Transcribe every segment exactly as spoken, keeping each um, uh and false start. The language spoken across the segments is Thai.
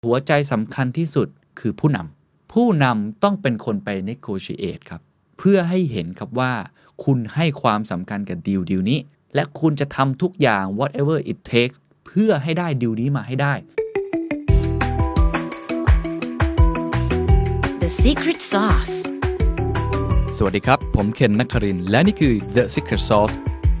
หัวใจสำคัญที่สุดคือผู้นำผู้นำต้องเป็นคนไป negotiate ครับเพื่อให้เห็นครับว่าคุณให้ความสำคัญกับดีลดีลนี้และคุณจะทำทุกอย่าง whatever it takes เพื่อให้ได้ดีลนี้มาให้ได้ The Secret Sauce สวัสดีครับผมเคนนักครินทร์และนี่คือ The Secret Sauce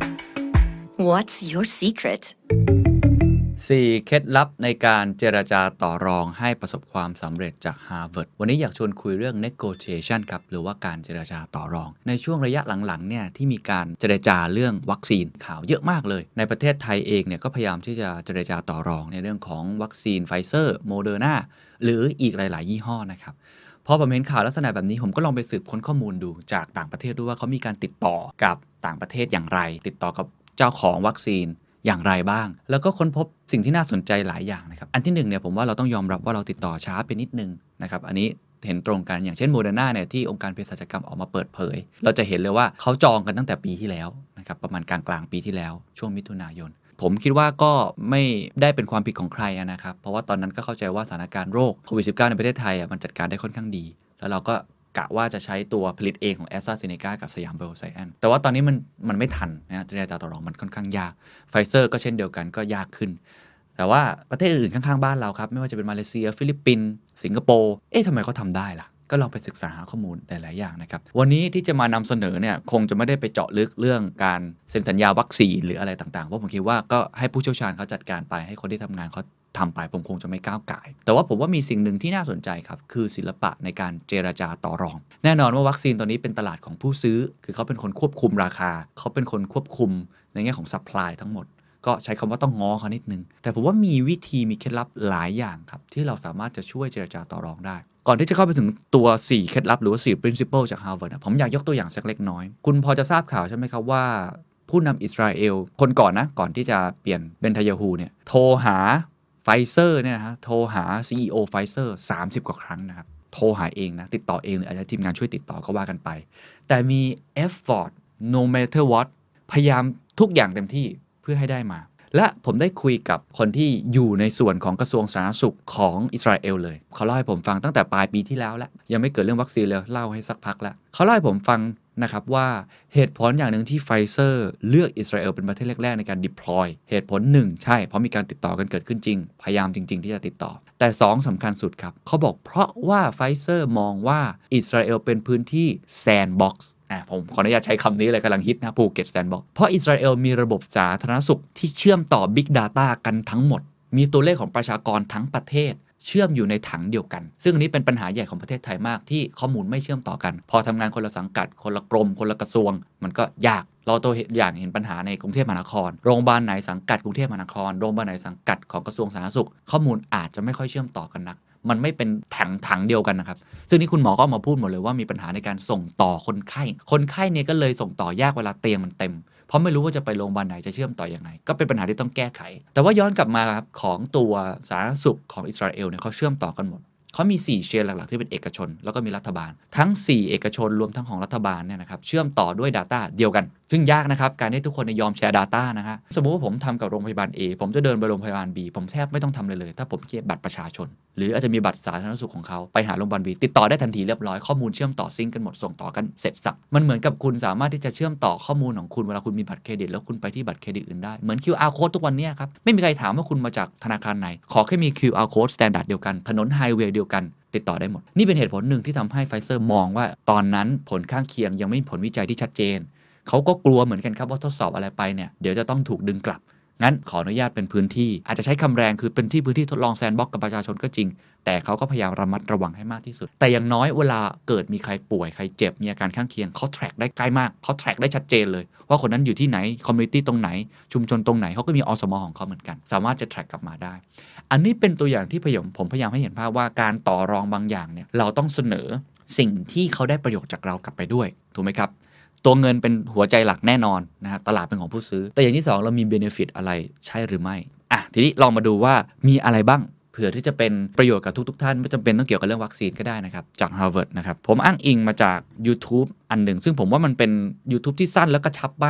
What's your secret สี่ เคล็ดลับในการเจรจาต่อรองให้ประสบความสำเร็จจาก Harvard วันนี้อยากชวนคุยเรื่อง negotiation ครับหรือว่าการเจรจาต่อรองในช่วงระยะหลังๆเนี่ยที่มีการเจรจาเรื่องวัคซีนข่าวเยอะมากเลยในประเทศไทยเองเนี่ยก็พยายามที่จะเจรจาต่อรองในเรื่องของวัคซีนไฟเซอร์โมเดอร์นาหรืออีกหลายๆยี่ห้อนะครับพอผมเห็นข่าวลักษณะแบบนี้ผมก็ลองไปสืบค้นข้อมูลดูจากต่างประเทศด้วยว่าเขามีการติดต่อกับต่างประเทศอย่างไรติดต่อกับเจ้าของวัคซีนอย่างไรบ้างแล้วก็ค้นพบสิ่งที่น่าสนใจหลายอย่างนะครับอันที่หนึ่งเนี่ยผมว่าเราต้องยอมรับว่าเราติดต่อช้าไปนิดนึงนะครับอันนี้เห็นตรงกันอย่างเช่นโมเดอร์นาเนี่ยที่องค์การเภสัชกรรมออกมาเปิดเผยเราจะเห็นเลยว่าเขาจองกันตั้งแต่ปีที่แล้วนะครับประมาณกลางกลางปีที่แล้วช่วงมิถุนายนผมคิดว่าก็ไม่ได้เป็นความผิดของใครนะครับเพราะว่าตอนนั้นก็เข้าใจว่าสถานการณ์โรคโควิด สิบเก้า ในประเทศไทยอ่ะมันจัดการได้ค่อนข้างดีแล้วเราก็กะว่าจะใช้ตัวผลิตเองของ AstraZeneca กับสยามไบโอไซแอนซ์แต่ว่าตอนนี้มันมันไม่ทันนะเจรจาต่อรองมันค่อนข้างยากไฟเซอร์ก็เช่นเดียวกันก็ยากขึ้นแต่ว่าประเทศอื่นข้างๆบ้านเราครับไม่ว่าจะเป็นมาเลเซียฟิลิปปินส์สิงคโปร์เอ๊ะทำไมเขาทำได้ล่ะก็ลองไปศึกษาหาข้อมูลหลายๆอย่างนะครับวันนี้ที่จะมานำเสนอเนี่ยคงจะไม่ได้ไปเจาะลึกเรื่องการเซ็นสัญญาวัคซีนหรืออะไรต่างๆเพราะผมคิดว่าก็ให้ผู้เชี่ยวชาญเขาจัดการไปให้คนที่ทำงานเขาทำไปผมคงจะไม่ก้าวก่ายแต่ว่าผมว่ามีสิ่งหนึ่งที่น่าสนใจครับคือศิลปะในการเจรจาต่อรองแน่นอนว่าวัคซีนตัวนี้เป็นตลาดของผู้ซื้อคือเขาเป็นคนควบคุมราคาเขาเป็นคนควบคุมในแง่ของซัพพลายทั้งหมดก็ใช้คำว่าต้องง้อเขานิดนึงแต่ผมว่ามีวิธีมีเคล็ดลับหลายอย่างครับที่เราสามารถจะช่วยเจรจาต่อรองได้ก่อนที่จะเข้าไปถึงตัวสี่เคล็ดลับหรือว่าสี่ principle จาก Harvard นะผมอยากยกตัวอย่างสักเล็กน้อยคุณพอจะทราบข่าวใช่ไหมครับว่าผู้นำอิสราเอลคนก่อนนะก่อนที่จะเปลี่ยนเบนทายาฮูเนี่ยโทรหาไฟเซอร์เนี่ยนะฮะโทรหา ซี อี โอ ไฟเซอร์สามสิบกว่าครั้งนะครับโทรหาเองนะติดต่อเองหรืออาจจะทีมงานช่วยติดต่อก็ว่ากันไปแต่มี effort no matter what พยายามทุกอย่างเต็มที่เพื่อให้ได้มาและผมได้คุยกับคนที่อยู่ในส่วนของกระทรวงสาธารณสุขของอิสราเอลเลยเขาเล่าให้ผมฟังตั้งแต่ปลายปีที่แล้วแล้วยังไม่เกิดเรื่องวัคซีนเลยเล่าให้สักพักแล้วเขาเล่าให้ผมฟังนะครับว่าเหตุผลอย่างหนึ่งที่ไฟเซอร์เลือกอิสราเอลเป็นประเทศแรกๆในการ deploy เหตุผลหนึ่งใช่เพราะมีการติดต่อกันเกิดขึ้นจริงพยายามจริงๆที่จะติดต่อแต่สองสำคัญสุดครับเขาบอกเพราะว่าไฟเซอร์มองว่าอิสราเอลเป็นพื้นที่แซนด์บ็อกซ์ผมขออนุญาตใช้คำนี้เลยกำลังฮิตนะภูเก็ตแซนด์บ็อกซ์เพราะอิสราเอลมีระบบสาธารณสุขที่เชื่อมต่อ Big Data กันทั้งหมดมีตัวเลขของประชากรทั้งประเทศเชื่อมอยู่ในถังเดียวกันซึ่งอันนี้เป็นปัญหาใหญ่ของประเทศไทยมากที่ข้อมูลไม่เชื่อมต่อกันพอทำงานคนละสังกัดคนละกรมคนละกระทรวงมันก็ยากเราตัวอย่างเห็นปัญหาในกรุงเทพมหานครโรงพยาบาลไหนสังกัดกรุงเทพมหานครโรงพยาบาลไหนสังกัดของกระทรวงสาธารณสุขข้อมูลอาจจะไม่ค่อยเชื่อมต่อกันนักมันไม่เป็นถังถังเดียวกันนะครับซึ่งนี่คุณหมอก็มาพูดหมดเลยว่ามีปัญหาในการส่งต่อคนไข้คนไข้เนี่ยก็เลยส่งต่อยากเวลาเตียงมันเต็มเพราะไม่รู้ว่าจะไปโรงพยาบาลไหนจะเชื่อมต่อยังไงก็เป็นปัญหาที่ต้องแก้ไขแต่ว่าย้อนกลับมาครับของตัวสาธารณสุขของอิสราเอลเนี่ยเขาเชื่อมต่อกันหมดเขามีสี่เชนหลักๆที่เป็นเอกชนแล้วก็มีรัฐบาลทั้งสี่เอกชนรวมทั้งของรัฐบาลเนี่ยนะครับเชื่อมต่อด้วย Data เดียวกันซึ่งยากนะครับการให้ทุกคนยอมแชร์ Data นะฮะสมมุติว่าผมทำกับโรงพยาบาล A ผมจะเดินไปโรงพยาบาล B ผมแทบไม่ต้องทำเลยเลยถ้าผมเก็บบัตรประชาชนหรืออาจจะมีบัตรสาธารณสุขของเขาไปหาโรงพยาบาล B ติดต่อได้ทันทีเรียบร้อยข้อมูลเชื่อมต่อซิงค์กันหมดส่งต่อกันเสร็จสับมันเหมือนกับคุณสามารถที่จะเชื่อมต่อข้อมูลของคุณเวลาคุณมีบัตรเครดิตแล้วคุณไปที่บัตรเครดิตอื่นได้เหมือน คิว อาร์ Code ทุกวันนี้ครับไม่มีใครถามว่าคุณมาจากธนาคารไหนขอแค่มี คิว อาร์ Code Standard เดียวกันถนนไฮเวย์เดียวกันติดต่อได้หมดนี่เป็นเหตุผลหนึ่งที่ทำให้ไฟเซอร์มองว่าตอนนั้นผลข้างเคียงยังไม่มีผลวิจัยที่ชัดเจนเขาก็กลัวเหมือนกันครับว่าทดสอบอะไรไปเนี่ยเดี๋ยวจะต้องถูกดึงกลับงั้นขออนุญาตเป็นพื้นที่อาจจะใช้คำแรงคือเป็นที่พื้นที่ทดลองแซนด์บ็อกซ์กับประชาชนก็จริงแต่เขาก็พยายามระมัดระวังให้มากที่สุดแต่อย่างน้อยเวลาเกิดมีใครป่วยใครเจ็บมีอาการข้างเคียงเขาแทร็กได้ใกล้มากเขาแทร็กได้ชัดเจนเลยว่าคนนั้นอยู่ที่ไหนคอมมูนิตี้ตรงไหนชุมชนตรงไหนเขาก็มีอสมของเขาเหมือนกันสามารถจะแทร็กกลับมาได้อันนี้เป็นตัวอย่างที่ผมผมพยายามให้เห็นภาพว่าการต่อรองบางอย่างเนี่ยเราต้องเสนอสิ่งที่เขาได้ประโยชน์จากเรากลับไปด้วยถูกไหมครับตัวเงินเป็นหัวใจหลักแน่นอนนะฮะตลาดเป็นของผู้ซื้อแต่อย่างที่สองเรามีเบเนฟิตอะไรใช่หรือไม่อ่ะทีนี้ลองมาดูว่ามีอะไรบ้างเผื่อที่จะเป็นประโยชน์กับทุกๆท่านไม่จำเป็นต้องเกี่ยวกับเรื่องวัคซีนก็ได้นะครับจาก Harvard นะครับผมอ้างอิงมาจาก YouTube อันหนึ่งซึ่งผมว่ามันเป็น YouTube ที่สั้นแล้วก็ชับมาก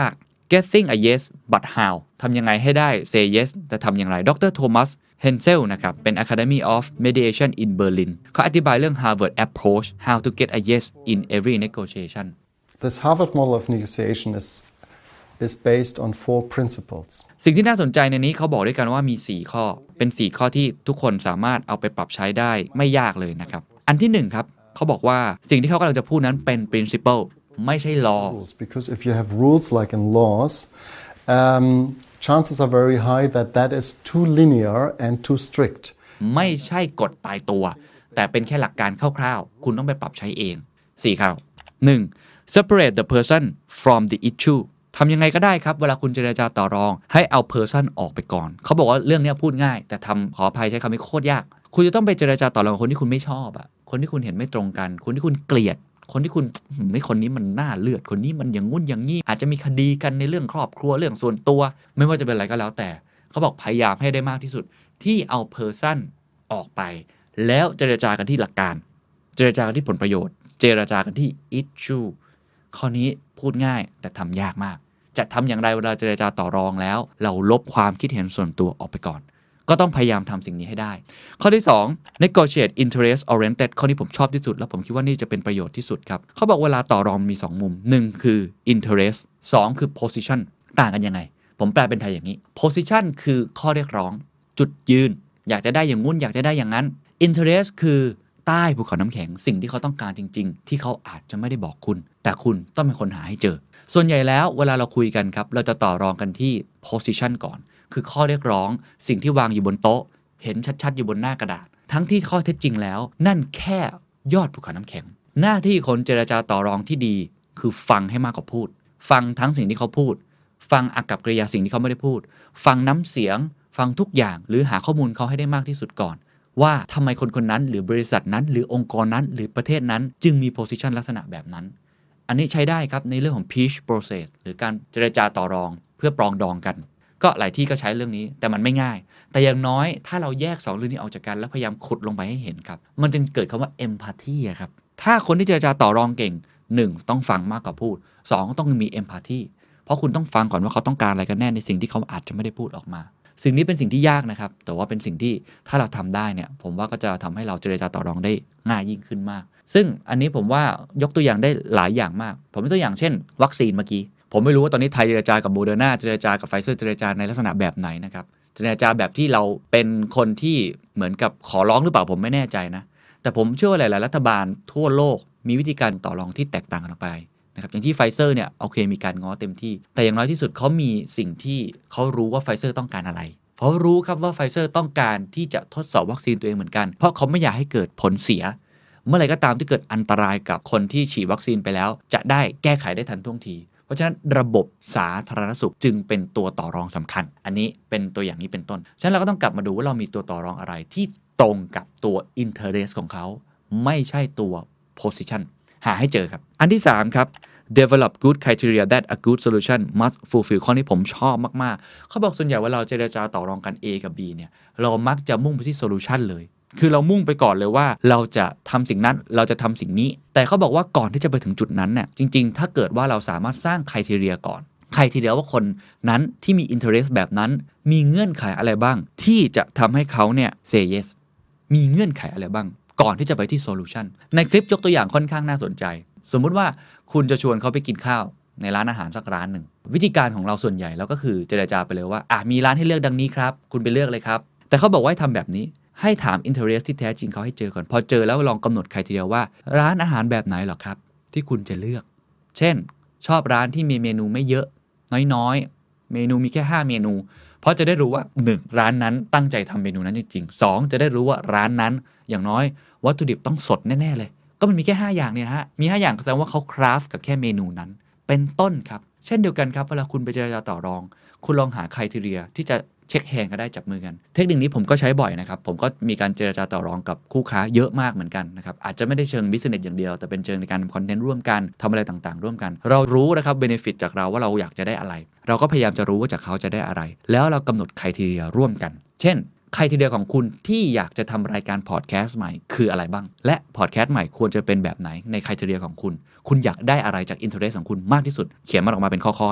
getting a yes but how ทำยังไงให้ได้ say yes แต่ทำอย่างไรดรโทมัสเฮนเซลนะครับเป็น Academy of Mediation in Berlin เขาอธิบายเรื่อง Harvard approach how to get a yes in every negotiation This Harvard model of negotiation is is based on four principles สิ่งที่น่าสนใจในนี้เขาบอกด้วยกันว่ามีสี่ข้อเป็นสี่ข้อที่ทุกคนสามารถเอาไปปรับใช้ได้ไม่ยากเลยนะครับอันที่หนึ่งครับเขาบอกว่าสิ่งที่เขากำลังจะพูดนั้นเป็น principle ไม่ใช่ law because if you have rules like in laws um, chances are very high that that is too linear and too strict ไม่ใช่กฎตายตัวแต่เป็นแค่หลักการคร่าวๆคุณต้องไปปรับใช้เองสี่ครับหนึ่ง separate the person from the issue ทำยังไงก็ได้ครับเวลาคุณเจรจาต่อรองให้เอา person ออกไปก่อนเขาบอกว่าเรื่องนี้พูดง่ายแต่ทำขออภัยใช้คำนี้โคตรยากคุณจะต้องไปเจรจาต่อรองกับคนที่คุณไม่ชอบอะคนที่คุณเห็นไม่ตรงกันคนที่คุณเกลียดคนที่คุณไม่คนนี้มันน่าเลือดคนนี้มันอย่างงุ่นอย่างงี้อาจจะมีคดีกันในเรื่องครอบครัวเรื่องส่วนตัวไม่ว่าจะเป็นอะไรก็แล้วแต่เขาบอกพยายามให้ได้มากที่สุดที่เอา person ออกไปแล้วเจรจากันที่หลักการเจรจากันที่ผลประโยชน์เจรจากันที่ issue ข้อนี้พูดง่ายแต่ทำยากมากจะทำอย่างไรเวลาเจรจาต่อรองแล้วเราลบความคิดเห็นส่วนตัวออกไปก่อนก็ต้องพยายามทำสิ่งนี้ให้ได้ข้อที่สอง negotiate interest oriented ข้อนี้ผมชอบที่สุดแล้วผมคิดว่านี่จะเป็นประโยชน์ที่สุดครับเขาบอกเวลาต่อรองมีสองมุมหนึ่งคือ interest สองคือ position ต่างกันยังไงผมแปลเป็นไทยอย่างนี้ position คือข้อเรียกร้องจุดยืนอยากจะได้อย่างงุ่นอยากจะได้อย่างนั้น interest คือใต้ภูเขาน้ำแข็งสิ่งที่เขาต้องการจริงๆที่เขาอาจจะไม่ได้บอกคุณแต่คุณต้องเป็นคนหาให้เจอส่วนใหญ่แล้วเวลาเราคุยกันครับเราจะต่อรองกันที่ position ก่อนคือข้อเรียกร้องสิ่งที่วางอยู่บนโต๊ะเห็นชัดๆอยู่บนหน้ากระดาษทั้งที่ข้อเท็จจริงแล้วนั่นแค่ยอดภูเขาน้ำแข็งหน้าที่คนเจรจาต่อรองที่ดีคือฟังให้มากกว่าพูดฟังทั้งสิ่งที่เขาพูดฟังอากัปกิริยาสิ่งที่เขาไม่ได้พูดฟังน้ำเสียงฟังทุกอย่างหรือหาข้อมูลเขาให้ได้มากที่สุดก่อนว่าทำไมคนคนนั้นหรือบริษัทนั้นหรือองค์กรนั้นหรือประเทศนั้นจึงมี position ลักษณะแบบนั้นอันนี้ใช้ได้ครับในเรื่องของ pitch process หรือการเจรจาต่อรองเพื่อปรองดองกันก็หลายที่ก็ใช้เรื่องนี้แต่มันไม่ง่ายแต่อย่างน้อยถ้าเราแยกสองเรื่องนี้ออกจากกันแล้วพยายามขุดลงไปให้เห็นครับมันจึงเกิดคำว่า empathy ครับถ้าคนที่เจรจาต่อรองเก่งหนึ่งต้องฟังมากกว่าพูดสองต้องมี empathy เพราะคุณต้องฟังก่อนว่าเขาต้องการอะไรกันแน่ในสิ่งที่เขาอาจจะไม่ได้พูดออกมาสิ่งนี้เป็นสิ่งที่ยากนะครับแต่ว่าเป็นสิ่งที่ถ้าเราทำได้เนี่ยผมว่าก็จะทำให้เราเจรจาต่อรองได้ง่ายยิ่งขึ้นมากซึ่งอันนี้ผมว่ายกตัวอย่างได้หลายอย่างมากผมยกตัวอย่างเช่นวัคซีนเมื่อกี้ผมไม่รู้ว่าตอนนี้ไทยเจรจากับโมเดอร์นาเจรจากับไฟเซอร์เจรจาในลักษณะแบบไหนนะครับเจรจาแบบที่เราเป็นคนที่เหมือนกับขอร้องหรือเปล่าผมไม่แน่ใจนะแต่ผมเชื่อว่าหลายๆรัฐบาลทั่วโลกมีวิธีการต่อรองที่แตกต่างกันออกไปนะครับอย่างที่ไฟเซอร์เนี่ยโอเคมีการง้อเต็มที่แต่อย่างน้อยที่สุดเขามีสิ่งที่เขารู้ว่าไฟเซอร์ต้องการอะไรเขารู้ครับว่าไฟเซอร์ต้องการที่จะทดสอบวัคซีนตัวเองเหมือนกันเพราะเขาไม่อยากให้เกิดผลเสียเมื่อไหร่ก็ตามที่เกิดอันตรายกับคนที่ฉีดวัคซีนไปแล้วจะได้แก้ไขได้ทันท่วงทีเพราะฉะนั้นระบบสาธารณสุขจึงเป็นตัวต่อรองสำคัญอันนี้เป็นตัวอย่างนี้เป็นต้นฉะนั้นเราก็ต้องกลับมาดูว่าเรามีตัวต่อรองอะไรที่ตรงกับตัว interest ของเขาไม่ใช่ตัว position หาให้เจอครับอันที่สามครับ develop good criteria that a good solution must fulfill ข้อนี้ผมชอบมากๆเขาบอกส่วนใหญ่เวลาเจรจาต่อรองกัน A กับ B เนี่ยเรามักจะมุ่งไปที่ solution เลยคือเรามุ่งไปก่อนเลยว่าเราจะทำสิ่งนั้นเราจะทำสิ่งนี้แต่เขาบอกว่าก่อนที่จะไปถึงจุดนั้นเนี่ยจริงๆถ้าเกิดว่าเราสามารถสร้าง criteria ก่อนcriteria ว่าคนนั้นที่มี interest แบบนั้นมีเงื่อนไขอะไรบ้างที่จะทำให้เขาเนี่ย say yes มีเงื่อนไขอะไรบ้างก่อนที่จะไปที่ solution ในคลิปยกตัวอย่างค่อนข้างน่าสนใจสมมุติว่าคุณจะชวนเขาไปกินข้าวในร้านอาหารสักร้านหนึ่งวิธีการของเราส่วนใหญ่เราก็คือเจรจาไปเลยว่าอ่ะมีร้านให้เลือกดังนี้ครับคุณไปเลือกเลยครับแต่เขาบอกว่าให้ทำแบบนี้ให้ถาม interest ที่แท้จริงเขาให้เจอก่อนพอเจอแล้วลองกำหนด criteria ว่าร้านอาหารแบบไหนหรอครับที่คุณจะเลือกเช่นชอบร้านที่มีเมนูไม่เยอะน้อยๆเมนูมีแค่ห้าเมนูเพราะจะได้รู้ว่าหนึ่งร้านนั้นตั้งใจทำเมนูนั้นจริงๆสองจะได้รู้ว่าร้านนั้นอย่างน้อยวัตถุดิบต้องสดแน่ๆเลยก็มันมีแค่ห้าอย่างเนี่ยฮะมีห้าอย่างแสดงว่าเขาคราฟกับแค่เมนูนั้นเป็นต้นครับเช่นเดียวกันครับเวลาคุณไปเจรจาต่อรองคุณลองหา criteria ที่จะเช็คแฮนด์ก็ได้จับมือกันเทคนิคนี้ผมก็ใช้บ่อยนะครับผมก็มีการเจรจาต่อรองกับคู่ค้าเยอะมากเหมือนกันนะครับอาจจะไม่ได้เชิงบิสเนสอย่างเดียวแต่เป็นเชิงในการทำคอนเทนต์ร่วมกันทำอะไรต่างๆร่วมกันเรารู้นะครับเบเนฟิตจากเราว่าเราอยากจะได้อะไรเราก็พยายามจะรู้ว่าจากเขาจะได้อะไรแล้วเรากำหนดไครทีเรียร่วมกันเช่นไครทีเรียของคุณที่อยากจะทำรายการพอดแคสต์ใหม่คืออะไรบ้างและพอดแคสต์ใหม่ควรจะเป็นแบบไหนในไครทีเรียของคุณคุณอยากได้อะไรจากอินเทอร์เนสของคุณมากที่สุดเขียนมันออกมาเป็นข้อๆเลยครับ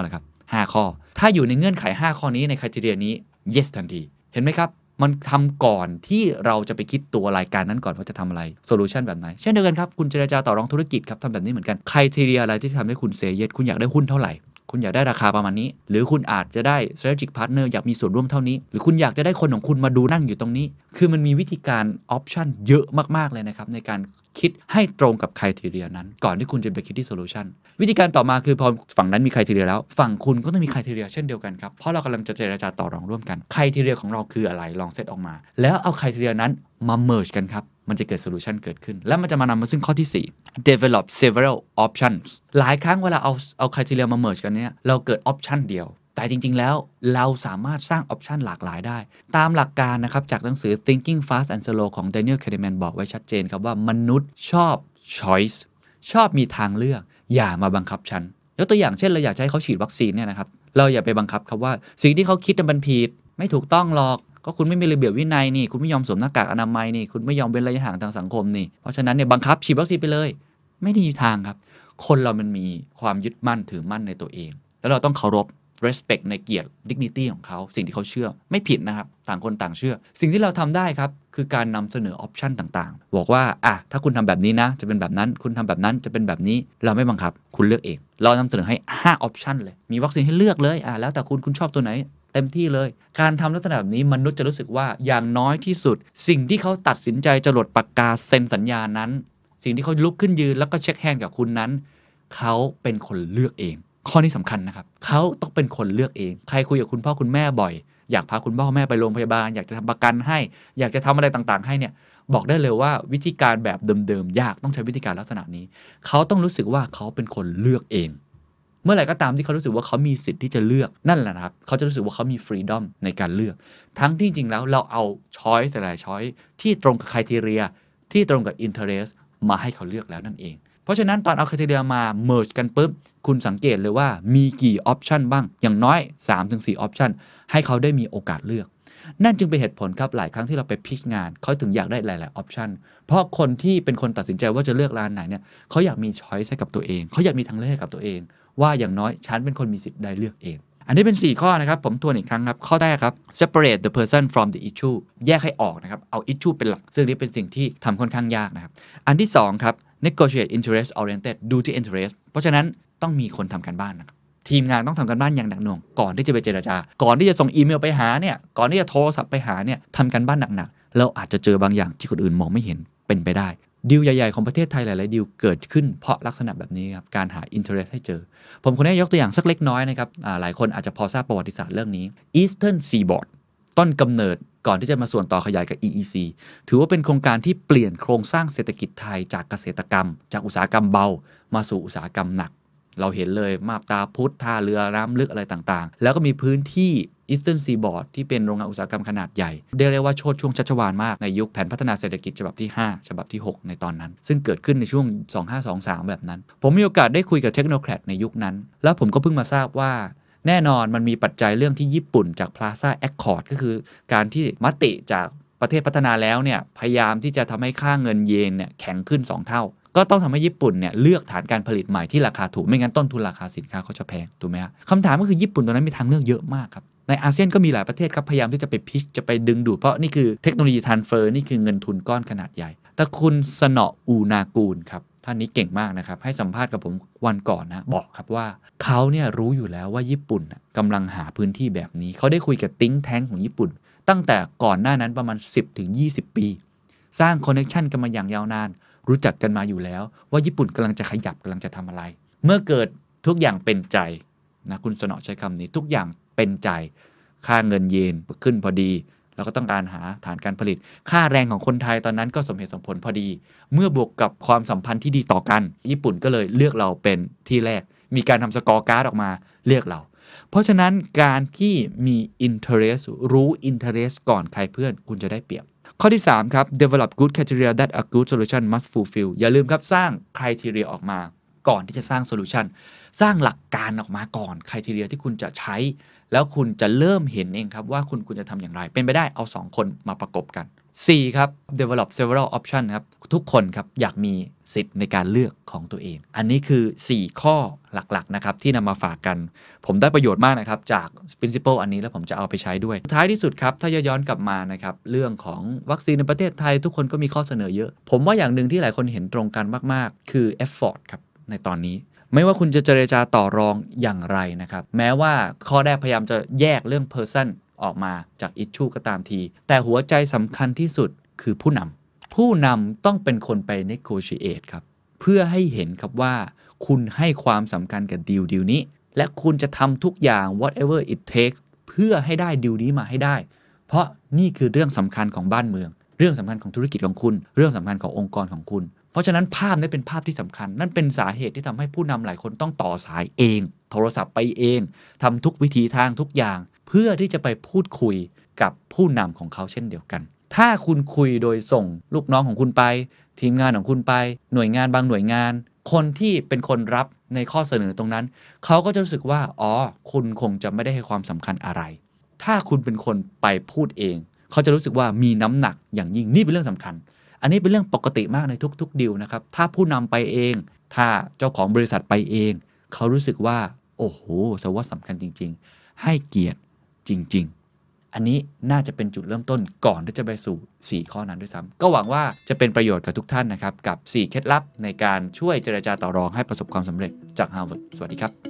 ห้าข้อถ้าอยู่ในเงื่อนไขห้าข้อนี้ใน criteria นี้ yes ทันทีเห็นไหมครับมันทำก่อนที่เราจะไปคิดตัวรายการนั้นก่อนว่าจะทำอะไรโซลูชันแบบไหนเช่นเดียวกันครับคุณเจรจาต่อรองธุรกิจครับทำแบบนี้เหมือนกัน criteria อะไรที่ทำให้คุณเซเยสคุณอยากได้หุ้นเท่าไหร่คุณอยากได้ราคาประมาณนี้หรือคุณอาจจะได้ strategic partner อยากมีส่วนร่วมเท่านี้หรือคุณอยากจะได้คนของคุณมาดูนั่งอยู่ตรงนี้คือมันมีวิธีการ option เยอะมากๆเลยนะครับในการคิดให้ตรงกับ criteria นั้นก่อนที่คุณจะไปคิดที่ solution วิธีการต่อมาคือพอฝั่งนั้นมี criteria แล้วฝั่งคุณก็ต้องมี criteria เช่นเดียวกันครับเพราะเรากำลังจะเจรจาต่อรองร่วมกัน criteria ของเราคืออะไรลองเซตออกมาแล้วเอา criteria นั้นมา merge กันครับมันจะเกิด solution เกิดขึ้นและมันจะมานำมาซึ่งข้อที่สี่ develop several options หลายครั้งเวลาเอาเอา criteria มา merge กันเนี่ยเราเกิด option เดียวแต่จริงๆแล้วเราสามารถสร้าง option หลากหลายได้ตามหลักการนะครับจากหนังสือ Thinking Fast and Slow ของ Daniel Kahneman บอกไว้ชัดเจนครับว่ามนุษย์ชอบ choice ชอบมีทางเลือกอย่ามาบังคับฉันยกตัวอย่างเช่นเราอยากให้เขาฉีดวัคซีนเนี่ยนะครับเราอย่าไปบังคับครับว่าสิ่งที่เขาคิดมันผิดไม่ถูกต้องหรอกก็คุณไม่มีระเบียบวินัยนี่คุณไม่ยอมสวมหน้ากากอนามัยนี่คุณไม่ยอมเว้นระยะห่างทางสังคมนี่เพราะฉะนั้นเนี่ยบังคับฉีดวัคซีนไปเลยไม่ได้มีทางครับคนเรามันมีความยึดมั่นถือมั่นในตัวเองแล้วเราต้องเคารพ respect ในเกียรติ dignity ของเขาสิ่งที่เขาเชื่อไม่ผิดนะครับต่างคนต่างเชื่อสิ่งที่เราทำได้ครับคือการนำเสนอ option ต่างๆบอกว่าอ่ะถ้าคุณทำแบบนี้นะจะเป็นแบบนั้นคุณทำแบบนั้นจะเป็นแบบนี้เราไม่บังคับคุณเลือกเองเรานำเสนอให้ห้า option เลยมีวัคซีนให้เลือกเลยอ่ะแล้วแต่คุณคุณชอบตัวไหนเต็มที่เลยการทำลักษณะแบบนี้มนุษย์จะรู้สึกว่าอย่างน้อยที่สุดสิ่งที่เขาตัดสินใจจะหลดปากกาเซ็นสัญญานั้นสิ่งที่เขาลุกขึ้นยืนแล้วก็เช็คแฮนด์กับคุณนั้นเขาเป็นคนเลือกเองข้อนี้สำคัญนะครับเขาต้องเป็นคนเลือกเองใครคุยกับคุณพ่อคุณแม่บ่อยอยากพาคุณพ่อคุณแม่ไปโรงพยาบาลอยากจะทำประกันให้อยากจะทำอะไรต่างๆให้เนี่ยบอกได้เลยว่าวิธีการแบบเดิมๆยากต้องใช้วิธีการลักษณะนี้เขาต้องรู้สึกว่าเขาเป็นคนเลือกเองเมื่อไหร่ก็ตามที่เขารู้สึกว่าเขามีสิทธิ์ที่จะเลือกนั่นแหละนะครับเขาจะรู้สึกว่าเขามีฟรีดอมในการเลือกทั้งที่จริงแล้วเราเอาช้อยส์หลายช้อยส์ที่ตรงกับ criteria ที่ตรงกับ interest มาให้เขาเลือกแล้วนั่นเองเพราะฉะนั้นตอนเอา criteria มา merge กันปุ๊บคุณสังเกตเลยว่ามีกี่ option บ้างอย่างน้อย สามถึงสี่ option ให้เขาได้มีโอกาสเลือกนั่นจึงเป็นเหตุผลครับหลายครั้งที่เราไปพิชงานเขาถึงอยากได้หลายๆ option เพราะคนที่เป็นคนตัดสินใจว่าจะเลือกร้านไหนเนี่ยเขาอยากมี choice ให้กับตัวเองเขาอยากมีทางเลือกให้กับตัวเองว่าอย่างน้อยฉันเป็นคนมีสิทธิ์ได้เลือกเองอันนี้เป็นสี่ข้อนะครับผมทวนอีกครั้งครับข้อแรกครับ separate the person from the issue แยกให้ออกนะครับเอา issue เป็นหลักซึ่งนี้เป็นสิ่งที่ทำค่อนข้างยากนะครับอันที่สองครับ negotiate interest oriented ดูที่ interest เพราะฉะนั้นต้องมีคนทำการบ้านนะครับทีมงานต้องทำการบ้านอย่างหนักหน่วงก่อนที่จะไปเจรจาก่อนที่จะส่งอีเมลไปหาเนี่ยก่อนที่จะโทรศัพท์ไปหาเนี่ยทำการบ้านหนักๆเราอาจจะเจอบางอย่างที่คนอื่นมองไม่เห็นเป็นไปได้ดีลใหญ่ๆของประเทศไทยหลายๆดีลเกิดขึ้นเพราะลักษณะแบบนี้ครับการหา interest ให้เจอผมคนนี้ยกตัวอย่างสักเล็กน้อยนะครับหลายคนอาจจะพอทราบประวัติศาสตร์เรื่องนี้ Eastern Seaboard ต้นกำเนิดก่อนที่จะมาส่วนต่อขยายกับ อี อี ซี ถือว่าเป็นโครงการที่เปลี่ยนโครงสร้างเศรษฐกิจไทยจากเกษตรกรรมจากอุตสาหกรรมเบามาสู่อุตสาหกรรมหนักเราเห็นเลยมาบตาพุธท่าเรือน้ำลึกอะไรต่างๆแล้วก็มีพื้นที่ Eastern Seaboard ที่เป็นโรงงานอุตสาหกรรมขนาดใหญ่เรียกได้ว่าโชติช่วงชัชวาลมากในยุคแผนพัฒนาเศรษฐกิจฉบับที่ห้าฉบับที่หกในตอนนั้นซึ่งเกิดขึ้นในช่วงสองพันห้าร้อยยี่สิบสามแบบนั้นผมมีโอกาสได้คุยกับเทคโนแครตในยุคนั้นแล้วผมก็เพิ่งมาทราบว่าแน่นอนมันมีปัจจัยเรื่องที่ญี่ปุ่นจาก Plaza Accord ก็คือการที่มติจากประเทศพัฒนาแล้วเนี่ยพยายามที่จะทำให้ค่าเงินเยนเนี่ยแข็งขึ้นสองเท่าก็ต้องทำให้ญี่ปุ่นเนี่ยเลือกฐานการผลิตใหม่ที่ราคาถูกไม่งั้นต้นทุนราคาสินค้าเขาจะแพงถูกไหมครับคำถามก็คือญี่ปุ่นตอนนั้นมีทางเลือกเยอะมากครับในอาเซียนก็มีหลายประเทศครับพยายามที่จะไปพิชจะไปดึงดูดเพราะนี่คือเทคโนโลยีทรานสเฟอร์นี่คือเงินทุนก้อนขนาดใหญ่แต่คุณสนออูนากูลครับท่านนี้เก่งมากนะครับให้สัมภาษณ์กับผมวันก่อนนะบอกครับว่าเขาเนี่ยรู้อยู่แล้วว่าญี่ปุ่นกำลังหาพื้นที่แบบนี้เขาได้คุยกับthink tankของญี่ปุ่นตั้งแต่ก่อนหน้านั้นประมาณ สิบถึงยี่สิบ ปีสร้างคอนเนคชั่นกันมาอย่างยาวนานรู้จักกันมาอยู่แล้วว่าญี่ปุ่นกำลังจะขยับกำลังจะทำอะไรเมื่อเกิดทุกอย่างเป็นใจนะคุณสนอใช้คำนี้ทุกอย่างเป็นใจค่าเงินเยนขึ้นพอดีเราก็ต้องการหาฐานการผลิตค่าแรงของคนไทยตอนนั้นก็สมเหตุสมผลพอดีเมื่อบวกกับความสัมพันธ์ที่ดีต่อกันญี่ปุ่นก็เลยเลือกเราเป็นที่แรกมีการทำสกอร์การ์ดออกมาเลือกเราเพราะฉะนั้นการที่มี interest รู้ interest ก่อนใครเพื่อนคุณจะได้เปรียบข้อที่สามครับ develop good criteria that a good solution must fulfill อย่าลืมครับสร้าง criteria ออกมาก่อนที่จะสร้าง solution สร้างหลักการออกมาก่อน criteria ที่คุณจะใช้แล้วคุณจะเริ่มเห็นเองครับว่าคุณคุณจะทำอย่างไรเป็นไปได้เอาสองคนมาประกบกันสี่ครับ develop several option ครับทุกคนครับอยากมีสิทธิ์ในการเลือกของตัวเองอันนี้คือสี่ข้อหลักๆนะครับที่นำมาฝากกันผมได้ประโยชน์มากนะครับจาก principle อันนี้แล้วผมจะเอาไปใช้ด้วยท้ายที่สุดครับถ้าย้อนกลับมานะครับเรื่องของวัคซีนในประเทศไทยทุกคนก็มีข้อเสนอเยอะผมว่าอย่างหนึ่งที่หลายคนเห็นตรงกันมากๆคือ effort ครับในตอนนี้ไม่ว่าคุณจะเจรจาต่อรองอย่างไรนะครับแม้ว่าข้อแรกพยายามจะแยกเรื่อง person ออกมาจาก issue ก็ตามทีแต่หัวใจสำคัญที่สุดคือผู้นำผู้นำต้องเป็นคนไป negotiate ครับเพื่อให้เห็นครับว่าคุณให้ความสำคัญกับดีลดีลนี้และคุณจะทำทุกอย่าง whatever it takes เพื่อให้ได้ดีลนี้มาให้ได้เพราะนี่คือเรื่องสำคัญของบ้านเมืองเรื่องสำคัญของธุรกิจของคุณเรื่องสำคัญขององค์กรของคุณเพราะฉะนั้นภาพนี้เป็นภาพที่สำคัญนั่นเป็นสาเหตุที่ทำให้ผู้นำหลายคนต้องต่อสายเองโทรศัพท์ไปเองทำทุกวิธีทางทุกอย่างเพื่อที่จะไปพูดคุยกับผู้นำของเขาเช่นเดียวกันถ้าคุณคุยโดยส่งลูกน้องของคุณไปทีมงานของคุณไปหน่วยงานบางหน่วยงานคนที่เป็นคนรับในข้อเสนอตรงนั้นเขาก็จะรู้สึกว่าอ๋อคุณคงจะไม่ได้ให้ความสำคัญอะไรถ้าคุณเป็นคนไปพูดเองเขาจะรู้สึกว่ามีน้ำหนักอย่างยิ่งนี่เป็นเรื่องสำคัญอันนี้เป็นเรื่องปกติมากในทุกๆดีลนะครับถ้าผู้นำไปเองถ้าเจ้าของบริษัทไปเองเขารู้สึกว่าโอ้โหแสดงว่าสำคัญจริงๆให้เกียรติจริงๆอันนี้น่าจะเป็นจุดเริ่มต้นก่อนที่จะไปสู่สี่ข้อนั้นด้วยซ้ำก็หวังว่าจะเป็นประโยชน์กับทุกท่านนะครับกับสี่เคล็ดลับในการช่วยเจรจาต่อรองให้ประสบความสำเร็จจาก Harvard สวัสดีครับ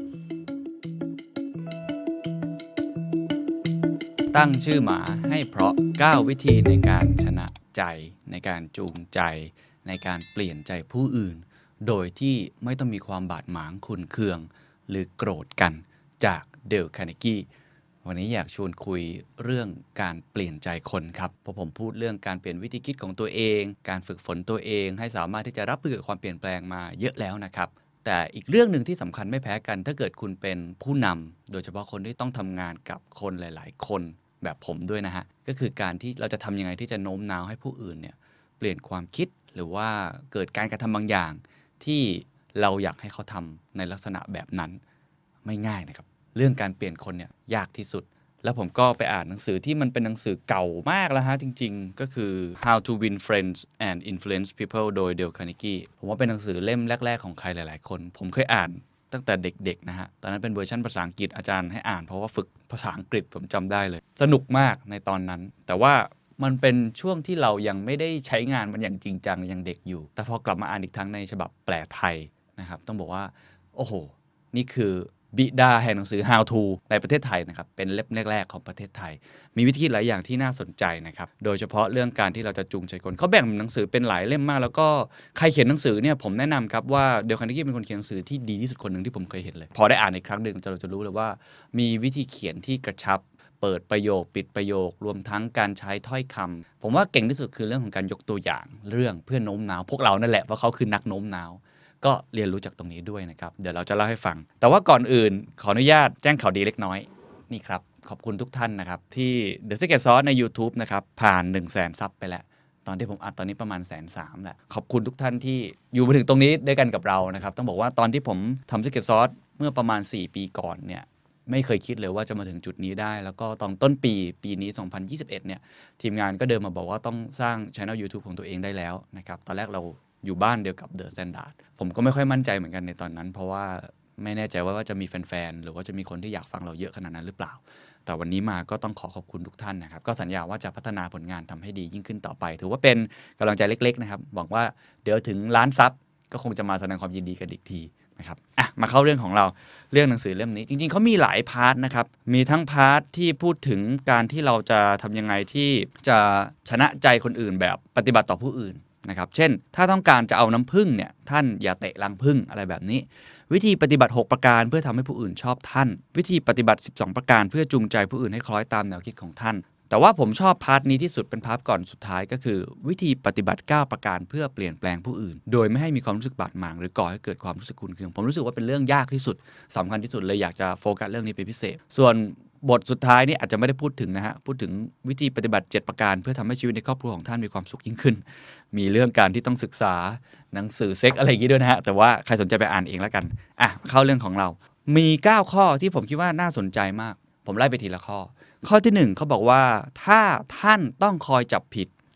ตั้งชื่อหมาให้เพราะเก้าวิธีในการชนะใจในการจูงใจในการเปลี่ยนใจผู้อื่นโดยที่ไม่ต้องมีความบาดหมางขุ่นเคืองหรือโกรธกันจากเดล คาร์เนกีวันนี้อยากชวนคุยเรื่องการเปลี่ยนใจคนครับเพราะผมพูดเรื่องการเปลี่ยนวิธีคิดของตัวเองการฝึกฝนตัวเองให้สามารถที่จะรับมือกับความเปลี่ยนแปลงมาเยอะแล้วนะครับแต่อีกเรื่องหนึ่งที่สำคัญไม่แพ้กันถ้าเกิดคุณเป็นผู้นำโดยเฉพาะคนที่ต้องทำงานกับคนหลายๆคนแบบผมด้วยนะฮะก็คือการที่เราจะทำยังไงที่จะโน้มน้าวให้ผู้อื่นเนี่ยเปลี่ยนความคิดหรือว่าเกิดการกระทำบางอย่างที่เราอยากให้เขาทำในลักษณะแบบนั้นไม่ง่ายนะครับเรื่องการเปลี่ยนคนเนี่ยยากที่สุดแล้วผมก็ไปอ่านหนังสือที่มันเป็นหนังสือเก่ามากแล้วฮะจริงๆก็คือ How to Win Friends and Influence People โดยเดล คาร์เนกีผมว่าเป็นหนังสือเล่มแรกๆของใครหลายๆคนผมเคยอ่านตั้งแต่เด็กๆนะฮะตอนนั้นเป็นเวอร์ชันภาษาอังกฤษอาจารย์ให้อ่านเพราะว่าฝึกภาษาอังกฤษผมจำได้เลยสนุกมากในตอนนั้นแต่ว่ามันเป็นช่วงที่เรายังไม่ได้ใช้งานมันอย่างจริงจังยังเด็กอยู่แต่พอกลับมาอ่านอีกครั้งในฉบับแปลไทยนะครับต้องบอกว่าโอ้โหนี่คือบิดาแห่งหนังสือ How to ในประเทศไทยนะครับเป็นเล่มแรกๆของประเทศไทยมีวิธีหลายอย่างที่น่าสนใจนะครับโดยเฉพาะเรื่องการที่เราจะจูงใจคนเขาแบ่งหนังสือเป็นหลายเล่มมากแล้วก็ใครเขียนหนังสือเนี่ยผมแนะนำครับว่าเดล คาร์เนกีเป็นคนเขียนหนังสือที่ดีที่สุดคนหนึ่งที่ผมเคยเห็นเลยพอได้อ่านอีกครั้งหนึ่งเราจะรู้เลยว่ามีวิธีเขียนที่กระชับเปิดประโยคปิดประโยครวมทั้งการใช้ถ้อยคำผมว่าเก่งที่สุดคือเรื่องของการยกตัวอย่างเรื่องเพื่อโน้มน้าวพวกเรานั่นแหละเพราะเขาคือนักโน้มน้าวก็เรียนรู้จากตรงนี้ด้วยนะครับเดี๋ยวเราจะเล่าให้ฟังแต่ว่าก่อนอื่นขออนุญาตแจ้งข่าวดีเล็กน้อยนี่ครับขอบคุณทุกท่านนะครับที่ The Secret Sauce ใน YouTube นะครับผ่าน หนึ่งแสน ซับไปแล้วตอนที่ผมอัดตอนนี้ประมาณ หนึ่งแสนสามพัน แหละขอบคุณทุกท่านที่อยู่มาถึงตรงนี้ด้วยกันกับเรานะครับต้องบอกว่าตอนที่ผมทำ Secret Sauce เมื่อประมาณสี่ปีก่อนเนี่ยไม่เคยคิดเลยว่าจะมาถึงจุดนี้ได้แล้วก็ตอนต้นปีปีนี้สองพันยี่สิบเอ็ดเนี่ยทีมงานก็เดินมาบอกว่าต้องสร้าง Channel YouTube ของตัวเองได้แล้วนะครับตอนแรกเราอยู่บ้านเดียวกับ The Standard ผมก็ไม่ค่อยมั่นใจเหมือนกันในตอนนั้นเพราะว่าไม่แน่ใจว่าจะมีแฟนๆหรือว่าจะมีคนที่อยากฟังเราเยอะขนาดนั้นหรือเปล่าแต่วันนี้มาก็ต้องขอขอบคุณทุกท่านนะครับก็สัญญาว่าจะพัฒนาผลงานทำให้ดียิ่งขึ้นต่อไปถือว่าเป็นกำลังใจเล็กๆนะครับหวังว่าเดี๋ยวถึงล้านซับก็คงจะมาแสดงความยินดีกันอีกทีนะครับอ่ะมาเข้าเรื่องของเราเรื่องหนังสือเล่มนี้จริงๆเขามีหลายพาร์ทนะครับมีทั้งพาร์ทที่พูดถึงการที่เราจะทำยังไงที่จะชนะใจคนอื่นแบบปฏิบัติต่อผู้อื่นนะครับเช่นถ้าต้องการจะเอาน้ำผึ้งเนี่ยท่านอย่าเตะรังผึ้งอะไรแบบนี้วิธีปฏิบัติหกประการเพื่อทำให้ผู้อื่นชอบท่านวิธีปฏิบัติสิบสองประการเพื่อจูงใจผู้อื่นให้คล้อยตามแนวคิดของท่านแต่ว่าผมชอบพาร์ทนี้ที่สุดเป็นพาร์ทก่อนสุดท้ายก็คือวิธีปฏิบัติเก้าประการเพื่อเปลี่ยนแปลงผู้อื่นโดยไม่ให้มีความรู้สึกบาดหมางหรือก่อให้เกิดความรู้สึกขุ่นเคืองผมรู้สึกว่าเป็นเรื่องยากที่สุดสำคัญที่สุดเลยอยากจะโฟกัสเรื่องนี้เป็นพิเศษส่วนบทสุดท้ายนี่อาจจะไม่ได้พูดถึงนะฮะพูดถึงวิธีปฏิบัติเจ็ดประการเพื่อทำให้ชีวิตในครอบครัวของท่านมีความสุขยิ่งขึ้นมีเรื่องการที่ต้องศึกษาหนังสือเซ็กอะไรอย่างงี้ด้วยนะฮะแต่ว่าใครสนใจไปอ่านเองแล้วกันอ่ะเข้าเรื่องของเรามีเก้าข้อที่ผมคิดว่าน่าสนใจมากผมไล่ไปทีละข้อข้อที่หนึ่งเขาบอกว่าถ้าท่านต้องคอยจับผิด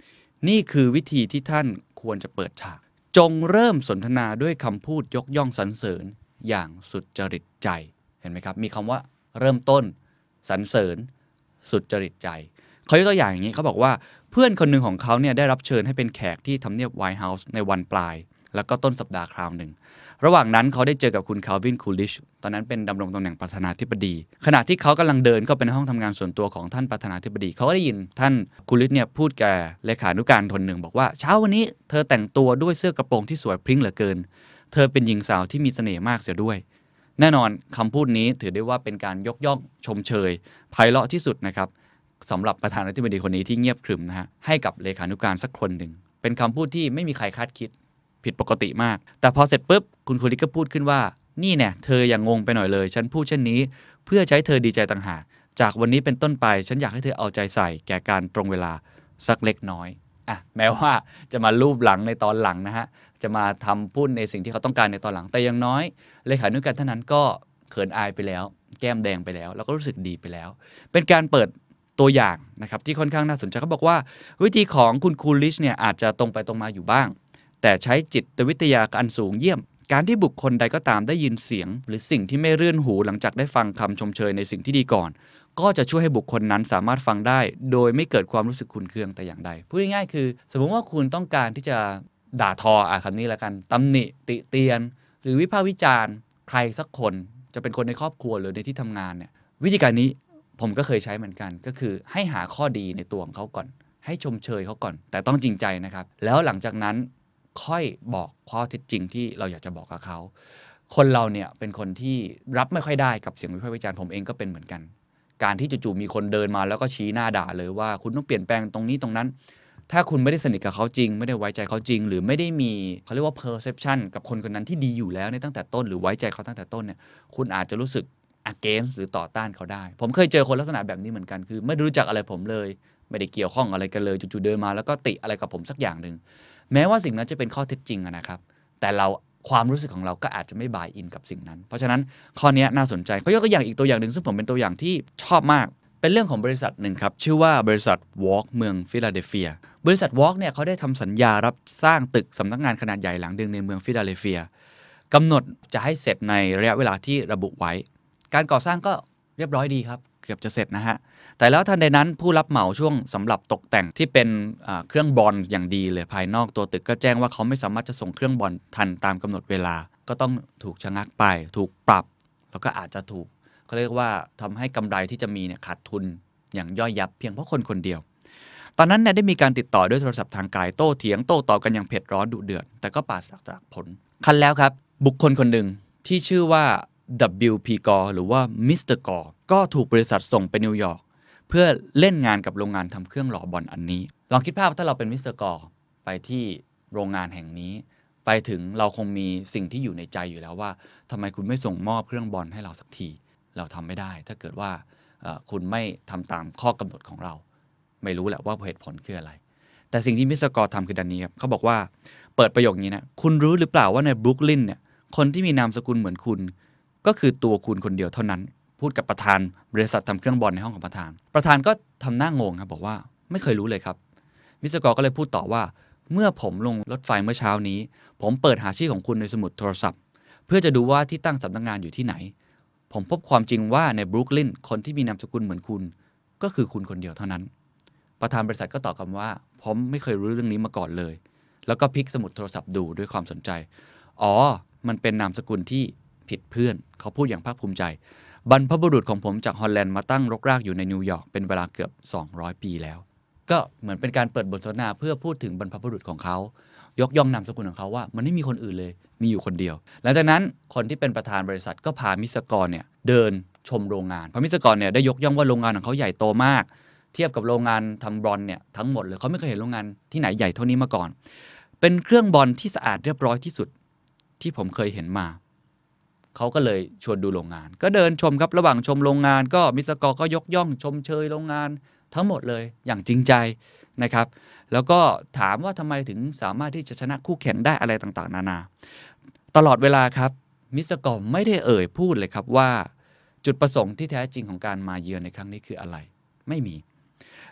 นี่คือวิธีที่ท่านควรจะเปิดฉากจงเริ่มสนทนาด้วยคำพูดยกย่องสรรเสริญอย่างสุจริตใจเห็นไหมครับมีคำว่าเริ่มต้นสรรเสริญสุจริตใจเขายกตัวอย่างอย่างนี้เขาบอกว่าเพื่อนคนหนึ่งของเขาเนี่ยได้รับเชิญให้เป็นแขกที่ทำเนียบไวท์เฮาส์ในวันปลายแล้วก็ต้นสัปดาห์คราวหนึ่งระหว่างนั้นเขาได้เจอกับคุณคาลวินคูลิชตอนนั้นเป็นดำรงตำแหน่งประธานาธิบดีขณะที่เขากำลังเดินเข้าไปในห้องทำงานส่วนตัวของท่านประธานาธิบดีเขาก็ได้ยินท่านคูลิชเนี่ยพูดแก่เลขานุการคนหนึ่งบอกว่าเช้าวันนี้เธอแต่งตัวด้วยเสื้อกระโปรงที่สวยพริ้งเหลือเกินเธอเป็นหญิงสาวที่มีเสน่ห์มากเสียด้วยแน่นอนคำพูดนี้ถือได้ว่าเป็นการยกย่องชมเชยไพเราะที่สุดนะครับสำหรับประธานาธิบดีคนนี้ที่เงียบขรึมนะฮะให้กับเลขานุการสักคนหนึ่งเป็นคำพูดที่ไม่มีใครคาดคิดผิดปกติมากแต่พอเสร็จปุ๊บคุณคูลิชก็พูดขึ้นว่านี่เนี่ยเธออย่างงงไปหน่อยเลยฉันพูดเช่นนี้เพื่อใช้เธอดีใจต่างหากจากวันนี้เป็นต้นไปฉันอยากให้เธอเอาใจใส่แก่การตรงเวลาสักเล็กน้อยอ่ะแม้ว่าจะมาลูบหลังในตอนหลังนะฮะจะมาทำพูดในสิ่งที่เขาต้องการในตอนหลังแต่อย่างน้อยเลขานุการท่านนั้นก็เขินอายไปแล้วแก้มแดงไปแล้วแล้วก็รู้สึกดีไปแล้วเป็นการเปิดตัวอย่างนะครับที่ค่อนข้างน่าสนใจเขาบอกว่าวิธีของคุณคูลิชเนี่ยอาจจะตรงไปตรงมาอยู่บ้างแต่ใช้จิตวิทยาอันสูงเยี่ยมการที่บุคคลใดก็ตามได้ยินเสียงหรือสิ่งที่ไม่เรื่อนหูหลังจากได้ฟังคำชมเชยในสิ่งที่ดีก่อนก็จะช่วยให้บุคคลนั้นสามารถฟังได้โดยไม่เกิดความรู้สึกขุ่นเคืองแต่อย่างใดพูดง่ายๆคือสมมติว่าคุณต้องการที่จะด่าทออ่ะคำนี้ละกันตำหนิติเตียนหรือวิพากษ์วิจารณ์ใครสักคนจะเป็นคนในครอบครัวหรือในที่ทำงานเนี่ยวิธีการนี้ผมก็เคยใช้เหมือนกันก็คือให้หาข้อดีในตัวของเขาก่อนให้ชมเชยเขาก่อนแต่ต้องจริงใจนะครับแล้วหลังจากนั้นค่อยบอกข้อเท็จจริงที่เราอยากจะบอกกับเขาคนเราเนี่ยเป็นคนที่รับไม่ค่อยได้กับเสียงวิพากษ์วิจารณ์ผมเองก็เป็นเหมือนกันการที่จู่ๆมีคนเดินมาแล้วก็ชี้หน้าด่าเลยว่าคุณต้องเปลี่ยนแปลงตรงนี้ตรงนั้นถ้าคุณไม่ได้สนิทกับเขาจริงไม่ได้ไว้ใจเขาจริงหรือไม่ได้มีเขาเรียกว่า perception กับคนคนนั้นที่ดีอยู่แล้วในตั้งแต่ต้นหรือไว้ใจเขาตั้งแต่ต้นเนี่ยคุณอาจจะรู้สึก against หรือต่อต้านเขาได้ผมเคยเจอคนลักษณะแบบนี้เหมือนกันคือไม่รู้จักอะไรผมเลยไม่ได้เกี่ยวข้องอะไรกันเลยจู่ๆเดินมาแล้วก็ติอะไรกับผมสักอย่างนึงแม้ว่าสิ่งนั้นจะเป็นข้อเท็จจริงนะครับแต่เราความรู้สึกของเราก็อาจจะไม่บายอินกับสิ่งนั้นเพราะฉะนั้นข้อนี้น่าสนใจเขายกตัวอย่างอีกตัวอย่างนึงซึ่งผมเป็นตัวอย่างที่ชอบมากเป็นเรื่องของบริษัทหนึ่งครับชื่อว่าบริษัท Walk เมืองฟิลาเดลเฟียบริษัท Walk เนี่ยเขาได้ทำสัญญารับสร้างตึกสำนักงานขนาดใหญ่หลังหนึ่งในเมืองฟิลาเดลเฟียกำหนดจะให้เสร็จในระยะเวลาที่ระบุไว้การก่อสร้างก็เรียบร้อยดีครับเกือบจะเสร็จนะฮะแต่แล้วทันใดนั้นผู้รับเหมาช่วงสำหรับตกแต่งที่เป็นเครื่องบอลอย่างดีเลยภายนอกตัวตึกก็แจ้งว่าเขาไม่สามารถจะส่งเครื่องบอลทันตามกำหนดเวลาก็ต้องถูกชะงักไปถูกปรับแล้วก็อาจจะถูกเขาเรียกว่าทำให้กำไรที่จะมีเนี่ยขาดทุนอย่างย่อยยับเพียงเพราะคนคนเดียวตอนนั้นเนี่ยได้มีการติดต่อด้วยโทรศัพท์ทางไกลโต้เถียงโต้ตอบกันอย่างเผ็ดร้อนดุเดือดแต่ก็ปราศจากผลคันแล้วครับบุคคลคนหนึ่งที่ชื่อว่า ดับเบิลยู พี Gore หรือว่ามิสเตอร์ Gore ก็ถูกบริษัทส่งไปนิวยอร์กเพื่อเล่นงานกับโรงงานทำเครื่องหล่อบอลอันนี้ลองคิดภาพถ้าเราเป็นมิสเตอร์ Gore ไปที่โรงงานแห่งนี้ไปถึงเราคงมีสิ่งที่อยู่ในใจอยู่แล้วว่าทำไมคุณไม่ส่งมอบเครื่องบอลให้เราสักทีเราทำไม่ได้ถ้าเกิดว่าคุณไม่ทำตามข้อกำหนดของเราไม่รู้แหละว่าเหตุผลคืออะไรแต่สิ่งที่มิสเตอร์ Gore ทำคือดันนี้ครับเขาบอกว่าเปิดประโยคนี้นะคุณรู้หรือเปล่าว่าในบรุกลินเนี่ยคนที่มีนามสกุลเหมือนคุณก็คือตัวคุณคนเดียวเท่านั้นพูดกับประธานบริษัททำเครื่องบอลในห้องของประธานประธานก็ทำหน้างงครับบอกว่าไม่เคยรู้เลยครับมิสเตอร์ Gore ก็เลยพูดต่อว่าเมื่อผมลงรถไฟเมื่อเช้านี้ผมเปิดหาชื่อของคุณในสมุดโทรศัพท์เพื่อจะดูว่าที่ตั้งสำนักงานอยู่ที่ไหนผมพบความจริงว่าในบรุกลินคนที่มีนามสกุลเหมือนคุณก็คือคุณคนเดียวเท่านั้นประธานบริษัทก็ตอบกลับว่าผมไม่เคยรู้เรื่องนี้มาก่อนเลยแล้วก็พลิกสมุดโทรศัพท์ดูด้วยความสนใจอ๋อมันเป็นนามสกุลที่ผิดเพื่อนเขาพูดอย่างภาคภูมิใจบรรพบุรุษของผมจากฮอลแลนด์มาตั้งรกรากอยู่ในนิวยอร์กเป็นเวลาเกือบสองร้อยปีแล้วก็เหมือนเป็นการเปิดบทสนทนาเพื่อพูดถึงบรรพบุรุษของเขายกย่องนามสกุลของเขาว่ามันไม่มีคนอื่นเลยมีอยู่คนเดียวหลังจากนั้นคนที่เป็นประธานบริษัทก็พามิสเตอร์ Goreเนี่ยเดินชมโรงงานเพราะมิสเตอร์ Goreเนี่ยได้ยกย่องว่าโรงงานของเขาใหญ่โตมากเทียบกับโรงงานทำบอลเนี่ยทั้งหมดเลยเขาไม่เคยเห็นโรงงานที่ไหนใหญ่เท่านี้มาก่อนเป็นเครื่องบอลที่สะอาดเรียบร้อยที่สุดที่ผมเคยเห็นมาเขาก็เลยชวนดูโรงงานก็เดินชมครับระหว่างชมโรงงานก็มิสเตอร์ Goreก็ยกย่องชมเชยโรงงานทั้งหมดเลยอย่างจริงใจนะครับแล้วก็ถามว่าทำไมถึงสามารถที่จะชนะคู่แข่งได้อะไรต่างๆนานาตลอดเวลาครับมิสเตอร์ Goreไม่ได้เอ่ยพูดเลยครับว่าจุดประสงค์ที่แท้จริงของการมาเยือนในครั้งนี้คืออะไรไม่มี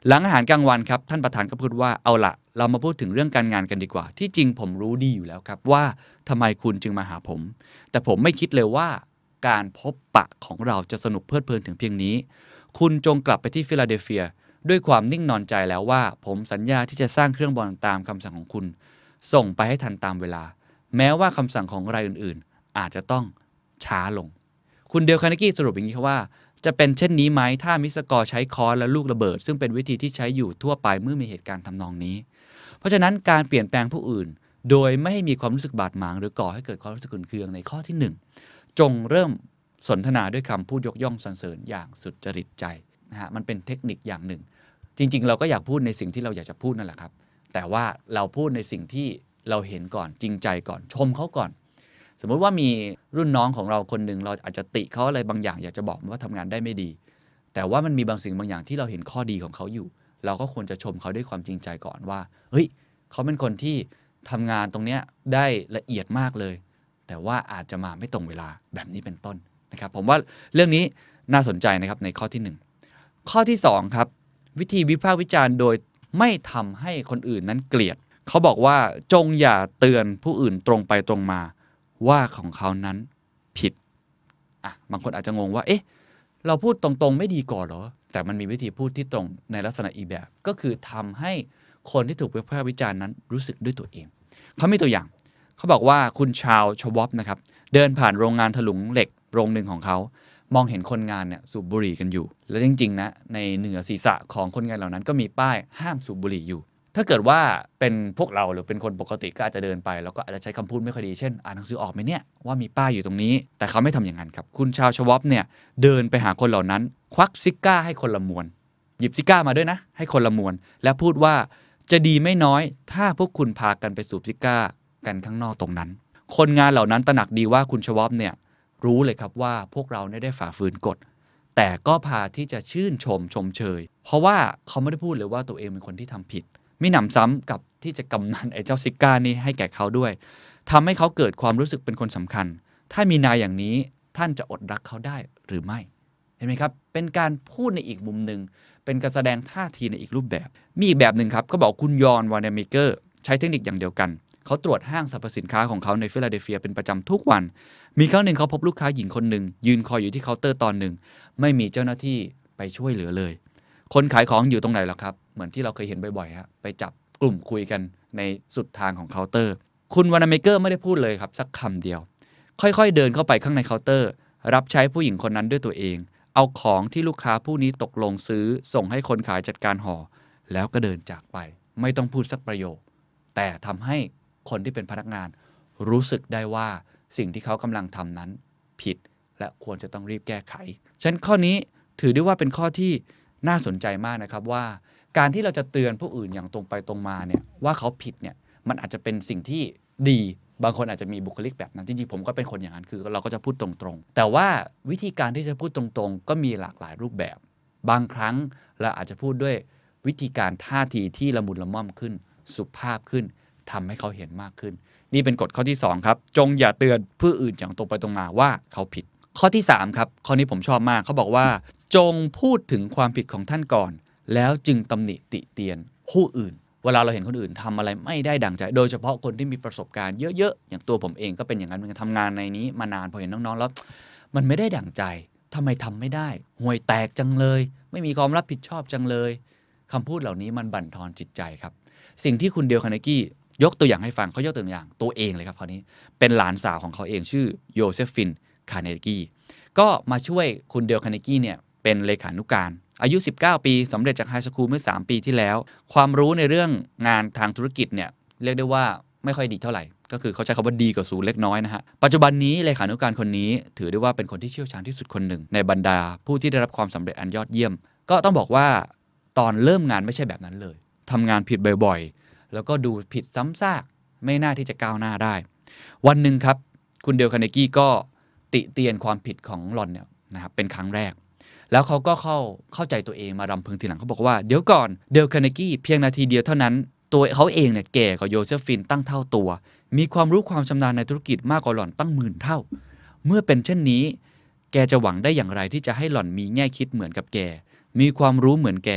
หลังอาหารกลางวันครับท่านประธานก็พูดว่าเอาละเรามาพูดถึงเรื่องการงานกันดีกว่าที่จริงผมรู้ดีอยู่แล้วครับว่าทำไมคุณจึงมาหาผมแต่ผมไม่คิดเลยว่าการพบปะของเราจะสนุกเพลิดเพลินถึงเพียงนี้คุณจงกลับไปที่ฟิลาเดลเฟียด้วยความนิ่งนอนใจแล้วว่าผมสัญญาที่จะสร้างเครื่องบอลตามคำสั่งของคุณส่งไปให้ทันตามเวลาแม้ว่าคำสั่งของรายอื่นๆอาจจะต้องช้าลงคุณเดลคาร์เนกี้สรุปอย่างนี้ครับว่าจะเป็นเช่นนี้ไหมถ้ามิสกอร์ใช้ค้อนและลูกระเบิดซึ่งเป็นวิธีที่ใช้อยู่ทั่วไปเมื่อมีเหตุการณ์ทำนองนี้เพราะฉะนั้นการเปลี่ยนแปลงผู้อื่นโดยไม่ให้มีความรู้สึกบาดหมางหรือก่อให้เกิดความรู้สึกขุ่นเคืองในข้อที่หนึ่งจงเริ่มสนทนาด้วยคำพูดยกย่องสรรเสริญอย่างสุดจริตใจนะฮะมันเป็นเทคนิคอย่างหนึ่งจริงๆเราก็อยากพูดในสิ่งที่เราอยากจะพูดนั่นแหละครับแต่ว่าเราพูดในสิ่งที่เราเห็นก่อนจริงใจก่อนชมเขาก่อนสมมุติว่ามีรุ่นน้องของเราคนหนึ่งเราอาจจะติเขาอะไรบางอย่างอยากจะบอกว่าทำงานได้ไม่ดีแต่ว่ามันมีบางสิ่งบางอย่างที่เราเห็นข้อดีของเขาอยู่เราก็ควรจะชมเขาด้วยความจริงใจก่อนว่าเฮ้ยเขาเป็นคนที่ทำงานตรงเนี้ยได้ละเอียดมากเลยแต่ว่าอาจจะมาไม่ตรงเวลาแบบนี้เป็นต้นนะครับผมว่าเรื่องนี้น่าสนใจนะครับในข้อที่หนึ่งข้อที่สองครับวิธีวิพากษ์วิจารณ์โดยไม่ทำให้คนอื่นนั้นเกลียดเขาบอกว่าจงอย่าเตือนผู้อื่นตรงไปตรงมาว่าของเขานั้นผิดอ่ะบางคนอาจจะงงว่าเอ๊ะเราพูดตรงๆไม่ดีก่อนเหรอแต่มันมีวิธีพูดที่ตรงในลักษณะอีแบบก็คือทำให้คนที่ถูกวิพากษ์วิจารณ์นั้นรู้สึกด้วยตัวเองเขามีตัวอย่างเขาบอกว่าคุณชาวชวอปนะครับเดินผ่านโรงงานถลุงเหล็กโรงหนึ่งของเขามองเห็นคนงานเนี่ยสูบบุหรี่กันอยู่แล้วจริงๆนะในเหนือศีรษะของคนงานเหล่านั้นก็มีป้ายห้ามสูบบุหรี่อยู่ถ้าเกิดว่าเป็นพวกเราหรือเป็นคนปกติก็อาจจะเดินไปแล้วก็อาจจะใช้คำพูดไม่ค่อยดีเช่นอ่านหนังสือออกไหมเนี่ยว่ามีป้ายอยู่ตรงนี้แต่เขาไม่ทำอย่างนั้นครับคุณชาวชวอปเนี่ยเดินไปหาคนเหล่านั้นควักซิก้าให้คนละมวนหยิบซิก้ามาด้วยนะให้คนละมวนและพูดว่าจะดีไม่น้อยถ้าพวกคุณพากันไปสูบซิก้ากันข้างนอกตรงนั้นคนงานเหล่านั้นตระหนักดีว่าคุณชวอปเนี่ยรู้เลยครับว่าพวกเราได้ฝ่าฝืนกฎแต่ก็พาที่จะชื่นชมชมเชยเพราะว่าเขาไม่ได้พูดเลยว่าตัวเองเป็นคนที่ทำผิดมิหนำซ้ำกับที่จะกำนันไอ้เจ้าซิก้านี่ให้แก่เขาด้วยทำให้เขาเกิดความรู้สึกเป็นคนสำคัญถ้ามีนายอย่างนี้ท่านจะอดรักเขาได้หรือไม่เห็นไหมครับเป็นการพูดในอีกมุมหนึ่งเป็นการแสดงท่าทีในอีกรูปแบบมีอีกแบบหนึ่งครับเขาบอกคุณยอนวานเมเกอร์ใช้เทคนิคอย่างเดียวกันเขาตรวจห้างสรรพสินค้าของเขาในฟิลาเดลเฟียเป็นประจำทุกวันมีครั้งหนึ่งเขาพบลูกค้าหญิงคนหนึ่งยืนคอยอยู่ที่เคาน์เตอร์ตอนหนึ่งไม่มีเจ้าหน้าที่ไปช่วยเหลือเลยคนขายของอยู่ตรงไหนล่ะครับเหมือนที่เราเคยเห็นบ่อยๆฮะไปจับกลุ่มคุยกันในสุดทางของเคาน์เตอร์คุณวานเมเกอร์ไม่ได้พูดเลยครับสักคำเดียวค่อยๆเดินเข้าไปข้างในเคาน์เตอร์รับใช้ผู้หญิงคนนั้นด้วยตัวเองเอาของที่ลูกค้าผู้นี้ตกลงซื้อส่งให้คนขายจัดการห่อแล้วก็เดินจากไปไม่ต้องพูดสักประโยคแต่ทำให้คนที่เป็นพนักงานรู้สึกได้ว่าสิ่งที่เขากำลังทำนั้นผิดและควรจะต้องรีบแก้ไขฉะนั้นข้อนี้ถือได้ว่าเป็นข้อที่น่าสนใจมากนะครับว่าการที่เราจะเตือนผู้อื่นอย่างตรงไปตรงมาเนี่ยว่าเขาผิดเนี่ยมันอาจจะเป็นสิ่งที่ดีบางคนอาจจะมีบุคลิกแบบนั้นจริงๆผมก็เป็นคนอย่างนั้นคือเราก็จะพูดตรงๆแต่ว่าวิธีการที่จะพูดตรงๆก็มีหลากหลายรูปแบบบางครั้งเราอาจจะพูดด้วยวิธีการท่าทีที่ละมุนละม่อมขึ้นสุภาพขึ้นทำให้เขาเห็นมากขึ้นนี่เป็นกฎข้อที่สองครับจงอย่าเตือนผู้อื่นอย่างตรงไปตรงมาว่าเขาผิดข้อที่สามครับข้อนี้ผมชอบมากเขาบอกว่าจงพูดถึงความผิดของท่านก่อนแล้วจึงตำหนิติเตียนผู้อื่นเวลาเราเห็นคนอื่นทำอะไรไม่ได้ดั่งใจโดยเฉพาะคนที่มีประสบการณ์เยอะๆอย่างตัวผมเองก็เป็นอย่างนั้นเหมือนกันทำงานในนี้มานานพอเห็นน้องๆแล้วมันไม่ได้ดั่งใจทำไมทำไม่ได้ห่วยแตกจังเลยไม่มีความรับผิดชอบจังเลยคำพูดเหล่านี้มันบั่นทอนจิตใจครับสิ่งที่คุณเดลคาร์เนกี้ยกตัวอย่างให้ฟังเขายกตัวอย่างตัวเองเลยครับคราวนี้เป็นหลานสาวของเขาเองชื่อโยเซฟินคาร์เนกี้ก็มาช่วยคุณเดลคาร์เนกี้เนี่ยเป็นเลขานุการอายุสิบเก้าปีสำเร็จจากไฮสคูลเมื่อสามปีที่แล้วความรู้ในเรื่องงานทางธุรกิจเนี่ยเรียกได้ว่าไม่ค่อยดีเท่าไหร่ก็คือเขาใช้คำว่าดีกว่าศูนย์เล็กน้อยนะฮะปัจจุบันนี้เลขานุการคนนี้ถือได้ว่าเป็นคนที่เชี่ยวชาญที่สุดคนหนึ่งในบรรดาผู้ที่ได้รับความสำเร็จอันยอดเยี่ยมก็ต้องบอกว่าตอนเริ่มงานไม่ใช่แบบนั้นเลยทำงานผิดบ่อยๆแล้วก็ดูผิดซ้ำซากไม่น่าที่จะก้าวหน้าได้วันหนึ่งครับคุณเดลคาร์เนกี้ก็ติเตียนความผิดของหล่อนเนี่ยนะครับเป็นครั้งแรกแล้วเขาก็เข้าเข้าใจตัวเองมารำพึงทีหลังเขาบอกว่าเดี๋ยวก่อนเดลคาร์เนกี้เพียงนาทีเดียวเท่านั้นตัวเขาเองเนี่ยแก่กว่าโยเซฟินตั้งเท่าตัวมีความรู้ความชำนาญในธุรกิจมากกว่าหล่อนตั้งหมื่นเท่าเมื่อเป็นเช่นนี้แกจะหวังได้อย่างไรที่จะให้หล่อนมีแง่คิดเหมือนกับแกมีความรู้เหมือนแก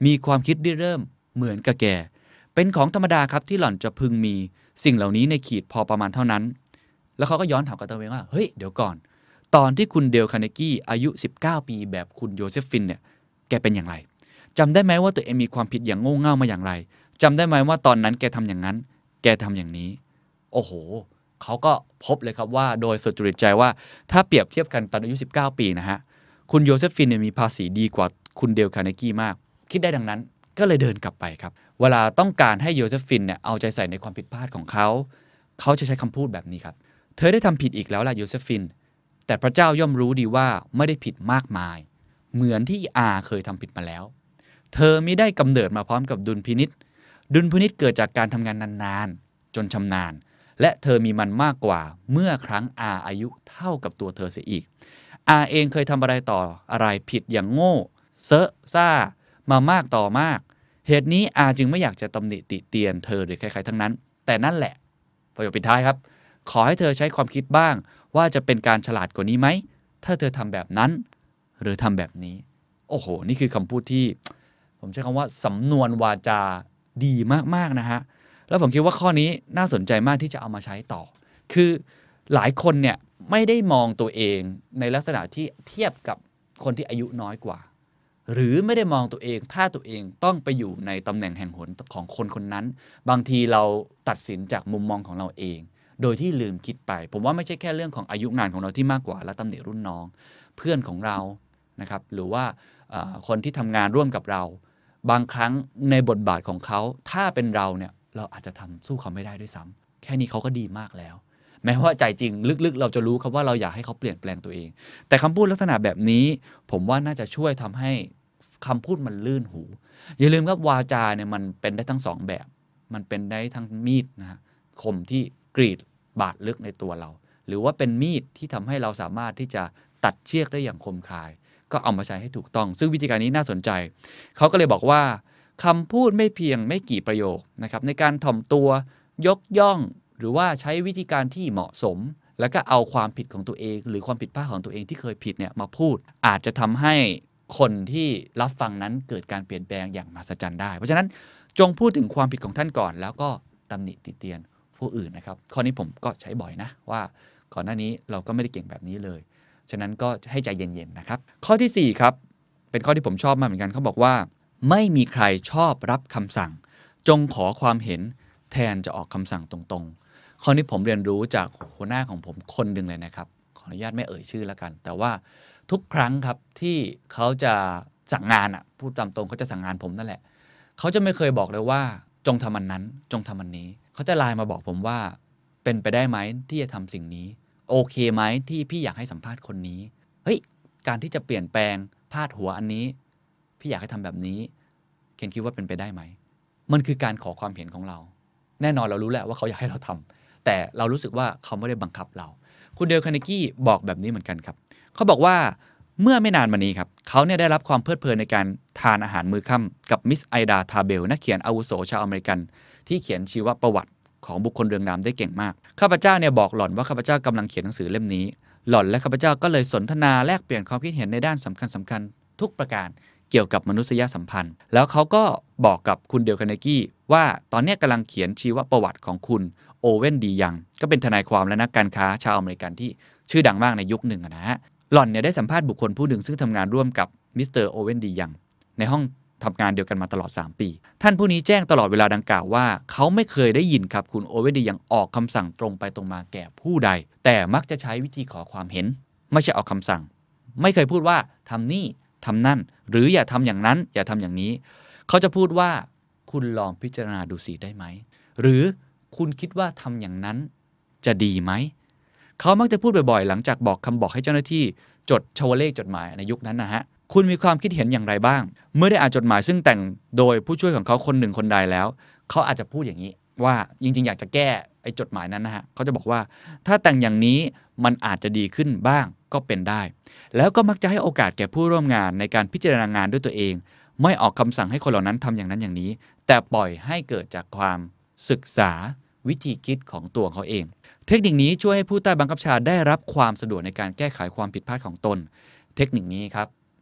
มีความคิดริเริ่มเหมือนกับแกเป็นของธรรมดาครับที่หล่อนจะพึงมีสิ่งเหล่านี้ในขีดพอประมาณเท่านั้นแล้วเขาก็ย้อนถามกับตัวเองว่าเฮ้ยเดี๋ยวก่อนตอนที่คุณเดลคาร์เนกี้อายุสิบเก้าปีแบบคุณโยเซฟฟินเนี่ยแกเป็นอย่างไรจำได้ไหมว่าตัวเองมีความผิดอย่างโง่เง่ามาอย่างไรจำได้ไหมว่าตอนนั้นแกทำอย่างนั้นแกทำอย่างนี้โอ้โหเขาก็พบเลยครับว่าโดยสุจริตใจว่าถ้าเปรียบเทียบกันตอนอายุสิบเก้าปีนะฮะคุณโยเซฟฟินเนี่ยมีภาษีดีกว่าคุณเดลคาร์เนกี้มากคิดได้ดังนั้นก็เลยเดินกลับไปครับเวลาต้องการให้โยเซฟฟินเนี่ยเอาใจใส่ในความผิดพลาดของเขาเขาจะใช้คำพูดแบบนี้ครับเธอได้ทำผิดอีกแล้วล่ะโยเซฟฟินแต่พระเจ้าย่อมรู้ดีว่าไม่ได้ผิดมากมายเหมือนที่อาเคยทำผิดมาแล้วเธอมิได้กำเนิดมาพร้อมกับดุลพินิจดุลพินิจเกิดจากการทำงานนานๆจนชำนาญและเธอมีมันมากกว่าเมื่อครั้งอาอายุเท่ากับตัวเธอเสียอีกอาเองเคยทำอะไรต่ออะไรผิดอย่างโง่เซอะซ่ามามากต่อมากเหตุนี้อาจึงไม่อยากจะตำหนิติเตียนเธอหรือใครๆทั้งนั้นแต่นั่นแหละประโยคปิดท้ายครับขอให้เธอใช้ความคิดบ้างว่าจะเป็นการฉลาดกว่านี้ไหมถ้าเธอทำแบบนั้นหรือทำแบบนี้โอ้โหนี่คือคำพูดที่ผมใช้คำว่าสำนวนวาจาดีมากๆนะฮะแล้วผมคิดว่าข้อนี้น่าสนใจมากที่จะเอามาใช้ต่อคือหลายคนเนี่ยไม่ได้มองตัวเองในลักษณะที่เทียบกับคนที่อายุน้อยกว่าหรือไม่ได้มองตัวเองถ้าตัวเองต้องไปอยู่ในตำแหน่งแห่งหนของคนคนนั้นบางทีเราตัดสินจากมุมมองของเราเองโดยที่ลืมคิดไปผมว่าไม่ใช่แค่เรื่องของอายุงานของเราที่มากกว่าและตำหนิรุ่นน้องเพื่อนของเรานะครับหรือว่าคนที่ทำงานร่วมกับเราบางครั้งในบทบาทของเขาถ้าเป็นเราเนี่ยเราอาจจะทำสู้เขาไม่ได้ด้วยซ้ำแค่นี้เขาก็ดีมากแล้วแม้ว่าใจจริงลึกๆเราจะรู้ครับว่าเราอยากให้เขาเปลี่ยนแปลงตัวเองแต่คำพูดลักษณะแบบนี้ผมว่าน่าจะช่วยทำให้คำพูดมันลื่นหูอย่าลืมครับวาจาเนี่ยมันเป็นได้ทั้งสองแบบมันเป็นได้ทั้งมีดนะฮะคมที่กรีดบาดลึกในตัวเราหรือว่าเป็นมีดที่ทำให้เราสามารถที่จะตัดเชือกได้อย่างคมคายก็เอามาใช้ให้ถูกต้องซึ่งวิธีการนี้น่าสนใจเขาก็เลยบอกว่าคำพูดไม่เพียงไม่กี่ประโยคนะครับในการถ่อมตัวยกย่องหรือว่าใช้วิธีการที่เหมาะสมแล้วก็เอาความผิดของตัวเองหรือความผิดพลาดของตัวเองที่เคยผิดเนี่ยมาพูดอาจจะทำให้คนที่รับฟังนั้นเกิดการเปลี่ยนแปลงอย่างมหัศจรรย์ได้เพราะฉะนั้นจงพูดถึงความผิดของท่านก่อนแล้วก็ตำหนิติเตียนผู้อื่นนะครับข้อนี้ผมก็ใช้บ่อยนะว่าก่อนหน้านี้เราก็ไม่ได้เก่งแบบนี้เลยฉะนั้นก็ให้ใจเย็นๆนะครับข้อที่สี่ครับเป็นข้อที่ผมชอบมากเหมือนกันเขาบอกว่าไม่มีใครชอบรับคำสั่งจงขอความเห็นแทนจะออกคำสั่งตรงๆข้อนี้ผมเรียนรู้จากหัวหน้าของผมคนหนึ่งเลยนะครับขออนุญาตไม่เอ่ยชื่อแล้วกันแต่ว่าทุกครั้งครับที่เขาจะสั่งงานอ่ะพูดตามตรงเขาจะสั่งงานผมนั่นแหละเขาจะไม่เคยบอกเลยว่าจงทำอันนั้นจงทำอันนี้เขาจะไลน์มาบอกผมว่าเป็นไปได้ไหมที่จะทำสิ่งนี้โอเคไหมที่พี่อยากให้สัมภาษณ์คนนี้เฮ้ยการที่จะเปลี่ยนแปลงพาดหัวอันนี้พี่อยากให้ทำแบบนี้เคนคิดว่าเป็นไปได้ไหมมันคือการขอความเห็นของเราแน่นอนเรารู้แหละว่าเขาอยากให้เราทำแต่เรารู้สึกว่าเขาไม่ได้บังคับเราคุณเดลคาร์เนกี้บอกแบบนี้เหมือนกันครับเขาบอกว่าเมื่อไม่นานมานี้ครับเขาเนี่ยได้รับความเพลิดเพลินในการทานอาหารมื้อค่ำกับมิสไอดาทาเบลนักเขียนอาวุโสชาวอเมริกันที่เขียนชีวประวัติของบุคคลเรืองนามได้เก่งมากข้าพเจ้าเนี่ยบอกหล่อนว่าข้าพเจ้ากำลังเขียนหนังสือเล่มนี้หล่อนและข้าพเจ้าก็เลยสนทนาแลกเปลี่ยนความคิดเห็นในด้านสำคัญสำคัญทุกประการเกี่ยวกับมนุษยสัมพันธ์แล้วเขาก็บอกกับคุณเดลคาร์เนกี้ว่าตอนนี้กำลังเขียนชีวประวัติของคุณโอเวนดียังก็เป็นทนายความและนักการค้าชาวอเมริกันที่ชื่อดังมากในยุคหนึ่งนะฮะหล่อนเนี่ยได้สัมภาษณ์บุคคลผู้หนึ่งซึ่งทำงานร่วมกับมิสเตอร์โอเวนดียังในห้องทำงานเดียวกันมาตลอดสามปีท่านผู้นี้แจ้งตลอดเวลาดังกล่าวว่าเขาไม่เคยได้ยินครับคุณโอเวนดียังออกคำสั่งตรงไปตรงมาแก่ผู้ใดแต่มักจะใช้วิธีขอความเห็นไม่ใช่ออกคำสั่งไม่เคยพูดว่าทำนี่ทำนั่นหรืออย่าทำอย่างนั้นอย่าทำอย่างนี้เขาจะพูดว่าคุณลองพิจารณาดูสิได้ไหมหรือคุณคิดว่าทำอย่างนั้นจะดีไหมเขามักจะพูดบ่อยๆหลังจากบอกคำบอกให้เจ้าหน้าที่จดชวเลขจดหมายในยุคนั้นนะฮะคุณมีความคิดเห็นอย่างไรบ้างเมื่อได้อ่านจดหมายซึ่งแต่งโดยผู้ช่วยของเขาคนหนึ่งคนใดแล้วเขาอาจจะพูดอย่างนี้ว่าจริงๆอยากจะแก้ไอ้จดหมายนั้นนะฮะเขาจะบอกว่าถ้าแต่งอย่างนี้มันอาจจะดีขึ้นบ้างก็เป็นได้แล้วก็มักจะให้โอกาสแก่ผู้ร่วมงานในการพิจารณางานด้วยตัวเองไม่ออกคำสั่งให้คนเหล่านั้นทำอย่างนั้นอย่างนี้แต่ปล่อยให้เกิดจากความศึกษาวิธีคิดของตัวเขาเองเทคนิคนี้ช่วยให้ผู้ใต้บังคับบัญชาได้รับความสะดวกในการแก้ไขความผิดพลาดของตนเทคนิคนี้ครับ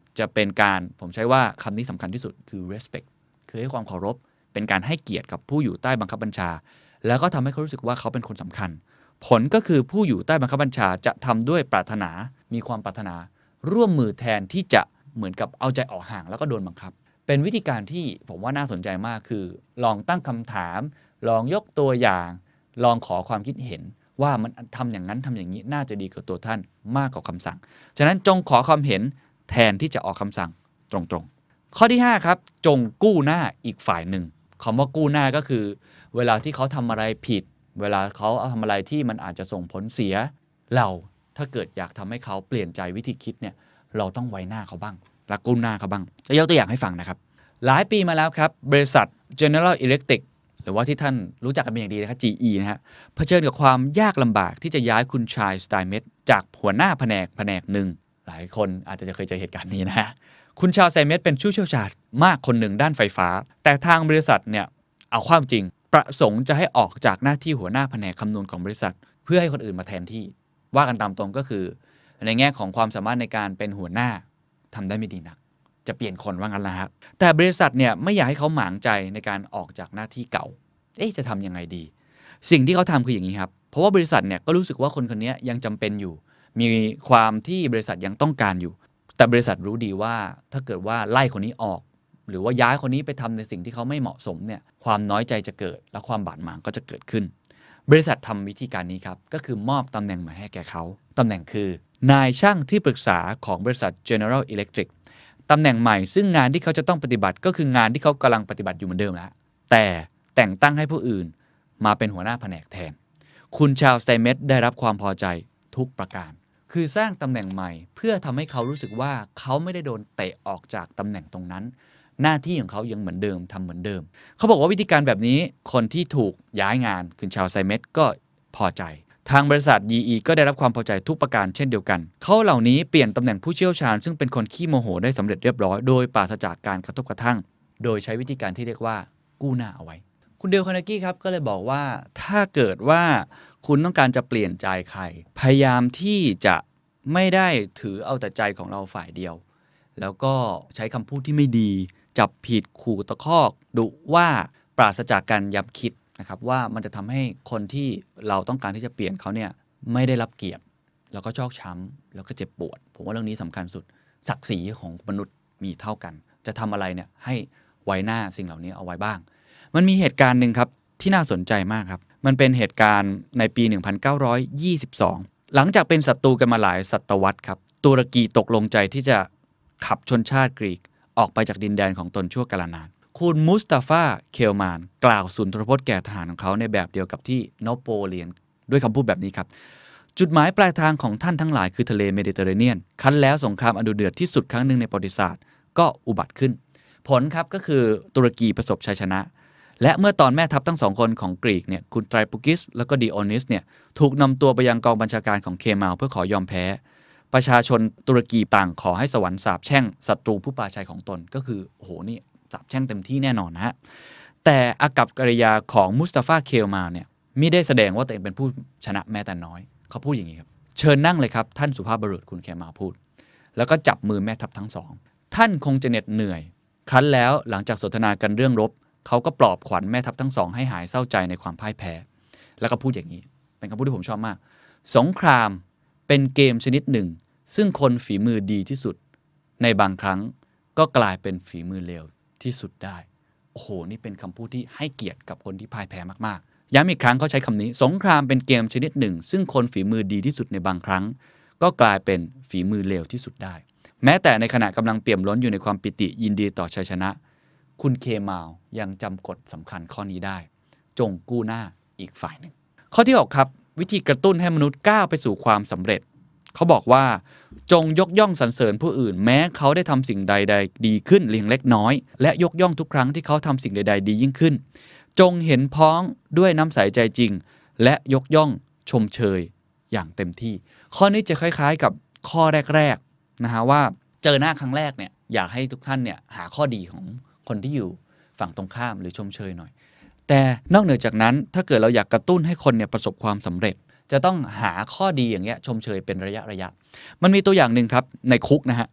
จะเป็นการผมใช้ว่าคำนี้สำคัญที่สุดคือ respect คือให้ความเคารพเป็นการให้เกียรติกับผู้อยู่ใต้บังคับบัญชาแล้วก็ทำให้เขารู้สึกว่าเขาเป็นคนสำคัญผลก็คือผู้อยู่ใต้บังคับบัญชาจะทำด้วยปรารถนามีความปรารถนาร่วมมือแทนที่จะเหมือนกับเอาใจออกห่างแล้วก็โดนบังคับเป็นวิธีการที่ผมว่าน่าสนใจมากคือลองตั้งคำถามลองยกตัวอย่างลองขอความคิดเห็นว่ามันทำอย่างนั้นทำอย่างนี้น่าจะดีกับตัวท่านมากกว่าคำสั่งฉะนั้นจงขอความเห็นแทนที่จะออกคำสั่งตรงๆข้อที่ห้าครับจงกู้หน้าอีกฝ่ายหนึ่งคำว่ากู้หน้าก็คือเวลาที่เขาทำอะไรผิดเวลาเขาทำอะไรที่มันอาจจะส่งผลเสียเราถ้าเกิดอยากทำให้เขาเปลี่ยนใจวิธีคิดเนี่ยเราต้องไว้หน้าเขาบ้างและกู้หน้าเขาบ้างจะยกตัวอย่างให้ฟังนะครับหลายปีมาแล้วครับบริษัท General Electric หรือว่าที่ท่านรู้จักกันเป็นอย่างดีนะครับ จี อี นะฮะเผชิญกับความยากลำบากที่จะย้ายคุณชายสไตเมทจากหัวหน้าแผนกแผนกหนึ่งหลายคนอาจจะเคยเจอเหตุการณ์นี้นะฮะคุณชายสไตเมทเป็นผู้เชี่ยวชาญมากคนหนึ่งด้านไฟฟ้าแต่ทางบริษัทเนี่ยเอาความจริงประสงค์จะให้ออกจากหน้าที่หัวหน้าแผนกคำนวณของบริษัทเพื่อให้คนอื่นมาแทนที่ว่ากันตามตรงก็คือในแง่ของความสามารถในการเป็นหัวหน้าทำได้ไม่ดีนักจะเปลี่ยนคนว่างั้นละครับแต่บริษัทเนี่ยไม่อยากให้เขาหมางใจในการออกจากหน้าที่เก่าเอ๊ะจะทำยังไงดีสิ่งที่เขาทำคืออย่างนี้ครับเพราะว่าบริษัทเนี่ยก็รู้สึกว่าคนคนนี้ยังจำเป็นอยู่มีความที่บริษัทยังต้องการอยู่แต่บริษัทรู้ดีว่าถ้าเกิดว่าไล่คนนี้ออกหรือว่าย้ายคนนี้ไปทำในสิ่งที่เขาไม่เหมาะสมเนี่ยความน้อยใจจะเกิดและความบาดหมางก็จะเกิดขึ้นบริษัททำวิธีการนี้ครับก็คือมอบตำแหน่งใหม่ให้แก่เขาตำแหน่งคือนายช่างที่ปรึกษาของบริษัท General Electric ตำแหน่งใหม่ซึ่งงานที่เขาจะต้องปฏิบัติก็คืองานที่เขากำลังปฏิบัติอยู่เหมือนเดิมแล้วแต่แต่งตั้งให้ผู้อื่นมาเป็นหัวหน้าแผนกแทนคุณชาร์ลส์ สไตเมทได้รับความพอใจทุกประการคือสร้างตำแหน่งใหม่เพื่อทำให้เขารู้สึกว่าเขาไม่ได้โดนเตะออกจากตำแหน่งตรงนั้นหน้าที่ของเขายังเหมือนเดิมทำเหมือนเดิมเขาบอกว่าวิธีการแบบนี้คนที่ถูกย้ายงานคุณชาร์ลส์ สไตเมทก็พอใจทางบริษัท ยี อี ก็ได้รับความพอใจทุกประการเช่นเดียวกันเขาเหล่านี้เปลี่ยนตำแหน่งผู้เชี่ยวชาญซึ่งเป็นคนขี้โมโหได้สำเร็จเรียบร้อยโดยปราศจากการกระทบกระทั่งโดยใช้วิธีการที่เรียกว่ากู้หน้าเอาไว้คุณเดล คาร์เนกี้ครับก็เลยบอกว่าถ้าเกิดว่าคุณต้องการจะเปลี่ยนใจใครพยายามที่จะไม่ได้ถือเอาแต่ใจของเราฝ่ายเดียวแล้วก็ใช้คำพูดที่ไม่ดีจับผิดขู่ตะคอกดุว่าปราศจากการย้ำคิดนะครับว่ามันจะทำให้คนที่เราต้องการที่จะเปลี่ยนเขาเนี่ยไม่ได้รับเกียรติแล้วก็ชอกช้ำแล้วก็เจ็บปวดผมว่าเรื่องนี้สำคัญสุดศักดิ์ศรีของมนุษย์มีเท่ากันจะทำอะไรเนี่ยให้ไว้หน้าสิ่งเหล่านี้เอาไว้บ้างมันมีเหตุการณ์หนึ่งครับที่น่าสนใจมากครับมันเป็นเหตุการณ์ในปีหนึ่งพันเก้าร้อยยี่สิบสองหลังจากเป็นศัตรูกันมาหลายศตวรรษครับตุรกีตกลงใจที่จะขับชนชาติกรีกออกไปจากดินแดนของตนชั่วกาลนานคุณมุสตาฟาเคลมานกล่าวสุนทรพจน์แก่ทหารของเขาในแบบเดียวกับที่นโปเลียนด้วยคำพูดแบบนี้ครับจุดหมายปลายทางของท่านทั้งหลายคือทะเลเมดิเตอร์เรเนียนคั้นแล้วสงครามอันดุเดือดที่สุดครั้งหนึ่งในประวัติศาสตร์ก็อุบัติขึ้นผลครับก็คือตุรกีประสบชัยชนะและเมื่อตอนแม่ทัพทั้งสองคนของกรีกเนี่ยคุณไตรปุกิสแล้วก็ดิโอนิสเนี่ยถูกนำตัวไปยังกองบัญชาการของเคมาลเพื่อขอยอมแพ้ประชาชนตุรกีต่างขอให้สวรรค์สาปแช่งศัตรูผู้ปราชัยของตนก็คือโอ้โหนี่สาปแช่งเต็มที่แน่นอนนะฮะแต่อากัปกิริยาของมุสตาฟาเคลมาลเนี่ยไม่ได้แสดงว่าตัวเองเป็นผู้ชนะแม้แต่น้อยเขาพูดอย่างนี้ครับเชิญนั่งเลยครับท่านสุภาพบุรุษคุณเคมาลพูดแล้วก็จับมือแม่ทัพทั้งสองท่านคงจะเหน็ดเหนื่อยครั้นแล้วหลังจากสนทนากันเรื่องรบเขาก็ปลอบขวัญแม่ทัพทั้งสองให้หายเศร้าใจในความพ่ายแพ้แล้วก็พูดอย่างนี้เป็นคำพูดที่ผมชอบมากสงครามเป็นเกมชนิดหนึ่งซึ่งคนฝีมือดีที่สุดในบางครั้งก็กลายเป็นฝีมือเลวที่สุดได้โอ้โหนี่เป็นคำพูดที่ให้เกียรติกับคนที่พ่ายแพ้มากๆย้ำอีกครั้งเขาใช้คำนี้สงครามเป็นเกมชนิดหนึ่งซึ่งคนฝีมือดีที่สุดในบางครั้งก็กลายเป็นฝีมือเลวที่สุดได้แม้แต่ในขณะกำลังเปี่ยมล้นอยู่ในความปิติยินดีต่อชัยชนะคุณเคมาลยังจำกฎสำคัญข้อนี้ได้จงกู้หน้าอีกฝ่ายหนึ่งข้อที่หกครับวิธีกระตุ้นให้มนุษย์ก้าวไปสู่ความสำเร็จเขาบอกว่าจงยกย่องสรรเสริญผู้อื่นแม้เขาได้ทำสิ่งใดๆดีขึ้นเพียงเล็กน้อยและยกย่องทุกครั้งที่เขาทำสิ่งใดๆดียิ่งขึ้นจงเห็นพ้องด้วยน้ำใสใจจริงและยกย่องชมเชยอย่างเต็มที่ข้อนี้จะคล้ายๆกับข้อแรกๆนะฮะว่าเจอหน้าครั้งแรกเนี่ยอยากให้ทุกท่านเนี่ยหาข้อดีของคนที่อยู่ฝั่งตรงข้ามหรือชมเชยหน่อยแต่นอกเหนือจากนั้นถ้าเกิดเราอยากกระตุ้นให้คนเนี่ยประสบความสำเร็จจะต้องหาข้อดีอย่างเงี้ยชมเชยเป็นระยะระยะมันมีตัวอย่างหนึ่งครับในคุกนะฮะ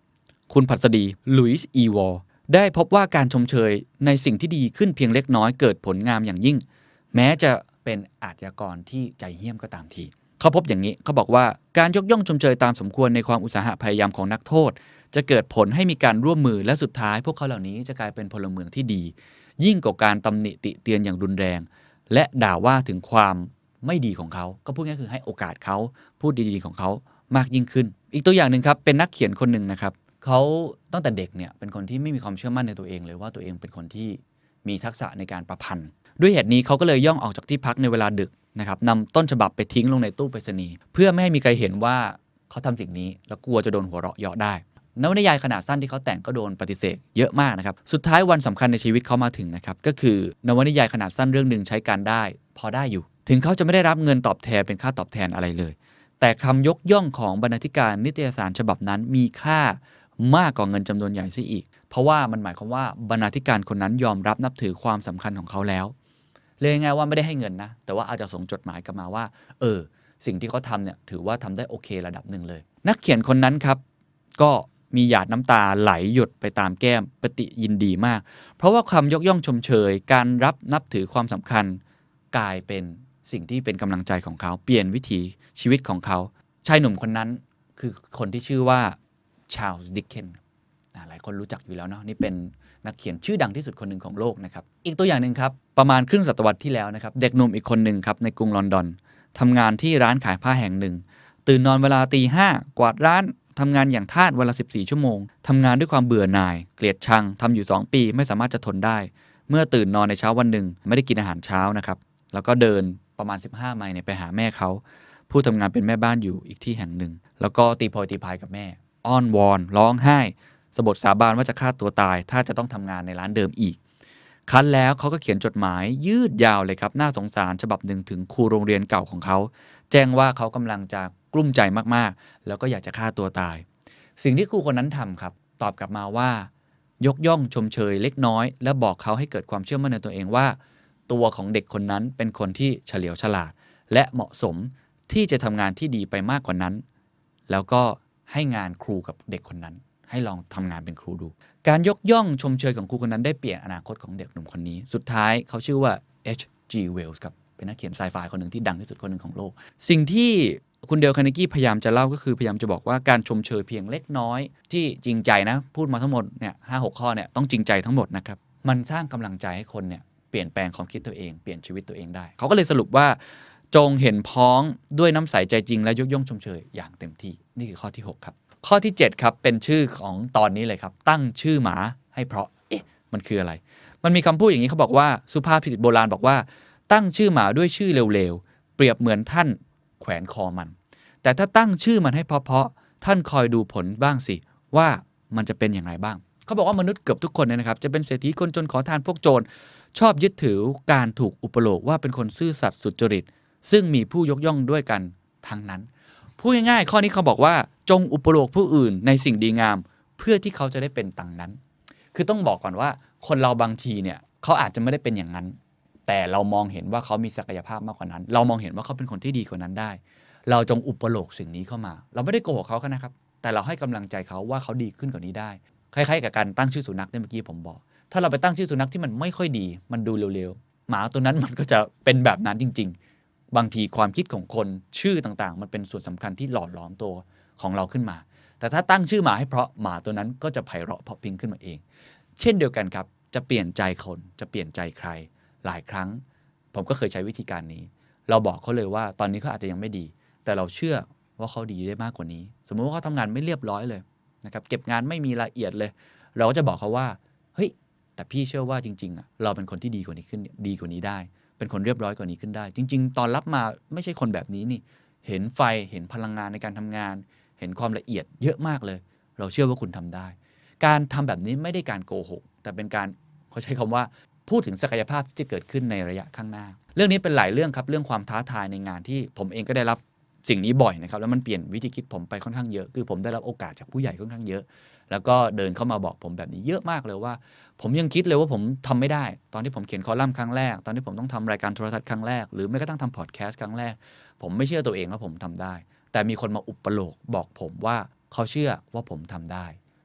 คุณผัสดีลุยส์อีวอร์ได้พบว่าการชมเชยในสิ่งที่ดีขึ้นเพียงเล็กน้อยเกิดผลงามอย่างยิ่งแม้จะเป็นอาชญากรที่ใจเหี้ยมก็ตามทีเขาพบอย่างนี้เขาบอกว่าการยกย่องชมเชยตามสมควรในความอุตสาหะพยายามของนักโทษจะเกิดผลให้มีการร่วมมือและสุดท้ายพวกเขาเหล่านี้จะกลายเป็นพลเมืองที่ดียิ่งกว่าการตำหนิติเตียนอย่างรุนแรงและด่าว่าถึงความไม่ดีของเขาก็พูดง่ายๆคือให้โอกาสเขาพูดดีๆของเขามากยิ่งขึ้นอีกตัวอย่างหนึ่งครับเป็นนักเขียนคนหนึ่งนะครับเขาตั้งแต่เด็กเนี่ยเป็นคนที่ไม่มีความเชื่อมั่นในตัวเองเลยว่าตัวเองเป็นคนที่มีทักษะในการประพันธ์ด้วยเหตุนี้เขาก็เลยย่องออกจากที่พักในเวลาดึกนะครับนำต้นฉบับไปทิ้งลงในตู้ไปรษณีย์เพื่อไม่ให้มีใครเห็นว่าเขาทำสิ่งนี้แล้วกลัวจะโดนหัวเราะเยาะได้นวนิยายขนาดสั้นที่เขาแต่งก็โดนปฏิเสธเยอะมากนะครับสุดท้ายวันสำคัญในชีวิตเขามาถึงนะครับก็คือนวนิยายขนาดสั้นเรื่องหนึ่งใช้การได้พอได้อยู่ถึงเขาจะไม่ได้รับเงินตอบแทนเป็นค่าตอบแทนอะไรเลยแต่คำยกย่องของบรรณาธิการนิตยสารฉบับนั้นมีค่ามากกว่าเงินจำนวนใหญ่ซะอีกเพราะว่ามันหมายความว่าบรรณาธิการคนนั้นยอมรับนับถือความสำคัญของเขาแล้วเลยง่ายว่าไม่ได้ให้เงินนะแต่ว่าอาจจะส่งจดหมายกลับมาว่าเออสิ่งที่เขาทำเนี่ยถือว่าทำได้โอเคระดับหนึ่งเลยนักเขียนคนนั้นครับก็มีหยาดน้ำตาไหลหยดไปตามแก้มปฏิยินดีมากเพราะว่าคำยกย่องชมเชยการรับนับถือความสำคัญกลายเป็นสิ่งที่เป็นกำลังใจของเขาเปลี่ยนวิถีชีวิตของเขาชายหนุ่มคนนั้นคือคนที่ชื่อว่าชาร์ลส์ดิกเคนหลายคนรู้จักอยู่แล้วเนาะนี่เป็นนักเขียนชื่อดังที่สุดคนหนึ่งของโลกนะครับอีกตัวอย่างหนึ่งครับประมาณครึ่งศตวรรษที่แล้วนะครับเด็กหนุ่มอีกคนหนึ่งครับในกรุงลอนดอนทำงานที่ร้านขายผ้าแห่งหนึ่งตื่นนอนเวลาตีห้ากวาดร้านทำงานอย่างทาสเวลาสิบสี่ชั่วโมงทำงานด้วยความเบื่อหน่ายเกลียดชังทำอยู่สองปีไม่สามารถจะทนได้เมื่อตื่นนอนในเช้าวันหนึ่งไม่ได้กินอาหารเช้านะครับแล้วก็เดินประมาณสิบห้าไมล์เนี่ยไปหาแม่เขาผู้ทำงานเป็นแม่บ้านอยู่อีกที่แห่งหนึ่งแล้วก็ตีโพยตีพายกับแม่อ้อนวอนร้องไห้สบถสาบานว่าจะฆ่าตัวตายถ้าจะต้องทำงานในร้านเดิมอีกคันแล้วเขาก็เขียนจดหมายยืดยาวเลยครับน่าสงสารฉบับหนึ่งถึงครูโรงเรียนเก่าของเขาแจ้งว่าเขากำลังจะกลุ้มใจมากๆแล้วก็อยากจะฆ่าตัวตายสิ่งที่ครูคนนั้นทำครับตอบกลับมาว่ายกย่องชมเชยเล็กน้อยและบอกเขาให้เกิดความเชื่อมั่นในตัวเองว่าตัวของเด็กคนนั้นเป็นคนที่เฉลียวฉลาดและเหมาะสมที่จะทำงานที่ดีไปมากกว่านั้นแล้วก็ให้งานครูกับเด็กคนนั้นให้ลองทำงานเป็นครูดูการยกย่องชมเชยของครูคนนั้นได้เปลี่ยนอนาคตของเด็กหนุ่มคนนี้สุดท้ายเขาชื่อว่า เอช จี Wells ครับเป็นนักเขียนไซไฟคนหนึ่งที่ดังที่สุดคนหนึ่งของโลกสิ่งที่คุณเดล คาร์เนกี้พยายามจะเล่าก็คือพยายามจะบอกว่าการชมเชยเพียงเล็กน้อยที่จริงใจนะพูดมาทั้งหมดเนี่ยห้าหกข้อเนี่ยต้องจริงใจทั้งหมดนะครับมันสร้างกำลังใจให้คนเนี่ยเปลี่ยนแปลงความคิดตัวเองเปลี่ยนชีวิตตัวเองได้เขาก็เลยสรุปว่าจงเห็นพ้องด้วยน้ำใสใจจริงและยกย่องชมเชยอย่างเต็มที่นี่คือข้อที่หกครับข้อที่เจ็ดครับเป็นชื่อของตอนนี้เลยครับตั้งชื่อหมาให้เพราะเอ๊ะมันคืออะไรมันมีคำพูดอย่างนี้เขาบอกว่าสุภาษิตโบราณบอกว่าตั้งชื่อหมาด้วยชื่อเร็วๆเปรียบเหมือนท่านแขวนคอมันแต่ถ้าตั้งชื่อมันให้เพราะๆท่านคอยดูผลบ้างสิว่ามันจะเป็นอย่างไรบ้างเขาบอกว่ามนุษย์เกือบทุกคนเนี่ยนะครับจะเป็นเศรษฐีคนจนขอทานพวกโจรชอบยึดถือการถูกอุปโลกว่าเป็นคนซื่อสัตย์สุจริตซึ่งมีผู้ยกย่องด้วยกันทั้งนั้นพูดง่ายๆข้อนี้เขาบอกว่าจงอุปโลกผู้อื่นในสิ่งดีงามเพื่อที่เขาจะได้เป็นดังนั้นคือต้องบอกก่อนว่าคนเราบางทีเนี่ยเขาอาจจะไม่ได้เป็นอย่างนั้นแต่เรามองเห็นว่าเขามีศักยภาพมากกว่านั้นเรามองเห็นว่าเขาเป็นคนที่ดีกว่านั้นได้เราจงอุปโลกสิ่งนี้เข้ามาเราไม่ได้โกหกเขากันนะครับแต่เราให้กำลังใจเขาว่าเขาดีขึ้นกว่านี้ได้คล้ายๆกับการตั้งชื่อสุนัขที่เมื่อกี้ผมบอกถ้าเราไปตั้งชื่อสุนัขที่มันไม่ค่อยดีมันดูเร็วๆหมาตัวนั้นมันก็จะเป็นแบบนั้นจริงๆบางทีความคิดของคนชื่อต่างๆมันเป็นส่วนสำคัญที่หล่อหลอมตัวของเราขึ้นมาแต่ถ้าตั้งชื่อหมาให้เพราะหมาตัวนั้นก็จะไพเราะเพราะพิงขึ้นมาเองเช่นเดียวกันครับจะเปลี่ยนใจคนจะเปลี่ยนใจใครหลายครั้งผมก็เคยใช้วิธีการนี้เราบอกเขาเลยว่าตอนนี้เขาอาจจะยังไม่ดีแต่เราเชื่อว่าเขาดีได้มากกว่านี้สมมุติว่าเขาทำงานไม่เรียบร้อยเลยนะครับเก็บงานไม่มีรายละเอียดเลยเราก็จะบอกเขาว่าเฮ้ยแต่พี่เชื่อว่าจริงๆอ่ะเราเป็นคนที่ดีกว่านี้ขึ้นดีกว่านี้ได้เป็นคนเรียบร้อยกว่านี้ขึ้นได้จริงๆตอนรับมาไม่ใช่คนแบบนี้นี่เห็นไฟเห็นพลังงานในการทำงานเห็นความละเอียดเยอะมากเลยเราเชื่อว่าคุณทำได้การทำแบบนี้ไม่ได้การโกหกแต่เป็นการเขาใช้คำว่าพูดถึงศักยภาพที่จะเกิดขึ้นในระยะข้างหน้าเรื่องนี้เป็นหลายเรื่องครับเรื่องความท้าทายในงานที่ผมเองก็ได้รับสิ่งนี้บ่อยนะครับแล้วมันเปลี่ยนวิธีคิดผมไปค่อนข้างเยอะคือผมได้รับโอกาสจากผู้ใหญ่ค่อนข้างเยอะแล้วก็เดินเข้ามาบอกผมแบบนี้เยอะมากเลยว่าผมยังคิดเลยว่าผมทำไม่ได้ตอนที่ผมเขียนคอลัมน์ครั้งแรกตอนที่ผมต้องทำรายการโทรทัศน์ครั้งแรกหรือแม้กระทั่งทำพอดแคสต์ครั้งแรกผมไม่เชื่อตัวเองว่าผมทำได้แต่มีคนมาอุปโลกบอกผมว่าเขาเชื่อว่าผมทำได้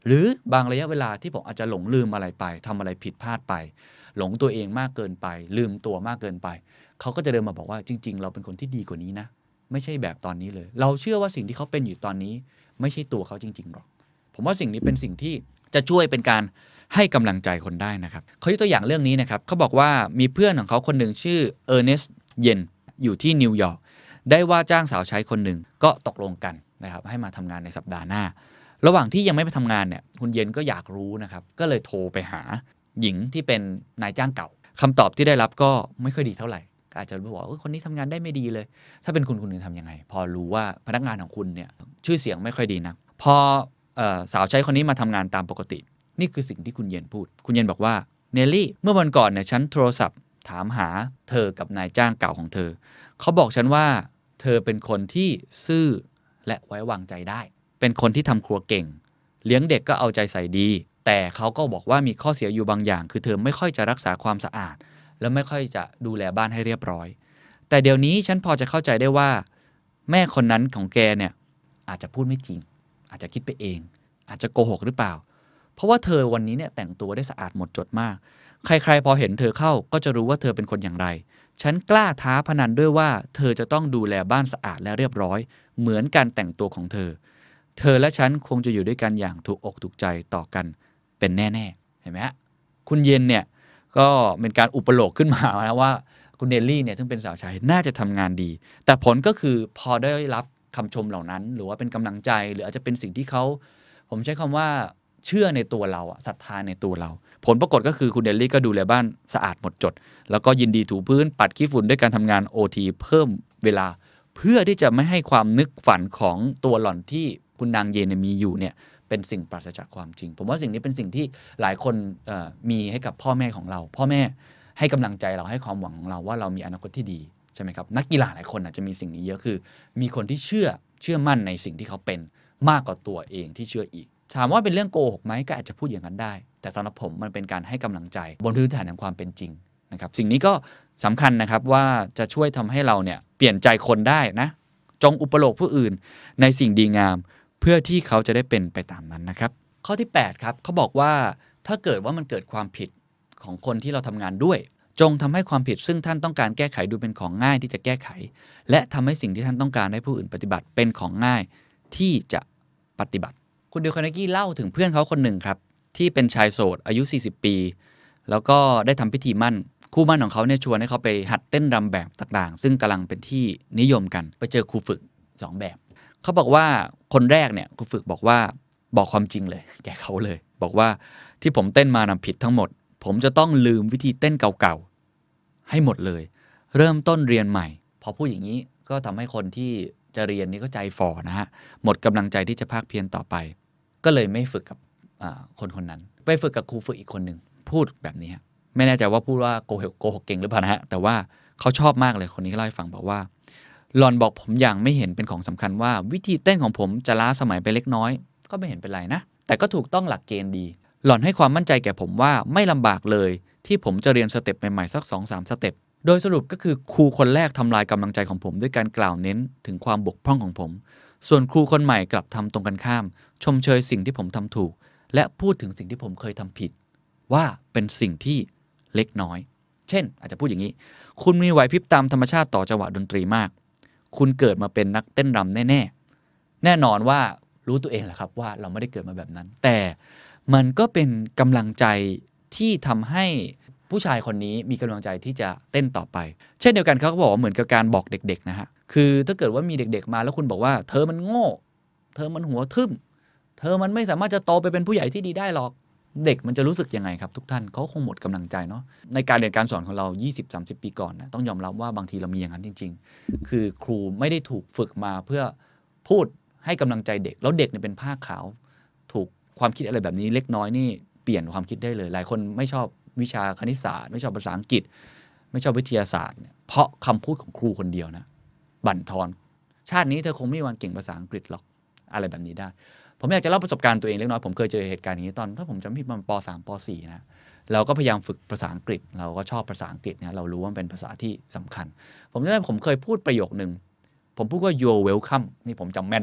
หรือบางระยะเวลาที่ผมอาจจะหลงลืมอะไรไปทำอะไรผิดพลาดไปหลงตัวเองมากเกินไปลืมตัวมากเกินไปเขาก็จะเดินมาบอกว่าจริงๆเราเป็นคนที่ดีกว่านี้นะไม่ใช่แบบตอนนี้เลยเราเชื่อว่าสิ่งที่เขาเป็นอยู่ตอนนี้ไม่ใช่ตัวเขาจริงๆหรอกผมว่าสิ่งนี้เป็นสิ่งที่จะช่วยเป็นการให้กำลังใจคนได้นะครับเขายกตัวอย่างเรื่องนี้นะครับเขาบอกว่ามีเพื่อนของเขาคนหนึ่งชื่อเออร์เนสต์เยนอยู่ที่นิวยอร์กได้ว่าจ้างสาวใช้คนหนึ่งก็ตกลงกันนะครับให้มาทำงานในสัปดาห์หน้าระหว่างที่ยังไม่ไปทำงานเนี่ยคุณเย็นก็อยากรู้นะครับก็เลยโทรไปหาหญิงที่เป็นนายจ้างเก่าคำตอบที่ได้รับก็ไม่ค่อยดีเท่าไหร่อาจจะบอกว่าคนนี้ทำงานได้ไม่ดีเลยถ้าเป็นคุณคุณจะทำยังไงพอรู้ว่าพนักงานของคุณเนี่ยชื่อเสียงไม่ค่อยดีนักพอเอ่อสาวใช้คนนี้มาทำงานตามปกตินี่คือสิ่งที่คุณเย็นพูดคุณเย็นบอกว่าเนลลี่เมื่อวันก่อนเนี่ยฉันโทรศัพท์ถามหาเธอกับนายจ้างเก่าของเธอเขาบอกฉันว่าเธอเป็นคนที่ซื่อและไว้วางใจได้เป็นคนที่ทำครัวเก่งเลี้ยงเด็กก็เอาใจใส่ดีแต่เขาก็บอกว่ามีข้อเสียอยู่บางอย่างคือเธอไม่ค่อยจะรักษาความสะอาดและไม่ค่อยจะดูแลบ้านให้เรียบร้อยแต่เดี๋ยวนี้ฉันพอจะเข้าใจได้ว่าแม่คนนั้นของแกเนี่ยอาจจะพูดไม่จริงอาจจะคิดไปเองอาจจะโกหกหรือเปล่าเพราะว่าเธอวันนี้เนี่ยแต่งตัวได้สะอาดหมดจดมากใครๆพอเห็นเธอเข้าก็จะรู้ว่าเธอเป็นคนอย่างไรฉันกล้าท้าพนันด้วยว่าเธอจะต้องดูแลบ้านสะอาดและเรียบร้อยเหมือนการแต่งตัวของเธอเธอและฉันคงจะอยู่ด้วยกันอย่างถูกอกถูกใจต่อกันเป็นแน่ๆเห็นไหมฮะคุณเย็นเนี่ยก็เป็นการอุปโลกขึ้นมานะว่าคุณเนลลี่เนี่ยซึ่งเป็นสาวใช้น่าจะทำงานดีแต่ผลก็คือพอได้รับคำชมเหล่านั้นหรือว่าเป็นกำลังใจหรืออาจจะเป็นสิ่งที่เขาผมใช้คำว่าเชื่อในตัวเราศรัทธาในตัวเราผลปรากฏก็คือคุณเนลลี่ก็ดูแลบ้านสะอาดหมดจดแล้วก็ยินดีถูพื้นปัดขี้ฝุ่นด้วยการทำงาน โอ ที เพิ่มเวลาเพื่อที่จะไม่ให้ความนึกฝันของตัวหล่อนที่คุณนางเยนมีอยู่เนี่ยเป็นสิ่งปราศจากความจริงผมว่าสิ่งนี้เป็นสิ่งที่หลายคนมีให้กับพ่อแม่ของเราพ่อแม่ให้กำลังใจเราให้ความหวังของเราว่าเรามีอนาคตที่ดีใช่ไหมครับนักกีฬาหลายคนอาจจะมีสิ่งนี้เยอะคือมีคนที่เชื่อเชื่อมั่นในสิ่งที่เขาเป็นมากกว่าตัวเองที่เชื่ออีกถามว่าเป็นเรื่องโกหกไหมก็อาจจะพูดอย่างนั้นได้แต่สำหรับผมมันเป็นการให้กำลังใจบนพื้นฐานของความเป็นจริงนะครับสิ่งนี้ก็สำคัญนะครับว่าจะช่วยทำให้เราเนี่ยเปลี่ยนใจคนได้นะจงอุปโลกผู้อื่นในสิ่งดีงามเพื่อที่เขาจะได้เป็นไปตามนั้นนะครับข้อที่แปดครับเขาบอกว่าถ้าเกิดว่ามันเกิดความผิดของคนที่เราทำงานด้วยจงทำให้ความผิดซึ่งท่านต้องการแก้ไขดูเป็นของง่ายที่จะแก้ไขและทำให้สิ่งที่ท่านต้องการให้ผู้อื่นปฏิบัติเป็นของง่ายที่จะปฏิบัติคุณเดลคาร์เนกี้เล่าถึงเพื่อนเขาคนหนึ่งครับที่เป็นชายโสดอายุสี่สิบปีแล้วก็ได้ทำพิธีมั่นคู่มั่นของเขาเนี่ยชวนให้เขาไปหัดเต้นรำแบบต่างๆซึ่งกำลังเป็นที่นิยมกันไปเจอครูฝึกสองแบบเขาบอกว่าคนแรกเนี่ยครูฝึกบอกว่าบอกความจริงเลยแกเขาเลยบอกว่าที่ผมเต้นมานำผิดทั้งหมดผมจะต้องลืมวิธีเต้นเก่าๆให้หมดเลยเริ่มต้นเรียนใหม่พอพูดอย่างนี้ก็ทำให้คนที่จะเรียนนี่ก็ใจฝ่อนะฮะหมดกำลังใจที่จะภาคเพียรต่อไปก็เลยไม่ฝึกกับคนคนนั้นไปฝึกกับครูฝึกอีกคนหนึ่งพูดแบบนี้ไม่แน่ใจว่าพูดว่าโกหกโกหกเก่งหรือเปล่านะฮะแต่ว่าเขาชอบมากเลยคนนี้ก็เล่าให้ฟังบอกว่าหลอนบอกผมอย่างไม่เห็นเป็นของสำคัญว่าวิธีเต้นของผมจะล้าสมัยไปเล็กน้อยก็ไม่เห็นเป็นไรนะแต่ก็ถูกต้องหลักเกณฑ์ดีหล่อนให้ความมั่นใจแก่ผมว่าไม่ลำบากเลยที่ผมจะเรียนสเต็ปใหม่ๆสัก สองถึงสาม สเต็ปโดยสรุปก็คือครูคนแรกทำลายกำลังใจของผมด้วยการกล่าวเน้นถึงความบกพร่องของผมส่วนครูคนใหม่กลับทำตรงกันข้ามชมเชยสิ่งที่ผมทำถูกและพูดถึงสิ่งที่ผมเคยทำผิดว่าเป็นสิ่งที่เล็กน้อยเช่นอาจจะพูดอย่างนี้คุณมีไหวพริบตามธรรมชาติต่อจังหวะดนตรีมากคุณเกิดมาเป็นนักเต้นรำแน่ๆแน่นอนว่ารู้ตัวเองแหละครับว่าเราไม่ได้เกิดมาแบบนั้นแต่มันก็เป็นกำลังใจที่ทำให้ผู้ชายคนนี้มีกำลังใจที่จะเต้นต่อไปเช่นเดียวกันเขาก็บอกว่าเหมือนกับการบอกเด็กๆนะฮะคือถ้าเกิดว่ามีเด็กๆมาแล้วคุณบอกว่าเธอมันโง่เธอมันหัวทึ่มเธอมันไม่สามารถจะโตไปเป็นผู้ใหญ่ที่ดีได้หรอกเด็กมันจะรู้สึกยังไงครับทุกท่านเขาคงหมดกำลังใจเนาะในการเรียนการสอนของเรา ยี่สิบถึงสามสิบ ปีก่อนนะต้องยอมรับว่าบางทีเรามีอย่างนั้นจริงๆคือครูไม่ได้ถูกฝึกมาเพื่อพูดให้กำลังใจเด็กแล้วเด็กเนี่ยเป็นผ้าขาวถูกความคิดอะไรแบบนี้เล็กน้อยนี่เปลี่ยนความคิดได้เลยหลายคนไม่ชอบวิชาคณิตศาสตร์ไม่ชอบภาษาอังกฤษไม่ชอบวิทยาศาสตร์เนี่ยเพราะคำพูดของครูคนเดียวนะบั่นทอนชาตินี้เธอคงไม่มีวันเก่งภาษาอังกฤษหรอกอะไรแบบนี้ได้ผมอยากจะเล่าประสบการณ์ตัวเองเล็กน้อยผมเคยเจอเหตุการณ์อย่างนี้ตอนถ้าผมจำไม่ผิดประมาณป สาม ป สี่ นะเราก็พยายามฝึกภาษาอังกฤษเราก็ชอบภาษาอังกฤษนะเรารู้ว่ามันเป็นภาษาที่สำคัญผมจำได้ผมเคยพูดประโยคนึงผมพูดว่า you're welcome นี่ผมจำแม่นเลยนะ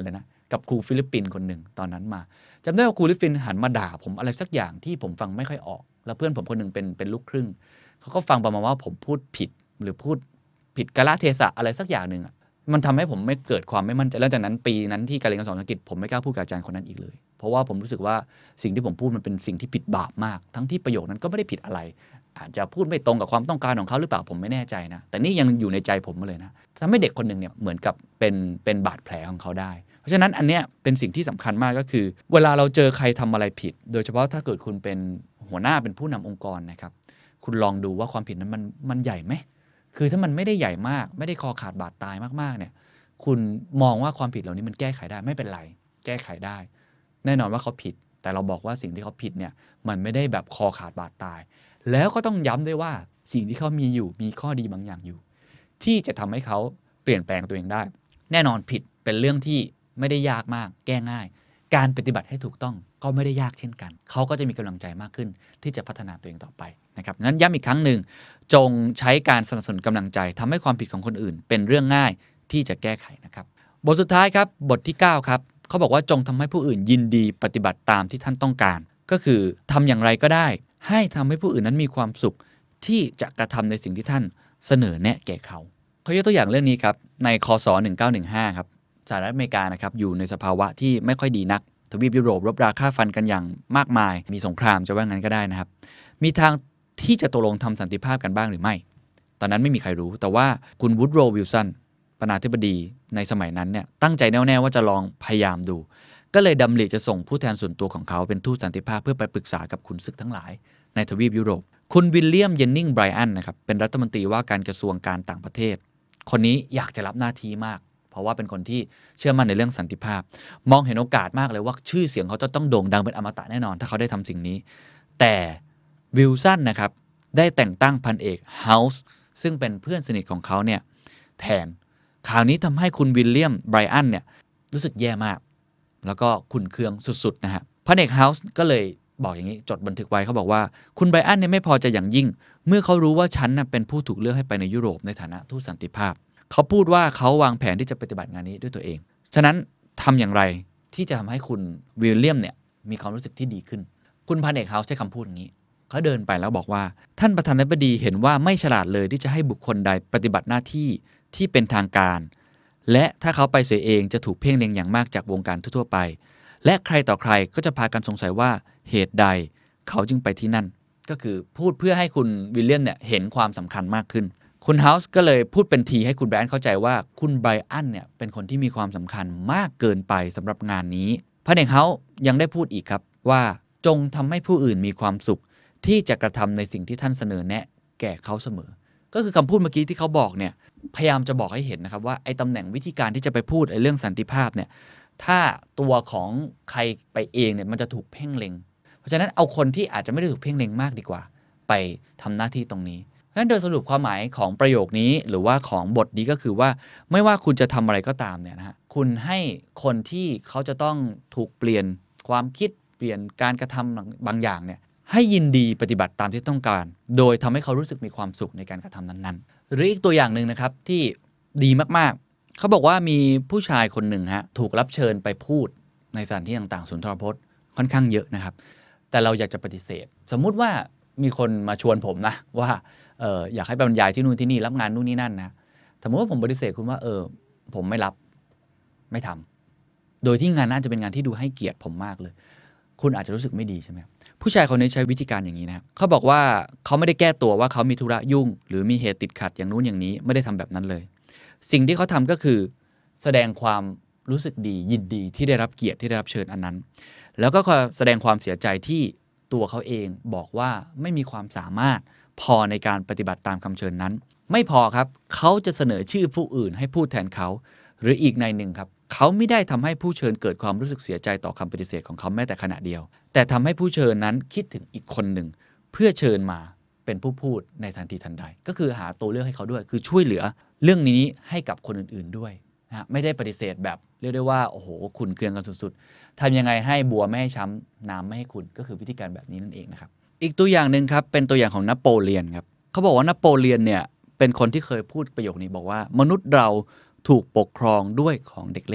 กับครูฟิลิปปินส์คนหนึ่งตอนนั้นมาจำได้ว่าครูฟิลิปปินส์หันมาด่าผมอะไรสักอย่างที่ผมฟังไม่ค่อยออกแล้วเพื่อนผมคนหนึ่งเป็นเป็นลูกครึ่งเขาก็ฟังประมาณว่าผมพูดผิดหรือพูดผิดกาลเทศะอะไรสักอย่างหนึ่งอ่ะมันทำให้ผมไม่เกิดความไม่มั่นใจแล้วจากนั้นปีนั้นที่การเรียนการสอนภาษาอังกฤษผมไม่กล้าพูดกับอาจารย์คนนั้นอีกเลยเพราะว่าผมรู้สึกว่าสิ่งที่ผมพูดมันเป็นสิ่งที่ผิดบาปมากทั้งที่ประโยคนั้นก็ไม่ได้ผิดอะไรอาจจะพูดไม่ตรงกับความต้องการของเขาหรือเปล่าผมไม่แน่ใจนะแต่นี่ยังอยู่ในใจผมมาเลยนะทำให้เด็กคนหนึ่งเนี่ยเหมือนกับเป็นเป็นบาดแผลของเขาได้เพราะฉะนั้นอันเนี้ยเป็นสิ่งที่สำคัญมากก็คือเวลาเราเจอใครทำอะไรผิดโดยเฉพาะถ้าเกิดคุณเป็นหัวหน้าเป็นผู้นำองค์กรนะครับคุณลองดูว่าความผิดนั้นมันมันใหญ่ไหมคือถ้ามันไม่ได้ใหญ่มากไม่ได้คอขาดบาดตายมากๆเนี่ยคุณมองว่าความผิดเหล่านี้มันแก้ไขได้ไม่เป็นไรแก้ไขได้แน่นอนว่าเขาผิดแต่เราบอกว่าสิ่งที่เขาผิดเนี่ยมันไม่ได้แบบคอขาดบาดตายแล้วก็ต้องย้ำด้วยว่าสิ่งที่เขามีอยู่มีข้อดีบางอย่างอยู่ที่จะทำให้เขาเปลี่ยนแปลงตัวเองได้แน่นอนผิดเป็นเรื่องที่ไม่ได้ยากมากแก้ง่ายการปฏิบัติให้ถูกต้องก็ไม่ได้ยากเช่นกันเขาก็จะมีกำลังใจมากขึ้นที่จะพัฒนาตัวเองต่อไปนะครับงั้นย้ำอีกครั้งหนึ่งจงใช้การสนับสนุนกำลังใจทำให้ความผิดของคนอื่นเป็นเรื่องง่ายที่จะแก้ไขนะครับบทสุดท้ายครับบทที่เก้าครับเขาบอกว่าจงทำให้ผู้อื่นยินดีปฏิบัติตามที่ท่านต้องการก็คือทำอย่างไรก็ได้ให้ทำให้ผู้อื่นนั้นมีความสุขที่จะกระทำในสิ่งที่ท่านเสนอแนะแก่เขาเขายกตัวอย่างเรื่องนี้ครับในคศหนึ่งเก้าหนึ่งห้าครับสหรัฐอเมริกานะครับอยู่ในสภาวะที่ไม่ค่อยดีนักทวีปยุโรปรบราฆ่าฟันกันอย่างมากมายมีสงครามจะว่างั้นก็ได้นะครับมีทางที่จะตกลงทำสันติภาพกันบ้างหรือไม่ตอนนั้นไม่มีใครรู้แต่ว่าคุณวูดโรว์วิลสันประธานาธิบดีในสมัยนั้นเนี่ยตั้งใจแน่วแน่ว่าจะลองพยายามดูก็เลยดำริจะส่งผู้แทนส่วนตัวของเขาเป็นทูตสันติภาพเพื่อไปปรึกษากับขุนศึกทั้งหลายในทวีปยุโรปคุณวิลเลียมเยนนิงไบรอันนะครับเป็นรัฐมนตรีว่าการกระทรวงการต่างประเทศคนนี้อยากจะรับหน้าที่มากเพราะว่าเป็นคนที่เชื่อมั่นในเรื่องสันติภาพมองเห็นโอกาสมากเลยว่าชื่อเสียงเขาจะต้องโด่งดังเป็นอมตะแน่นอนถ้าเขาได้ทำสิ่งนี้แต่วิลสันนะครับได้แต่งตั้งพันเอกเฮาส์ซึ่งเป็นเพื่อนสนิทของเขาเนี่ยแทนข่าวนี้ทำให้คุณวิลเลียมไบรอันเนี่ยรู้สึกแย่มากแล้วก็ขุ่นเคืองสุดๆนะฮะพันเอกเฮาส์ก็เลยบอกอย่างนี้จดบันทึกไว้เขาบอกว่าคุณไบรอันเนี่ยไม่พอใจอย่างยิ่งเมื่อเขารู้ว่าฉันน่ะเป็นผู้ถูกเลือกให้ไปในยุโรปในฐานะทูตสันติภาพเขาพูดว่าเขาวางแผนที่จะปฏิบัติงานนี้ด้วยตัวเองฉะนั้นทำอย่างไรที่จะทำให้คุณวิลเลียมเนี่ยมีความรู้สึกที่ดีขึ้นคุณพันเอกเฮาส์ใช้คำพูดอย่างนี้เขาเดินไปแล้วบอกว่าท่านประธานาธิบดีเห็นว่าไม่ฉลาดเลยที่จะให้บุคคลใดปฏิบัติหน้าที่ที่เป็นทางการและถ้าเขาไปเสียเองจะถูกเพ่งเล็งอย่างมากจากวงการทั่วๆไปและใครต่อใครก็จะพากันสงสัยว่าเหตุใดเขาจึงไปที่นั่นก็คือพูดเพื่อให้คุณวิลเลียมเนี่ยเห็นความสำคัญมากขึ้นคุณเฮาส์ก็เลยพูดเป็นทีให้คุณไบรอันเข้าใจว่าคุณไบรอันเนี่ยเป็นคนที่มีความสำคัญมากเกินไปสำหรับงานนี้พันเอกเฮาส์ยังได้พูดอีกครับว่าจงทำให้ผู้อื่นมีความสุขที่จะกระทำในสิ่งที่ท่านเสนอแนะแก่เขาเสมอก็คือคำพูดเมื่อกี้ที่เขาบอกเนี่ยพยายามจะบอกให้เห็นนะครับว่าไอ้ตำแหน่งวิธีการที่จะไปพูดไอ้เรื่องสันติภาพเนี่ยถ้าตัวของใครไปเองเนี่ยมันจะถูกเพ่งเล็งเพราะฉะนั้นเอาคนที่อาจจะไม่ได้ถูกเพ่งเล็งมากดีกว่าไปทำหน้าที่ตรงนี้เพราะฉะนั้นโดยสรุปความหมายของประโยคนี้หรือว่าของบทนี้ก็คือว่าไม่ว่าคุณจะทำอะไรก็ตามเนี่ยนะฮะคุณให้คนที่เขาจะต้องถูกเปลี่ยนความคิดเปลี่ยนการกระทำบางอย่างเนี่ยให้ยินดีปฏิบัติตามที่ต้องการโดยทำให้เขารู้สึกมีความสุขในการกระทำนั้นๆหรืออีกตัวอย่างหนึ่งนะครับที่ดีมากๆเขาบอกว่ามีผู้ชายคนหนึ่งฮะถูกรับเชิญไปพูดในสถานที่ต่างๆศูนย์ทรพจน์ค่อนข้างเยอะนะครับแต่เราอยากจะปฏิเสธสมมุติว่ามีคนมาชวนผมนะว่าเอออยากให้ไปบรรยายที่นู่นที่นี่รับงานนู่นนี่นั่นนะสมมติว่าผมปฏิเสธคุณว่าเออผมไม่รับไม่ทำโดยที่งานน่าจะเป็นงานที่ดูให้เกียรติผมมากเลยคุณอาจจะรู้สึกไม่ดีใช่ไหมผู้ชายคนนี้ใช้วิธีการอย่างนี้นะครับเขาบอกว่าเขาไม่ได้แก้ตัวว่าเขามีธุระยุ่งหรือมีเหตุติดขัดอย่างนู้นอย่างนี้ไม่ได้ทำแบบนั้นเลยสิ่งที่เขาทำก็คือแสดงความรู้สึกดียินดีที่ได้รับเกียรติที่ได้รับเชิญอันนั้นแล้วก็แสดงความเสียใจที่ตัวเขาเองบอกว่าไม่มีความสามารถพอในการปฏิบัติตามคำเชิญนั้นไม่พอครับเขาจะเสนอชื่อผู้อื่นให้พูดแทนเขาหรืออีกในหนึ่งครับเขาไม่ได้ทำให้ผู้เชิญเกิดความรู้สึกเสียใจต่อคำปฏิเสธของเขาแม้แต่ขณะเดียวแต่ทำให้ผู้เชิญนั้นคิดถึงอีกคนหนึ่งเพื่อเชิญมาเป็นผู้พูดในทันทีทันใดก็คือหาตัวเลือกให้เขาด้วยคือช่วยเหลือเรื่องนี้ให้กับคนอื่นๆด้วยนะไม่ได้ปฏิเสธแบบเรียกได้ว่าโอ้โหขุ่นเคืองกันสุดๆทำยังไงให้บัวไม่ให้ช้ำน้ำไม่ให้ขุ่นก็คือวิธีการแบบนี้นั่นเองนะครับอีกตัวอย่างหนึ่งครับเป็นตัวอย่างของนโปเลียนครับเขาบอกว่านโปเลียนเนี่ยเป็นคนที่เคยพูดประโยคนี้บอกว่ามนุษย์เราถูกปกครองด้วยของเด็กเล่น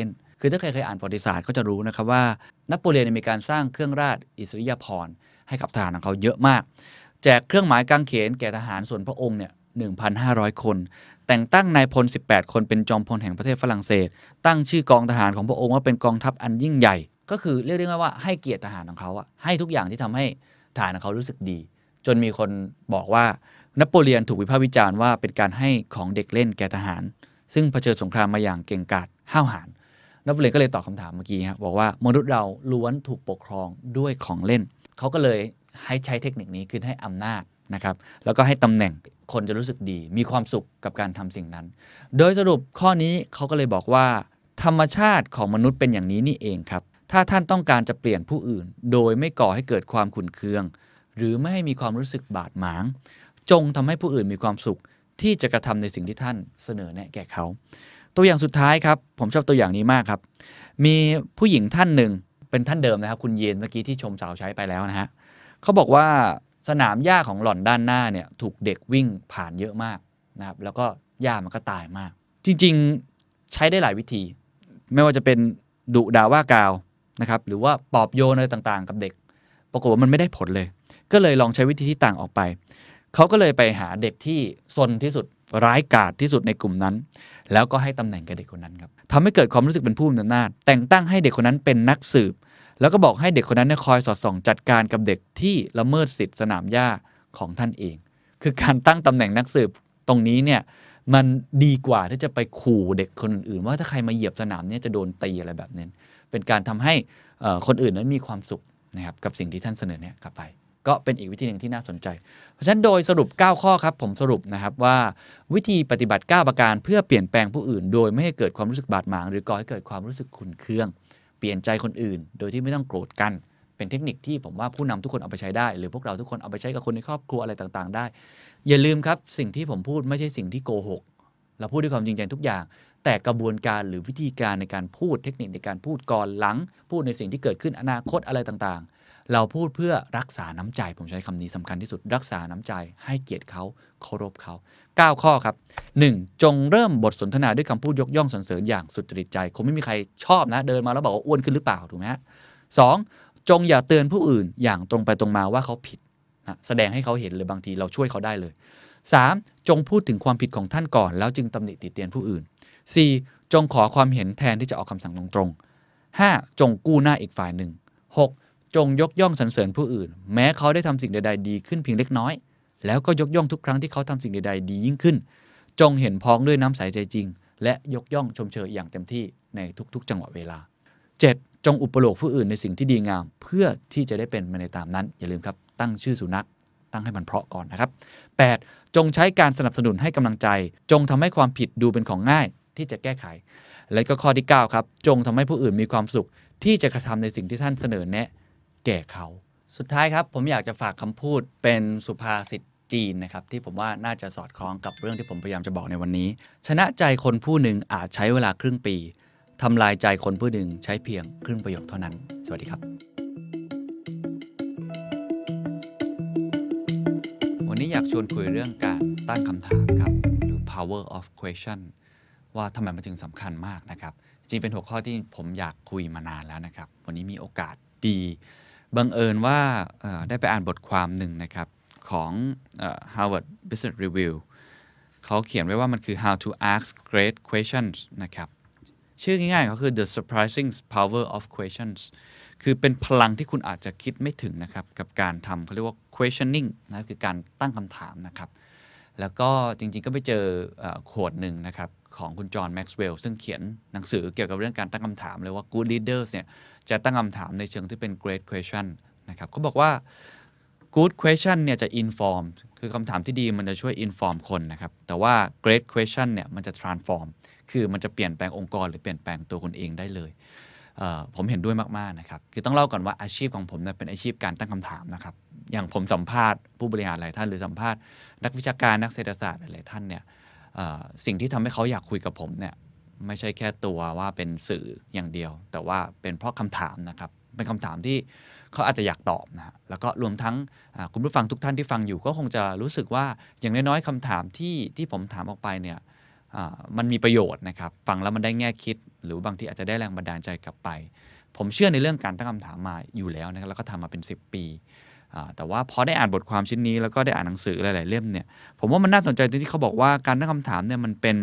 คือถ้าใครเคยอ่านประวัติศาสตร์ก็จะรู้นะครับว่านโปเลียนมีการสร้างเครื่องราชอิสริยาภรณ์ให้กับทหารของเขาเยอะมากแจกเครื่องหมายกางเขนแก่ทหารส่วนพระองค์เนี่ย หนึ่งพันห้าร้อย คนแต่งตั้งนายพลสิบแปดคนเป็นจอมพลแห่งประเทศฝรั่งเศสตั้งชื่อกองทหารของพระองค์ว่าเป็นกองทัพอันยิ่งใหญ่ก็คือเรียกได้ว่าให้เกียรติทหารของเขาอะให้ทุกอย่างที่ทำให้ทหารของเขารู้สึกดีจนมีคนบอกว่านโปเลียนถูกวิพากษ์วิจารณ์ว่าเป็นการให้ของเด็กเล่นแก่ทหารซึ่งเผชิญสงครามมาอย่างเก่งกาจห้าวหาญนโปเลียนก็เลยตอบคำถามเมื่อกี้ครับบอกว่ามนุษย์เราล้วนถูกปกครองด้วยของเล่นเขาก็เลยให้ใช้เทคนิคนี้คือให้อำนาจนะครับแล้วก็ให้ตำแหน่งคนจะรู้สึกดีมีความสุขกับการทำสิ่งนั้นโดยสรุปข้อนี้เขาก็เลยบอกว่าธรรมชาติของมนุษย์เป็นอย่างนี้นี่เองครับถ้าท่านต้องการจะเปลี่ยนผู้อื่นโดยไม่ก่อให้เกิดความขุ่นเคืองหรือไม่ให้มีความรู้สึกบาดหมางจงทำให้ผู้อื่นมีความสุขที่จะกระทำในสิ่งที่ท่านเสนอแนะแก่เขาตัวอย่างสุดท้ายครับผมชอบตัวอย่างนี้มากครับมีผู้หญิงท่านหนึ่งเป็นท่านเดิมนะครับคุณเยนเมื่อกี้ที่ชมสาวใช้ไปแล้วนะฮะเขาบอกว่าสนามหญ้าของหล่อนด้านหน้าเนี่ยถูกเด็กวิ่งผ่านเยอะมากนะครับแล้วก็หญ้ามันก็ตายมากจริงๆใช้ได้หลายวิธีไม่ว่าจะเป็นดุด่าว่ากล่าวนะครับหรือว่าปลอบโยนอะไรต่างๆกับเด็กปรากฏว่ามันไม่ได้ผลเลยก็เลยลองใช้วิธีที่ต่างออกไปเขาก็เลยไปหาเด็กที่ซนที่สุดร้ายกาจที่สุดในกลุ่มนั้นแล้วก็ให้ตำแหน่งกับเด็กคนนั้นครับทำให้เกิดความรู้สึกเป็นผู้มีอำนาจแต่งตั้งให้เด็กคนนั้นเป็นนักสืบแล้วก็บอกให้เด็กคนนั้นเนี่ยคอยสอดส่องจัดการกับเด็กที่ละเมิดสิทธิสนามหญ้าของท่านเองคือการตั้งตำแหน่งนักสืบตรงนี้เนี่ยมันดีกว่าที่จะไปขู่เด็กคนอื่นๆว่าถ้าใครมาเหยียบสนามเนี่ยจะโดนตีอะไรแบบนี้เป็นการทำให้คนอื่นนั้นมีความสุขนะครับกับสิ่งที่ท่านเสนอเนี่ยกลับไปก็เป็นอีกวิธีหนึ่งที่น่าสนใจเพราะฉะนั้นโดยสรุปเก้าข้อครับผมสรุปนะครับว่าวิธีปฏิบัติเก้าประการเพื่อเปลี่ยนแปลงผู้อื่นโดยไม่ให้เกิดความรู้สึกบาดหมางหรือก่อให้เกิดความรู้สึกขุ่นเคืองเปลี่ยนใจคนอื่นโดยที่ไม่ต้องโกรธกันเป็นเทคนิคที่ผมว่าผู้นำทุกคนเอาไปใช้ได้หรือพวกเราทุกคนเอาไปใช้กับคนในครอบครัวอะไรต่างๆได้อย่าลืมครับสิ่งที่ผมพูดไม่ใช่สิ่งที่โกหกเราพูดด้วยความจริงใจทุกอย่างแต่กระบวนการหรือวิธีการในการพูดเทคนิคในการพูดก่อนหลังพูดในสิ่งที่เกิดขึ้นอนาคตอะไรต่างๆเราพูดเพื่อรักษาน้ำใจผมใช้คำนี้สำคัญที่สุดรักษาน้ำใจให้เกียรติเขาเคารพเขาเก้าข้อครับ หนึ่ง. จงเริ่มบทสนทนาด้วยคำพูดยกย่องสรรเสริญอย่างสุจริตใจคงไม่มีใครชอบนะเดินมาแล้วบอกว่าอ้วนขึ้นหรือเปล่าถูกไหมฮะ สอง. จงอย่าเตือนผู้อื่นอย่างตรงไปตรงมาว่าเขาผิดนะแสดงให้เขาเห็นเลยบางทีเราช่วยเขาได้เลย สาม. จงพูดถึงความผิดของท่านก่อนแล้วจึงตำหนิติเตียนผู้อื่น สี่. จงขอความเห็นแทนที่จะออกคำสั่งตรงๆ ห้า. จงกู้หน้าอีกฝ่ายหนึ่ง หก. จงยกย่องสรรเสริญผู้อื่นแม้เขาได้ทำสิ่งใดๆดีขึ้นเพียงเล็กน้อยแล้วก็ยกย่องทุกครั้งที่เขาทำสิ่งใดๆดียิ่งขึ้นจงเห็นพ้องด้วยน้ำใสใจจริงและยกย่องชมเชยอย่างเต็มที่ในทุกๆจังหวะเวลา เจ็ด. จงอุปโลกผู้อื่นในสิ่งที่ดีงามเพื่อที่จะได้เป็นไปในตามนั้นอย่าลืมครับตั้งชื่อสุนัขตั้งให้มันเพราะก่อนนะครับ แปด. จงใช้การสนับสนุนให้กำลังใจจงทำให้ความผิดดูเป็นของง่ายที่จะแก้ไขและก็ข้อที่เก้าครับจงทำให้ผู้อื่นมีความสุขที่จะกระทำในสิ่งที่ท่านเสนอแนะแก่เขาสุดท้ายครับผมอยากจะฝากคำพูดเป็นสุภาษิตจีนนะครับที่ผมว่าน่าจะสอดคล้องกับเรื่องที่ผมพยายามจะบอกในวันนี้ชนะใจคนผู้หนึ่งอาจใช้เวลาครึ่งปีทำลายใจคนผู้หนึ่งใช้เพียงครึ่งประโยคเท่านั้นสวัสดีครับวันนี้อยากชวนคุยเรื่องการตั้งคำถามครับหรือ power of question ว่าทำไมมันถึงสำคัญมากนะครับจริงเป็นหัวข้อที่ผมอยากคุยมานานแล้วนะครับวันนี้มีโอกาสดีบังเอิญว่าได้ไปอ่านบทความหนึ่งนะครับของ Harvard Business Review เขาเขียนไว้ว่ามันคือ how to ask great questions นะครับชื่อง่ายๆก็คือ the surprising power of questions คือเป็นพลังที่คุณอาจจะคิดไม่ถึงนะครับกับการทำเขาเรียกว่า questioning นะคือการตั้งคำถามนะครับแล้วก็จริงๆก็ไปเจอโค้ดหนึ่งนะครับของคุณจอห์นแม็กซ์เวลล์ซึ่งเขียนหนังสือเกี่ยวกับเรื่องการตั้งคำถามเลยว่า good leaders เนี่ยจะตั้งคำถามในเชิงที่เป็น great question นะครับเขาบอกว่า good question เนี่ยจะ inform คือคำถามที่ดีมันจะช่วย inform คนนะครับแต่ว่า great question เนี่ยมันจะ transform คือมันจะเปลี่ยนแปลงองค์กรหรือเปลี่ยนแปลงตัวคุณเองได้เลยผมเห็นด้วยมากๆนะครับคือต้องเล่าก่อนว่าอาชีพของผมเนี่ยเป็นอาชีพการตั้งคำถามนะครับอย่างผมสัมภาษณ์ผู้บริหารหลายท่านหรือสัมภาษณ์นักวิชาการนักเศรษฐศาสตร์หลายท่านเนี่ยสิ่งที่ทำให้เขาอยากคุยกับผมเนี่ยไม่ใช่แค่ตัวว่าเป็นสื่ออย่างเดียวแต่ว่าเป็นเพราะคำถามนะครับเป็นคำถามที่เขาอาจจะอยากตอบนะแล้วก็รวมทั้งคุณผู้ฟังทุกท่านที่ฟังอยู่ก็คงจะรู้สึกว่าอย่างน้อยๆคำถามที่ที่ผมถามออกไปเนี่ยมันมีประโยชน์นะครับฟังแล้วมันได้แง่คิดหรือบางทีอาจจะได้แรงบันดาลใจกลับไปผมเชื่อในเรื่องการตั้งคำถามมาอยู่แล้วนะครับแล้วก็ทำมาเป็นสิบปีแต่ว่าพอได้อ่านบทความชิ้นนี้แล้วก็ได้อ่านหนังสือหลายๆเล่มเนี่ยผมว่ามันน่าสนใจตรงที่เขาบอกว่าการตั้งคำถามเนี่ยมันเป็น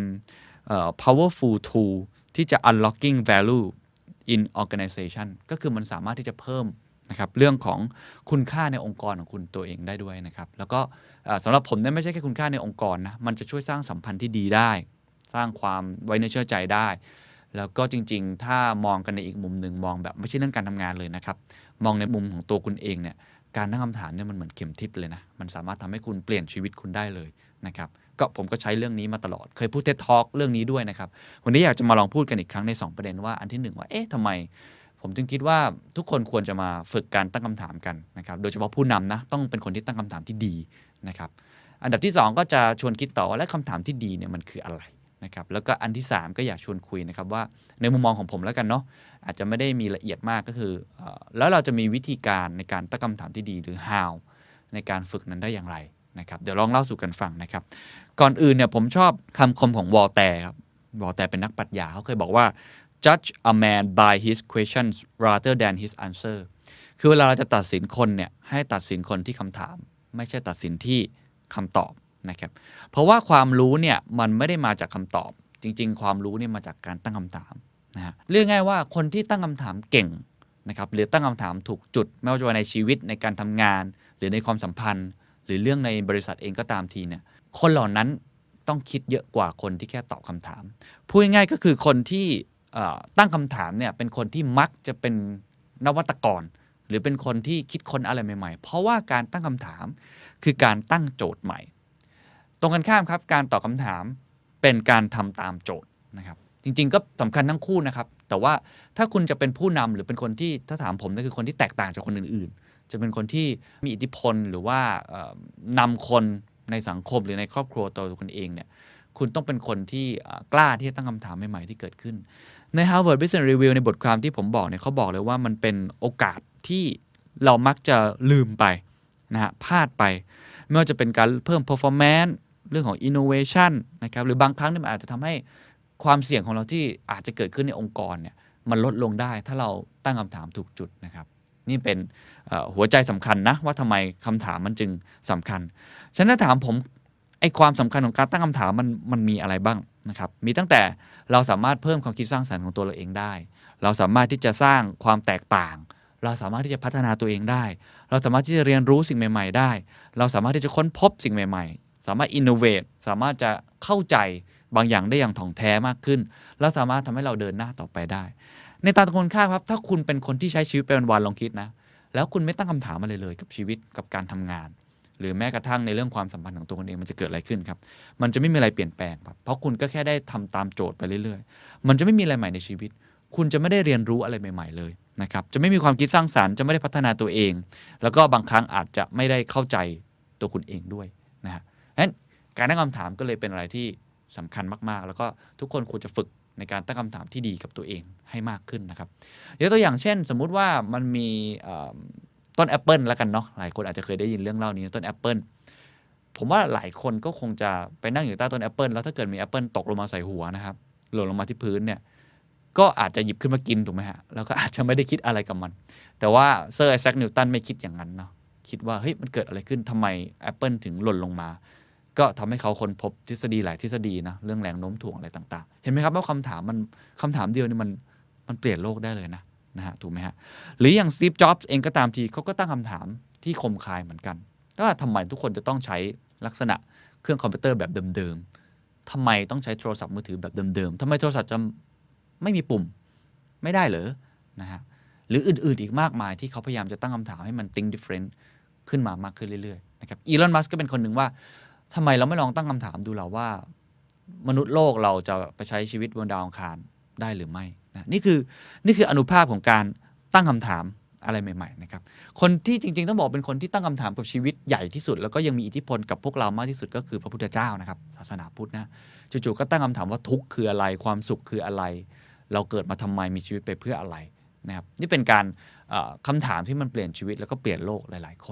powerful tool ที่จะ unlocking value in organization ก็คือมันสามารถที่จะเพิ่มนะครับเรื่องของคุณค่าในองค์กรของคุณตัวเองได้ด้วยนะครับแล้วก็สำหรับผมเนี่ยไม่ใช่แค่คุณค่าในองค์กรนะมันจะช่วยสร้างสัมพันธ์ที่ดีได้สร้างความไว้เนื้อเชื่อใจได้แล้วก็จริงๆถ้ามองกันในอีกมุมหนึ่งมองแบบไม่ใช่เรื่องการทำงานเลยนะครับมองในมุมของตัวคุณเองเนี่ยการตั้งคำถามเนี่ยมันเหมือนเข็มทิศเลยนะมันสามารถทำให้คุณเปลี่ยนชีวิตคุณได้เลยนะครับก็ผมก็ใช้เรื่องนี้มาตลอดเคยพูด TED Talk เรื่องนี้ด้วยนะครับวันนี้อยากจะมาลองพูดกันอีกครั้งในสองประเด็นว่าอันที่หนึ่งว่าเอ๊ะทำไมผมจึงคิดว่าทุกคนควรจะมาฝึกการตั้งคำถามกันนะครับโดยเฉพาะผู้นำนะต้องเป็นคนที่ตั้งคำถามที่ดีนะครับอันดับที่สองก็จะชวนคิดต่อว่าแล้วคำถามที่ดีเนี่ยมันคืออะไรนะครับแล้วก็อันที่สามก็อยากชวนคุยนะครับว่าในมุมมองของผมแล้วกันเนาะอาจจะไม่ได้มีละเอียดมากก็คือเอ่อแล้วเราจะมีวิธีการในการตั้งคำถามที่ดีหรือ how ในการฝึกนั้นได้อย่างไรนะครับเดี๋ยวลองเล่าสู่กันฟังนะครับก่อนอื่นเนี่ยผมชอบคำคมของวอลแตร์ครับวอลแตร์เป็นนักปรัชญาเขาเคยบอกว่า judge a man by his questions rather than his answer คือเวลาเราจะตัดสินคนเนี่ยให้ตัดสินคนที่คำถามไม่ใช่ตัดสินที่คำตอบนะครับเพราะว่าความรู้เนี่ยมันไม่ได้มาจากคำตอบจริงๆความรู้เนี่ยมาจากการตั้งคำถามนะฮะเรื่องง่ายว่าคนที่ตั้งคำถามเก่งนะครับหรือตั้งคำถามถูกจุดไม่ว่าจะในชีวิตในการทำงานหรือในความสัมพันธ์หรือเรื่องในบริษัทเองก็ตามทีเนี่ยคนเหล่านั้นต้องคิดเยอะกว่าคนที่แค่ตอบคำถามพูดง่ายๆก็คือคนที่ตั้งคำถามเนี่ยเป็นคนที่มักจะเป็นนวัตกรหรือเป็นคนที่คิดค้นอะไรใหม่ๆเพราะว่าการตั้งคำถามคือการตั้งโจทย์ใหม่ตรงกันข้ามครับการตอบคำถามเป็นการทำตามโจทย์นะครับจริงๆก็สำคัญทั้งคู่นะครับแต่ว่าถ้าคุณจะเป็นผู้นำหรือเป็นคนที่ถ้าถามผมนั่นคือคนที่แตกต่างจากคนอื่นๆจะเป็นคนที่มีอิทธิพลหรือว่านำคนในสังคมหรือในครอบครัวตัวคุณเองเนี่ยคุณต้องเป็นคนที่กล้าที่จะตั้งคำถามใหม่ๆที่เกิดขึ้นใน Harvard Business Review ในบทความที่ผมบอกเนี่ยเขาบอกเลยว่ามันเป็นโอกาสที่เรามักจะลืมไปนะฮะพลาดไปไม่ว่าจะเป็นการเพิ่ม performance เรื่องของ innovation นะครับหรือบางครั้งเนี่ยมันอาจจะทำให้ความเสี่ยงของเราที่อาจจะเกิดขึ้นในองค์กรเนี่ยมันลดลงได้ถ้าเราตั้งคำถามถูกจุดนะครับนี่เป็นหัวใจสำคัญนะว่าทำไมคำถามมันจึงสำคัญฉะนั้นถ้าถามผมไอ้ความสำคัญของการตั้งคำถามมันมันมีอะไรบ้างนะครับมีตั้งแต่เราสามารถเพิ่มความคิดสร้างสรรค์ของตัวเราเองได้เราสามารถที่จะสร้างความแตกต่างเราสามารถที่จะพัฒนาตัวเองได้เราสามารถที่จะเรียนรู้สิ่งใหม่ๆได้เราสามารถที่จะค้นพบสิ่งใหม่ๆสามารถ innovate สามารถจะเข้าใจบางอย่างได้อย่างถ่องแท้มากขึ้นแล้วสามารถทำให้เราเดินหน้าต่อไปได้ในตามตะโกนค่าครับถ้าคุณเป็นคนที่ใช้ชีวิตไปวันๆลองคิดนะแล้วคุณไม่ตั้งคำถามอะไรเลยกับชีวิตกับการทำงานหรือแม้กระทั่งในเรื่องความสัมพันธ์ของตัวคุณเองมันจะเกิดอะไรขึ้นครับมันจะไม่มีอะไรเปลี่ยนแปลงครับเพราะคุณก็แค่ได้ทำตามโจทย์ไปเรื่อยๆมันจะไม่มีอะไรใหม่ในชีวิตคุณจะไม่ได้เรียนรู้อะไรใหม่ๆเลยนะครับจะไม่มีความคิดสร้างสรรค์จะไม่ได้พัฒนาตัวเองแล้วก็บางครั้งอาจจะไม่ได้เข้าใจตัวคุณเองด้วยนะฮะงั้นการตั้งคำถามก็เลยเป็นอะไรที่สำคัญมากๆแล้วก็ทุกคนควรจะฝึกในการตั้งคำถามที่ดีกับตัวเองให้มากขึ้นนะครับยกตัวอย่างเช่นสมมุติว่ามันมีต้นแอปเปิลแล้วกันเนาะหลายคนอาจจะเคยได้ยินเรื่องเล่านี้ต้นแอปเปิลผมว่าหลายคนก็คงจะไปนั่งอยู่ใต้ต้นแอปเปิลแล้วถ้าเกิดมีแอปเปิลตกลงมาใส่หัวนะครับหล่นลงมาที่พื้นเนี่ยก็อาจจะหยิบขึ้นมากินถูกไหมฮะแล้วก็อาจจะไม่ได้คิดอะไรกับมันแต่ว่าเซอร์ไอแซคนิวตันไม่คิดอย่างนั้นเนาะคิดว่าเฮ้ยมันเกิดอะไรขึ้นทำไมแอปเปิลถึงหล่นลงมาก็ทำให้เขาค้นพบทฤษฎีหลายทฤษฎีนะเรื่องแรงโน้มถ่วงอะไรต่างๆเห็นไหมครับว่าคำถามมันคำถามเดียวนี่มันมันเปลี่ยนโลกได้เลยนะนะฮะถูกไหมฮะหรืออย่างสตีฟจ็อบส์เองก็ตามทีเขาก็ตั้งคำถามที่คมคายเหมือนกันว่าทำไมทุกคนจะต้องใช้ลักษณะเครื่องคอมพิวเตอร์แบบเดิมๆทำไมต้องใช้โทรศัพท์มือถือแบบเดิมๆทำไมโทรศัพท์จะไม่มีปุ่มไม่ได้เหรอนะฮะหรืออื่นๆอีกมากมายที่เขาพยายามจะตั้งคำถามให้มัน think different ขึ้นมามากขึ้นเรื่อยๆนะครับอีลอนมัสก์ก็เป็นคนหนึ่งว่าทำไมเราไม่ลองตั้งคำถามดูเราว่ามนุษย์โลกเราจะไปใช้ชีวิตบนดาวอังคารได้หรือไม่นะนี่คือนี่คืออนุภาพของการตั้งคำถามอะไรใหม่ๆนะครับคนที่จริงๆต้องบอกเป็นคนที่ตั้งคำถามกับชีวิตใหญ่ที่สุดแล้วก็ยังมีอิทธิพลกับพวกเรามากที่สุดก็คือพระพุทธเจ้านะครับศาสนาพุทธนะจู่ๆก็ตั้งคำถามว่าทุกข์คืออะไรความสุขคืออะไรเราเกิดมาทำไมมีชีวิตไปเพื่ออะไรนะครับนี่เป็นการคำถามที่มันเปลี่ยนชีวิตแล้วก็เปลี่ยนโลกหลายๆคน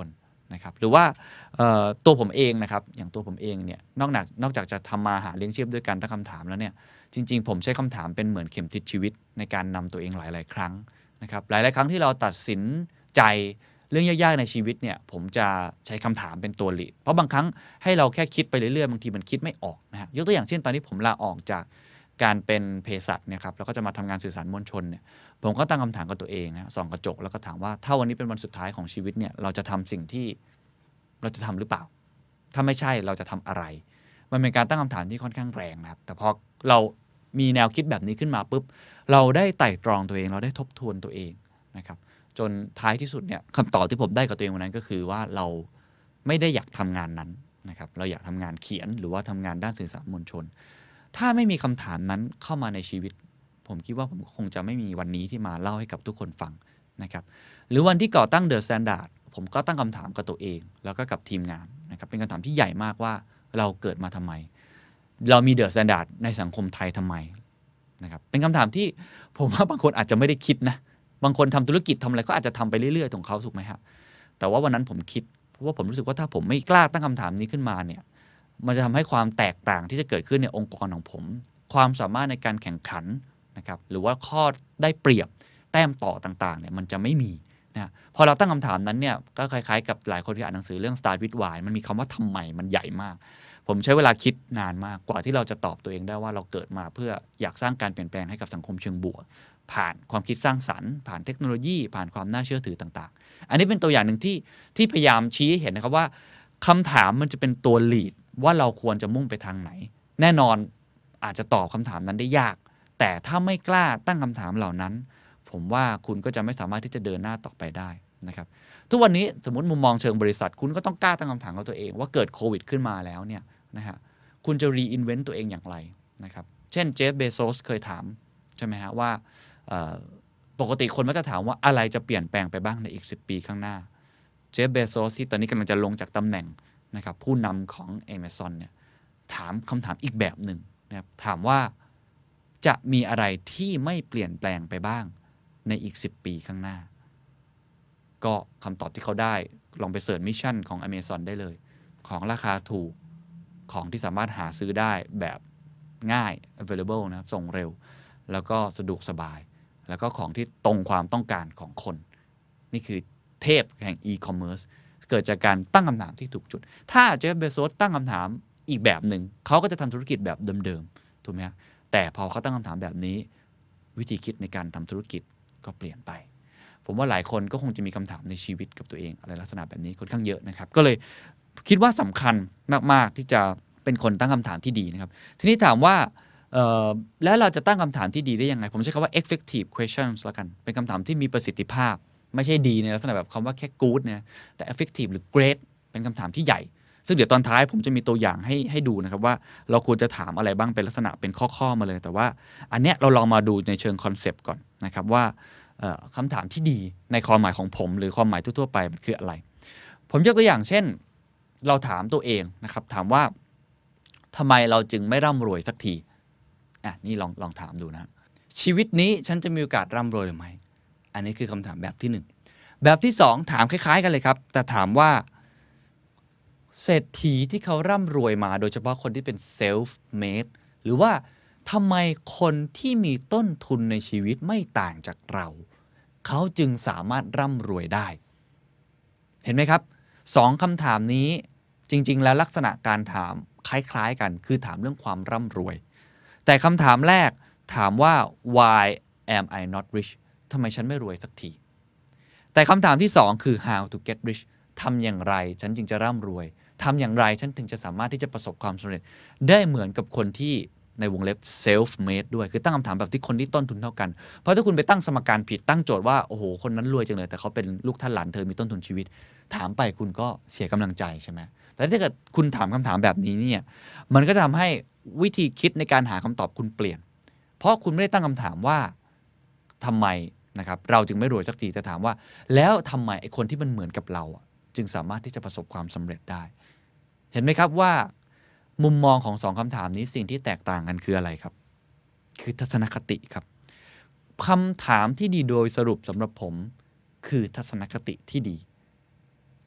นะครับหรือว่าตัวผมเองนะครับอย่างตัวผมเองเนี่ยนอกจากนอกจากจะทำมาหาเลี้ยงชีพด้วยการตั้งคำถามแล้วเนี่ยจริงๆผมใช้คำถามเป็นเหมือนเข็มทิศชีวิตในการนำตัวเองหลายๆครั้งนะครับหลายๆครั้งที่เราตัดสินใจเรื่องยากๆในชีวิตเนี่ยผมจะใช้คำถามเป็นตัวหลีดเพราะบางครั้งให้เราแค่คิดไปเรื่อยๆบางทีมันคิดไม่ออกนะฮะยกตัวอย่างเช่นตอนที่ผมลาออกจากการเป็นเภสัชเนี่ยครับแล้วก็จะมาทำงานสื่อสารมวลชนเนี่ยผมก็ตั้งคำถามกับตัวเองนะส่องกระจกแล้วก็ถามว่าถ้าวันนี้เป็นวันสุดท้ายของชีวิตเนี่ยเราจะทำสิ่งที่เราจะทำหรือเปล่าถ้าไม่ใช่เราจะทำอะไรมันเป็นการตั้งคำถามที่ค่อนข้างแรงนะครับแต่พอเรามีแนวคิดแบบนี้ขึ้นมาปุ๊บเราได้ไต่ตรองตัวเองเราได้ทบทวนตัวเองนะครับจนท้ายที่สุดเนี่ยคำตอบที่ผมได้กับตัวเองวันนั้นก็คือว่าเราไม่ได้อยากทำงานนั้นนะครับเราอยากทำงานเขียนหรือว่าทำงานด้านสื่อสารมวลชนถ้าไม่มีคำถามนั้นเข้ามาในชีวิตผมคิดว่าผมคงจะไม่มีวันนี้ที่มาเล่าให้กับทุกคนฟังนะครับหรือวันที่ก่อตั้ง The Standard ผมก็ตั้งคำถามกับตัวเองแล้วก็กับทีมงานนะครับเป็นคำถามที่ใหญ่มากว่าเราเกิดมาทำไมเรามี The Standard ในสังคมไทยทำไมนะครับเป็นคำถามที่ผมว่าบางคนอาจจะไม่ได้คิดนะบางคนทำธุรกิจทำอะไรก็อาจจะทำไปเรื่อยๆของเขาถูกไหมครับแต่ว่าวันนั้นผมคิดเพราะว่าผมรู้สึกว่าถ้าผมไม่กล้าตั้งคำถามนี้ขึ้นมาเนี่ยมันจะทำให้ความแตกต่างที่จะเกิดขึ้นในองค์กรของผมความสามารถในการแข่งขันนะครับหรือว่าข้อได้เปรียบแต้มต่อต่างๆเนี่ยมันจะไม่มีนะพอเราตั้งคำถามนั้นเนี่ยก็คล้ายๆกับหลายคนที่อ่านหนังสือเรื่อง Start with Why มันมีคำว่าทำไมมันใหญ่มากผมใช้เวลาคิดนานมากกว่าที่เราจะตอบตัวเองได้ว่าเราเกิดมาเพื่ออยากสร้างการเปลี่ยนแปลงให้กับสังคมเชิงบวกผ่านความคิดสร้างสรรค์ผ่านเทคโนโลยีผ่านความน่าเชื่อถือต่างๆอันนี้เป็นตัวอย่างหนึ่งที่ที่พยายามชี้ให้เห็นนะครับว่าคำถามมันจะเป็นตัวลีดว่าเราควรจะมุ่งไปทางไหนแน่นอนอาจจะตอบคำถามนั้นได้ยากแต่ถ้าไม่กล้าตั้งคำถามเหล่านั้นผมว่าคุณก็จะไม่สามารถที่จะเดินหน้าต่อไปได้นะครับทุกวันนี้สมมติมุมมองเชิงบริษัทคุณก็ต้องกล้าตั้งคำถามกับตัวเองว่าเกิดโควิดขึ้นมาแล้วเนี่ยนะฮะคุณจะ reinvent ตัวเองอย่างไรนะครับเช่นเจฟเบโซสเคยถามใช่ไหมฮะว่าปกติคนมักจะถามว่าอะไรจะเปลี่ยนแปลงไปบ้างในอีกสิบปีข้างหน้าเจฟเบโซสที่ตอนนี้กำลังจะลงจากตำแหน่งนะครับผู้นำของ Amazon เนี่ยถามคำถามอีกแบบหนึ่งนะครับถามว่าจะมีอะไรที่ไม่เปลี่ยนแปลงไปบ้างในอีกสิบปีข้างหน้าก็คำตอบที่เขาได้ลองไปเสิร์ชมิชชั่นของ Amazon ได้เลยของราคาถูกของที่สามารถหาซื้อได้แบบง่าย available นะครับส่งเร็วแล้วก็สะดวกสบายแล้วก็ของที่ตรงความต้องการของคนนี่คือเทพแห่ง e-commerce เกิดจากการตั้งคำถามที่ถูกจุดถ้าเจฟเบโซสตั้งคำถามอีกแบบหนึ่งเขาก็จะทำธุรกิจแบบเดิมๆถูกไหมครับแต่พอเขาตั้งคำถามแบบนี้วิธีคิดในการทำธุรกิจก็เปลี่ยนไปผมว่าหลายคนก็คงจะมีคำถามในชีวิตกับตัวเองอะไรลักษณะแบบนี้ค่อนข้างเยอะนะครับก็เลยคิดว่าสำคัญมากๆที่จะเป็นคนตั้งคำถามที่ดีนะครับทีนี้ถามว่าแล้วเราจะตั้งคำถามที่ดีได้ยังไงผมใช้คำว่า effective questions ละกันเป็นคำถามที่มีประสิทธิภาพไม่ใช่ดีในลักษณะแบบคำว่าแค่ good นะแต่ effective หรือ great เป็นคำถามที่ใหญ่ซึ่งเดี๋ยวตอนท้ายผมจะมีตัวอย่างให้ให้ดูนะครับว่าเราควรจะถามอะไรบ้างเป็นลักษณะเป็นข้อๆมาเลยแต่ว่าอันเนี้ยเราลองมาดูในเชิงคอนเซปต์ก่อนนะครับว่าคำถามที่ดีในความหมายของผมหรือความหมายทั่วๆไปมันคืออะไรผมยกตัวอย่างเช่นเราถามตัวเองนะครับถามว่าทำไมเราจึงไม่ร่ำรวยสักทีอ่ะนี่ลองลองถามดูนะชีวิตนี้ฉันจะมีโอกาสร่ำรวยหรือไม่อันนี้คือคำถามแบบที่หนึ่งแบบที่สองถามคล้ายๆกันเลยครับแต่ถามว่าเศรษฐีที่เขาร่ำรวยมาโดยเฉพาะคนที่เป็น self made หรือว่าทำไมคนที่มีต้นทุนในชีวิตไม่ต่างจากเราเขาจึงสามารถร่ำรวยได้เห็นไหมครับสองคำถามนี้จริงๆแล้วลักษณะการถามคล้ายๆกันคือถามเรื่องความร่ำรวยแต่คำถามแรกถามว่า why am I not rich ทำไมฉันไม่รวยสักทีแต่คำถามที่สองคือ how to get rich ทำอย่างไรฉันจึงจะร่ำรวยทำอย่างไรฉันถึงจะสามารถที่จะประสบความสำเร็จได้เหมือนกับคนที่ในวงเล็บ self made ด้วยคือตั้งคำถามแบบที่คนที่ต้นทุนเท่ากันเพราะถ้าคุณไปตั้งสมการผิดตั้งโจทย์ว่าโอ้โหคนนั้นรวยจังเลยแต่เขาเป็นลูกท่านหลานเธอมีต้นทุนชีวิตถามไปคุณก็เสียกำลังใจใช่ไหมแต่ถ้าเกิดคุณถามคำถามแบบนี้เนี่ยมันก็จะทำให้วิธีคิดในการหาคำตอบคุณเปลี่ยนเพราะคุณไม่ได้ตั้งคำถามว่าทำไมนะครับเราจึงไม่รวยสักทีแต่ถามว่าแล้วทำไมไอ้คนที่มันเหมือนกับเราจึงสามารถที่จะประสบความสำเร็จได้เห็นไหมครับว่ามุมมองของสองคำถามนี้สิ่งที่แตกต่างกันคืออะไรครับคือทัศนคติครับคำถามที่ดีโดยสรุปสำหรับผมคือทัศนคติที่ดี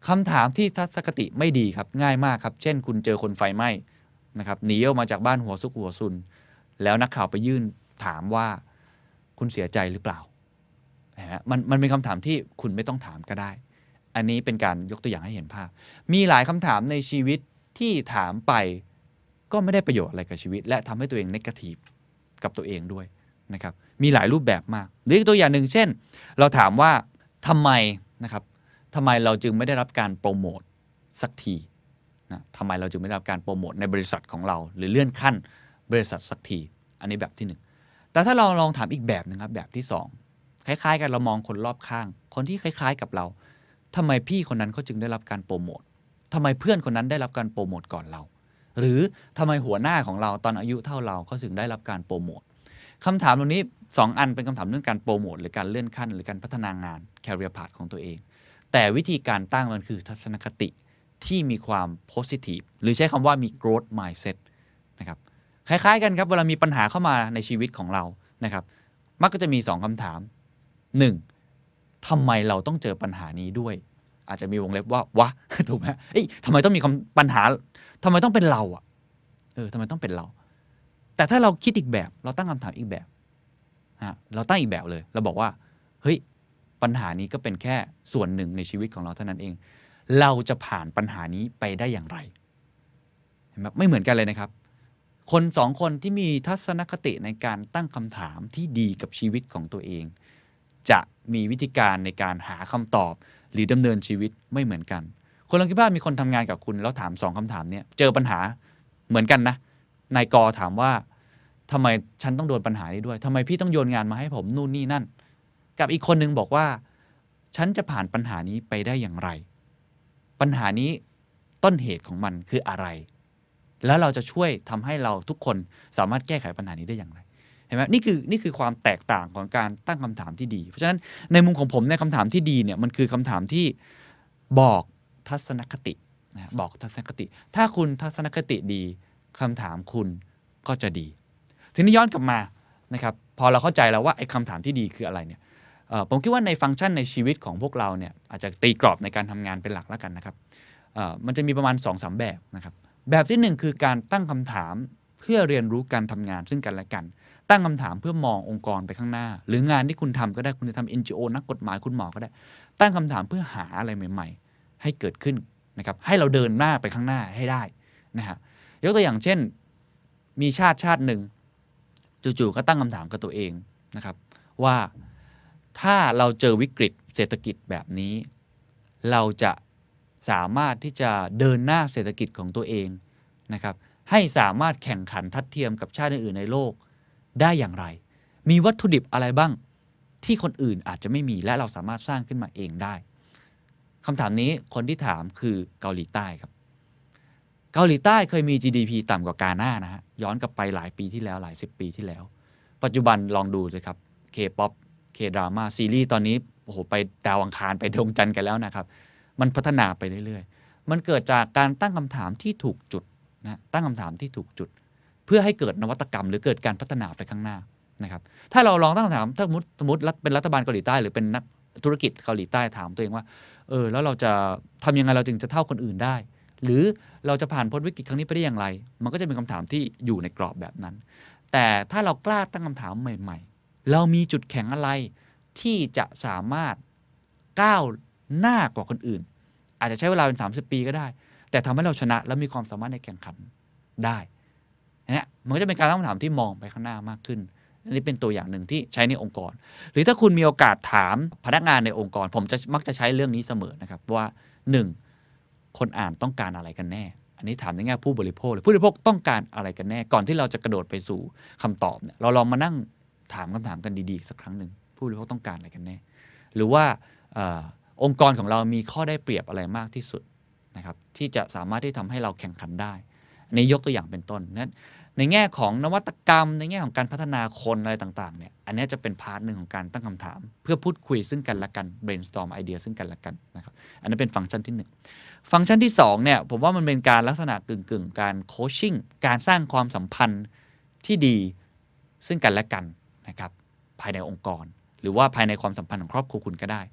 คำถามที่ทัศนคติไม่ดีครับง่ายมากครับเช่นคุณเจอคนไฟไหม้นะครับหนีออกมาจากบ้านหัวซุกหัวซุนแล้วนักข่าวไปยื่นถามว่าคุณเสียใจหรือเปล่ามันมันเป็นคำถามที่คุณไม่ต้องถามก็ได้อันนี้เป็นการยกตัวอย่างให้เห็นภาพมีหลายคำถามในชีวิตที่ถามไปก็ไม่ได้ประโยชน์อะไรกับชีวิตและทำให้ตัวเองเนกาทีฟกับตัวเองด้วยนะครับมีหลายรูปแบบมากหรือตัวอย่างหนึ่งเช่นเราถามว่าทำไมนะครับทำไมเราจึงไม่ได้รับการโปรโมทสักทีนะทำไมเราจึงไม่ได้รับการโปรโมทในบริษัทของเราหรือเลื่อนขั้นบริษัทสักทีอันนี้แบบที่หนึ่งแต่ถ้าเราลองถามอีกแบบนึงครับแบบที่สองคล้ายๆกันเรามองคนรอบข้างคนที่คล้ายๆกับเราทำไมพี่คนนั้นเขาจึงได้รับการโปรโมททำไมเพื่อนคนนั้นได้รับการโปรโมทก่อนเราหรือทำไมหัวหน้าของเราตอนอายุเท่าเราเขาถึงได้รับการโปรโมทคำถามตรงนี้สองอันเป็นคำถามเรื่องการโปรโมทหรือการเลื่อนขั้นหรือการพัฒนางาน career path ของตัวเองแต่วิธีการตั้งมันคือทัศนคติที่มีความ positive หรือใช้คำว่ามี growth mindset นะครับคล้ายๆกันครับเวลามีปัญหาเข้ามาในชีวิตของเรานะครับมักก็จะมีสองคำถามหนึ่งทำไมเราต้องเจอปัญหานี้ด้วยอาจจะมีวงเล็บว่าวะ ถูกไหมเอ้ยทำไมต้องมีปัญหาทำไมต้องเป็นเราอ่ะเออทำไมต้องเป็นเราแต่ถ้าเราคิดอีกแบบเราตั้งคำถามอีกแบบฮะเราตั้งอีกแบบเลยเราบอกว่าเฮ้ยปัญหานี้ก็เป็นแค่ส่วนหนึ่งในชีวิตของเราเท่านั้นเองเราจะผ่านปัญหานี้ไปได้อย่างไรเห็นไหมไม่เหมือนกันเลยนะครับคนสองคนที่มีทัศนคติในการตั้งคำถามที่ดีกับชีวิตของตัวเองจะมีวิธีการในการหาคำตอบหรือดำเนินชีวิตไม่เหมือนกันคนลองคิดว่ามีคนทำงานกับคุณแล้วถามสองคำถามเนี่ยเจอปัญหาเหมือนกันนะนายกถามว่าทำไมฉันต้องโดนปัญหานี้ด้วยทำไมพี่ต้องโยนงานมาให้ผมนู่นนี่นั่นกับอีกคนนึงบอกว่าฉันจะผ่านปัญหานี้ไปได้อย่างไรปัญหานี้ต้นเหตุของมันคืออะไรแล้วเราจะช่วยทำให้เราทุกคนสามารถแก้ไขปัญหานี้ได้อย่างไรเห็นไหมนี่คือนี่คือความแตกต่างของการตั้งคำถามที่ดีเพราะฉะนั้นในมุมของผมในคำถามที่ดีเนี่ยมันคือคำถามที่บอกทัศนคตินะบอกทัศนคติถ้าคุณทัศนคติดีคำถามคุณก็จะดีทีนี้ย้อนกลับมานะครับพอเราเข้าใจแล้วว่าไอ้คำถามที่ดีคืออะไรเนี่ยผมคิดว่าในฟังก์ชันในชีวิตของพวกเราเนี่ยอาจจะตีกรอบในการทำงานเป็นหลักแล้วกันนะครับมันจะมีประมาณ สองถึงสาม แบบนะครับแบบที่หนึ่งคือการตั้งคำถามเพื่อเรียนรู้การทำงานซึ่งกันและกันตั้งคำถามเพื่อมององค์กรไปข้างหน้าหรืองานที่คุณทำก็ได้คุณจะทำ เอ็น จี โอ นักกฎหมายคุณหมอก็ได้ตั้งคำถามเพื่อหาอะไรใหม่ๆให้เกิดขึ้นนะครับให้เราเดินหน้าไปข้างหน้าให้ได้นะฮะยกตัวอย่างเช่นมีชาติชาติหนึ่งจู่ๆก็ตั้งคำถามกับตัวเองนะครับว่าถ้าเราเจอวิกฤตเศรษฐกิจแบบนี้เราจะสามารถที่จะเดินหน้าเศรษฐกิจของตัวเองนะครับให้สามารถแข่งขันทัดเทียมกับชาติอื่นๆในโลกได้อย่างไรมีวัตถุดิบอะไรบ้างที่คนอื่นอาจจะไม่มีและเราสามารถสร้างขึ้นมาเองได้คำถามนี้คนที่ถามคือเกาหลีใต้ครับเกาหลีใต้เคยมี จี ดี พี ต่ำกว่ากาน่านะฮะย้อนกลับไปหลายปีที่แล้วหลายสิบปีที่แล้วปัจจุบันลองดูเลยครับ K-pop K-drama ซีรีส์ตอนนี้โอ้โหไปดาวอังคารไปดวงจันทร์กันแล้วนะครับมันพัฒนาไปเรื่อยๆมันเกิดจากการตั้งคำถามที่ถูกจุดนะตั้งคำถามที่ถูกจุดเพื่อให้เกิดนวัตกรรมหรือเกิดการพัฒนาไปข้างหน้านะครับถ้าเราลองตั้งคำถามถ้าสมมติสมมติเป็นรัฐบาลเกาหลีใต้หรือเป็นนักธุรกิจเกาหลีใต้ถามตัวเองว่าเออแล้วเราจะทำยังไงเราจึงจะเท่าคนอื่นได้หรือเราจะผ่านพ้นวิกฤตครั้งนี้ไปได้อย่างไรมันก็จะเป็นคำถามที่อยู่ในกรอบแบบนั้นแต่ถ้าเรากล้าตั้งคำถามใหม่ๆเรามีจุดแข็งอะไรที่จะสามารถก้าวหน้ากว่าคนอื่นอาจจะใช้เวลาเป็นสามสิบปีก็ได้แต่ทำให้เราชนะและมีความสามารถในแข่งขันได้เนี่ยมันก็จะเป็นการตั้งคำถามที่มองไปข้างหน้ามากขึ้นอันนี้เป็นตัวอย่างหนึ่งที่ใช้ในองค์กรหรือถ้าคุณมีโอกาสถามพนักงานในองค์กรผมจะมักจะใช้เรื่องนี้เสมอนะครับว่าหนึ่งคนอ่านต้องการอะไรกันแน่อันนี้ถามในแง่ผู้บริโภคเลยผู้บริโภคต้องการอะไรกันแน่ก่อนที่เราจะกระโดดไปสู่คำตอบเนี่ยเราลองมานั่งถามคำถามกันดีๆสักครั้งหนึ่งผู้บริโภคต้องการอะไรกันแน่หรือว่าองค์กรของเรามีข้อได้เปรียบอะไรมากที่สุดนะครับที่จะสามารถที่ทำให้เราแข่งขันได้ในยกตัวอย่างเป็นต้นนั้นในแง่ของนวัตกรรมในแง่ของการพัฒนาคนอะไรต่างๆเนี่ยอันนี้จะเป็นพาร์ทหนึ่งของการตั้งคำถามเพื่อพูดคุยซึ่งกันและกัน brainstorm ไอเดียซึ่งกันและกันนะครับอันนั้นเป็นฟังก์ชันที่หนึ่งฟังก์ชันที่สองเนี่ยผมว่ามันเป็นการลักษณะกึ่งๆการโคชชิ่งการสร้างความสัมพันธ์ที่ดีซึ่งกันและกันนะครับภายในองค์กรหรือว่าภายในความสัมพันธ์ของครอบครัวคุณก็ได้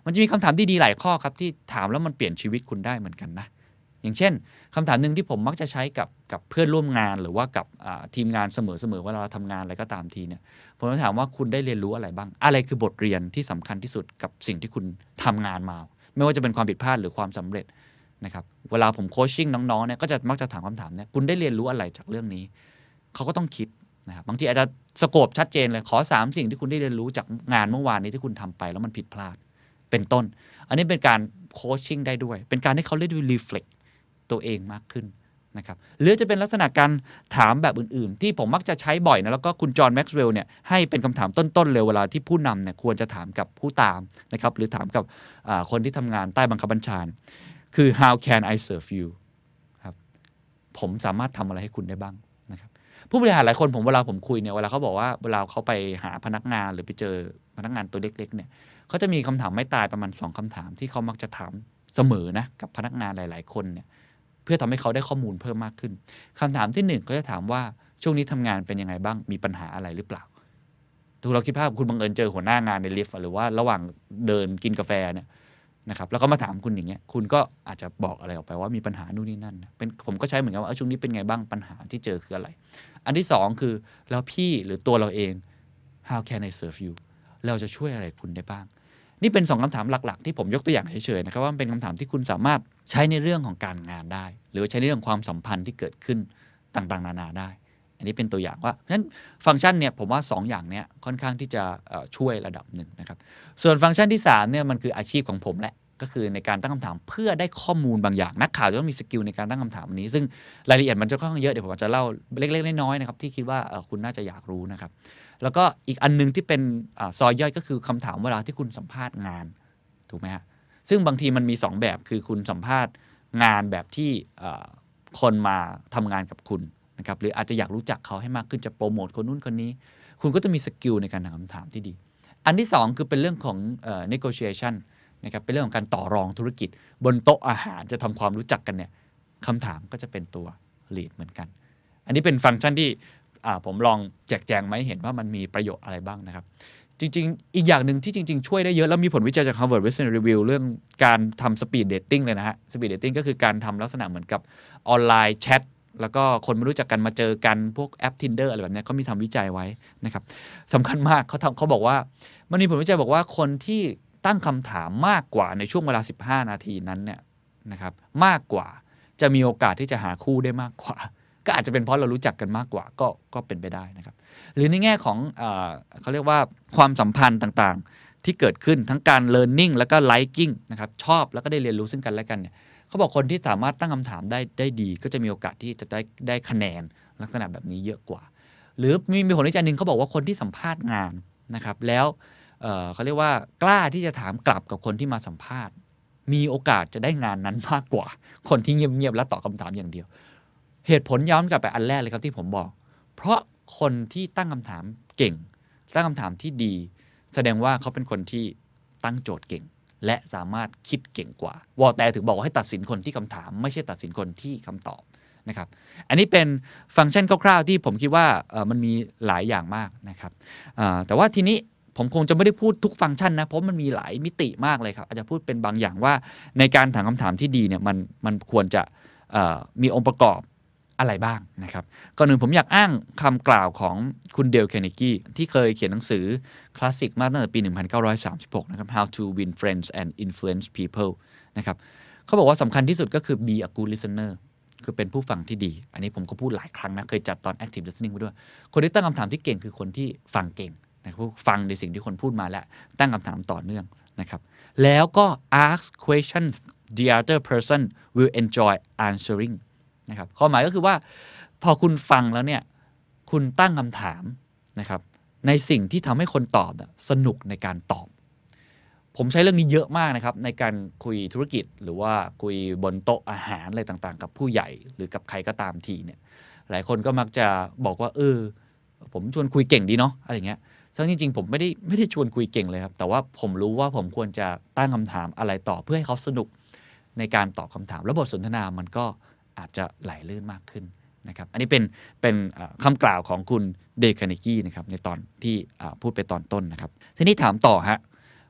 มันจะมีคำถามดีๆหลายข้อครับที่ถามแล้วมันเปลี่ยนชีวิตคุณได้เหมือนกันนะอย่างเช่นคำถามหนึ่งที่ผมมักจะใช้กับกับเพื่อนร่วมงานหรือว่ากับทีมงานเสมอๆเวลาเราทำงานอะไรก็ตามทีเนี่ยผมจะถามว่าคุณได้เรียนรู้อะไรบ้างอะไรคือบทเรียนที่สำคัญที่สุดกับสิ่งที่คุณทำงานมาไม่ว่าจะเป็นความผิดพลาดหรือความสำเร็จนะครับเวลาผมโคชชิ่งน้องๆเนี่ยก็จะมักจะถามคำถามเนี่ยคุณได้เรียนรู้อะไรจากเรื่องนี้เขาก็ต้องคิดนะครับบางทีอาจจะสโคปชัดเจนเลยขอสามสิ่งที่คุณได้เรียนรู้จากงานเมื่อวานนี้ที่คุณทำไปแล้วมันผิดพลาดเป็นต้นอันนี้เป็นการโคชชิ่งได้ด้วยเป็นการให้เขาได้ดูรีเฟล็กตัวเองมากขึ้นนะครับหรือจะเป็นลักษณะการถามแบบอื่นๆที่ผมมักจะใช้บ่อยนะแล้วก็คุณจอห์นแม็กซ์เวลล์เนี่ยให้เป็นคำถามต้นๆเลยเวลาที่ผู้นำเนี่ยควรจะถามกับผู้ตามนะครับหรือถามกับคนที่ทำงานใต้บังคับบัญชาคือ how can I serve you ครับผมสามารถทำอะไรให้คุณได้บ้างนะครับผู้บริหารหลายคนผมเวลาผมคุยเนี่ยเวลาเขาบอกว่าเวลาเขาไปหาพนักงานหรือไปเจอพนักงานตัวเล็กๆเนี่ยเขาจะมีคำถามไม่ตายประมาณสองคำถามที่เขามักจะถามเสมอนะกับพนักงานหลายๆคนเนี่ยเพื่อทำให้เขาได้ข้อมูลเพิ่มมากขึ้นคำถามที่หนึ่งก็จะถามว่าช่วงนี้ทำงานเป็นยังไงบ้างมีปัญหาอะไรหรือเปล่าทุกเราคิดภาพคุณบังเอิญเจอหัวหน้างานในลิฟต์หรือว่าระหว่างเดินกินกาแฟเนี่ยนะครับแล้วก็มาถามคุณอย่างเงี้ยคุณก็อาจจะบอกอะไรออกไปว่ามีปัญหานู่นนี่นั่นเป็นผมก็ใช้เหมือนกันว่าช่วงนี้เป็นไงบ้างปัญหาที่เจอคืออะไรอันที่สองคือแล้วพี่หรือตัวเราเอง how can I serve you เราจะช่วยอะไรคุณได้บ้างนี่เป็นสองคำถามหลักๆที่ผมยกตัวอย่างเฉยๆนะครับว่าเป็นคำถามที่คุณสามารถใช้ในเรื่องของการงานได้หรือใช้ในเรื่องความสัมพันธ์ที่เกิดขึ้นต่างๆนานาได้อันนี้เป็นตัวอย่างว่าเพราะฉะนั้นฟังก์ชันเนี่ยผมว่าสองอย่างเนี้ยค่อนข้างที่จะช่วยระดับหนึ่งนะครับส่วนฟังก์ชันที่สามเนี่ยมันคืออาชีพของผมแหละก็คือในการตั้งคำถามเพื่อได้ข้อมูลบางอย่างนักข่าวจะต้องมีสกิลในการตั้งคำถามนี้ซึ่งรายละเอียดมันจะค่อนข้างเยอะเดี๋ยวผมจะเล่าเล็กๆน้อยๆนะครับที่คิดว่าคุณน่าจะอยากรู้นะครับแล้วก็อีกอันนึงที่เป็นซอยย่อยก็คือคำถามเวลาที่คุณสัมภาษณ์งานถูกไหมฮะซึ่งบางทีมันมีสองแบบคือคุณสัมภาษณ์งานแบบที่คนมาทำงานกับคุณนะครับหรืออาจจะอยากรู้จักเขาให้มากขึ้นจะโปรโมทคนนู้นคนนี้คุณก็จะมีสกิลในการถามคำถามที่ดีอันที่สองคือเป็นเรื่องของเอ่อ negotiation นะครับเป็นเรื่องของการต่อรองธุรกิจบนโต๊ะอาหารจะทำความรู้จักกันเนี่ยคำถามก็จะเป็นตัว lead เหมือนกันอันนี้เป็นฟังก์ชันที่ผมลองแจกแจงมาให้เห็นว่ามันมีประโยชน์อะไรบ้างนะครับจริงๆอีกอย่างหนึ่งที่จริงๆช่วยได้เยอะแล้วมีผลวิจัยจาก Harvard Business Review เรื่องการทำ speed dating เลยนะฮะ speed dating ก็คือการทำลักษณะเหมือนกับออนไลน์แชทแล้วก็คนไม่รู้จักกันมาเจอกันพวกแอป Tinder อะไรแบบนี้เขามีทำวิจัยไว้นะครับสำคัญมากเขาทำเขาบอกว่ามันมีผลวิจัยบอกว่าคนที่ตั้งคำถามมากกว่าในช่วงเวลาสิบห้านาทีนั้นเนี่ยนะครับมากกว่าจะมีโอกาสที่จะหาคู่ได้มากกว่าก็อาจจะเป็นเพราะเรารู้จักกันมากกว่าก็ก็เป็นไปได้นะครับหรือในแง่ของเอ่อเขาเรียกว่าความสัมพันธ์ต่างๆที่เกิดขึ้นทั้งการ learning แล้วก็ liking นะครับชอบแล้วก็ได้เรียนรู้ซึ่งกันและกันเนี่ยเขาบอกคนที่สามารถตั้งคำถามได้ได้ดีก็จะมีโอกาสที่จะได้ได้คะแนนลักษณะแบบนี้เยอะกว่าหรือมีมีผลวิจัยนึงเขาบอกว่าคนที่สัมภาษณ์งานนะครับแล้วเอ่อเขาเรียกว่ากล้าที่จะถามกลับกับคนที่มาสัมภาษณ์มีโอกาสจะได้งานนั้นมากกว่าคนที่เงียบๆและตอบคำถามอย่างเดียวเหตุผลย้อนกลับไปอันแรกเลยครับที่ผมบอกเพราะคนที่ตั้งคำถามเก่งตั้งคำถามที่ดีแสดงว่าเขาเป็นคนที่ตั้งโจทย์เก่งและสามารถคิดเก่งกว่าวอลแตร์ถึงบอกว่าให้ตัดสินคนที่คำถามไม่ใช่ตัดสินคนที่คำตอบนะครับอันนี้เป็นฟังก์ชันคร่าวๆที่ผมคิดว่ามันมีหลายอย่างมากนะครับแต่ว่าทีนี้ผมคงจะไม่ได้พูดทุกฟังก์ชันนะเพราะมันมีหลายมิติมากเลยครับอาจจะพูดเป็นบางอย่างว่าในการถามคำถามที่ดีเนี่ยมันมันควรจะมีองค์ประกอบอะไรบ้างนะครับก่อนอื่นผมอยากอ้างคำกล่าวของคุณเดล คาร์เนกีที่เคยเขียนหนังสือคลาสสิกมากตั้งแต่ปีหนึ่งพันเก้าร้อยสามสิบหกนะครับ How to Win Friends and Influence People นะครับเขาบอกว่าสำคัญที่สุดก็คือ be a good listener คือเป็นผู้ฟังที่ดีอันนี้ผมก็พูดหลายครั้งนะเคยจัดตอน active listening ไปด้วยคนที่ตั้งคำถามที่เก่งคือคนที่ฟังเก่งนะครับฟังในสิ่งที่คนพูดมาและตั้งคำถามต่อเนื่องนะครับแล้วก็ ask questions the other person will enjoy answeringนะครับข้อหมายก็คือว่าพอคุณฟังแล้วเนี่ยคุณตั้งคำถามนะครับในสิ่งที่ทำให้คนตอบสนุกในการตอบผมใช้เรื่องนี้เยอะมากนะครับในการคุยธุรกิจหรือว่าคุยบนโต๊ะอาหารอะไรต่างๆกับผู้ใหญ่หรือกับใครก็ตามทีเนี่ยหลายคนก็มักจะบอกว่าเออผมชวนคุยเก่งดีเนาะอะไรเงี้ยซึ่งจริงๆผมไม่ได้ไม่ได้ชวนคุยเก่งเลยครับแต่ว่าผมรู้ว่าผมควรจะตั้งคำถามอะไรต่อเพื่อให้เขาสนุกในการตอบคำถามแล้วบทสนทนามันก็อาจจะไหลลื่นมากขึ้นนะครับอันนี้เป็นเป็นคำกล่าวของคุณเดล คาร์เนกีนะครับในตอนที่พูดไปตอนต้นนะครับทีนี้ถามต่อฮะ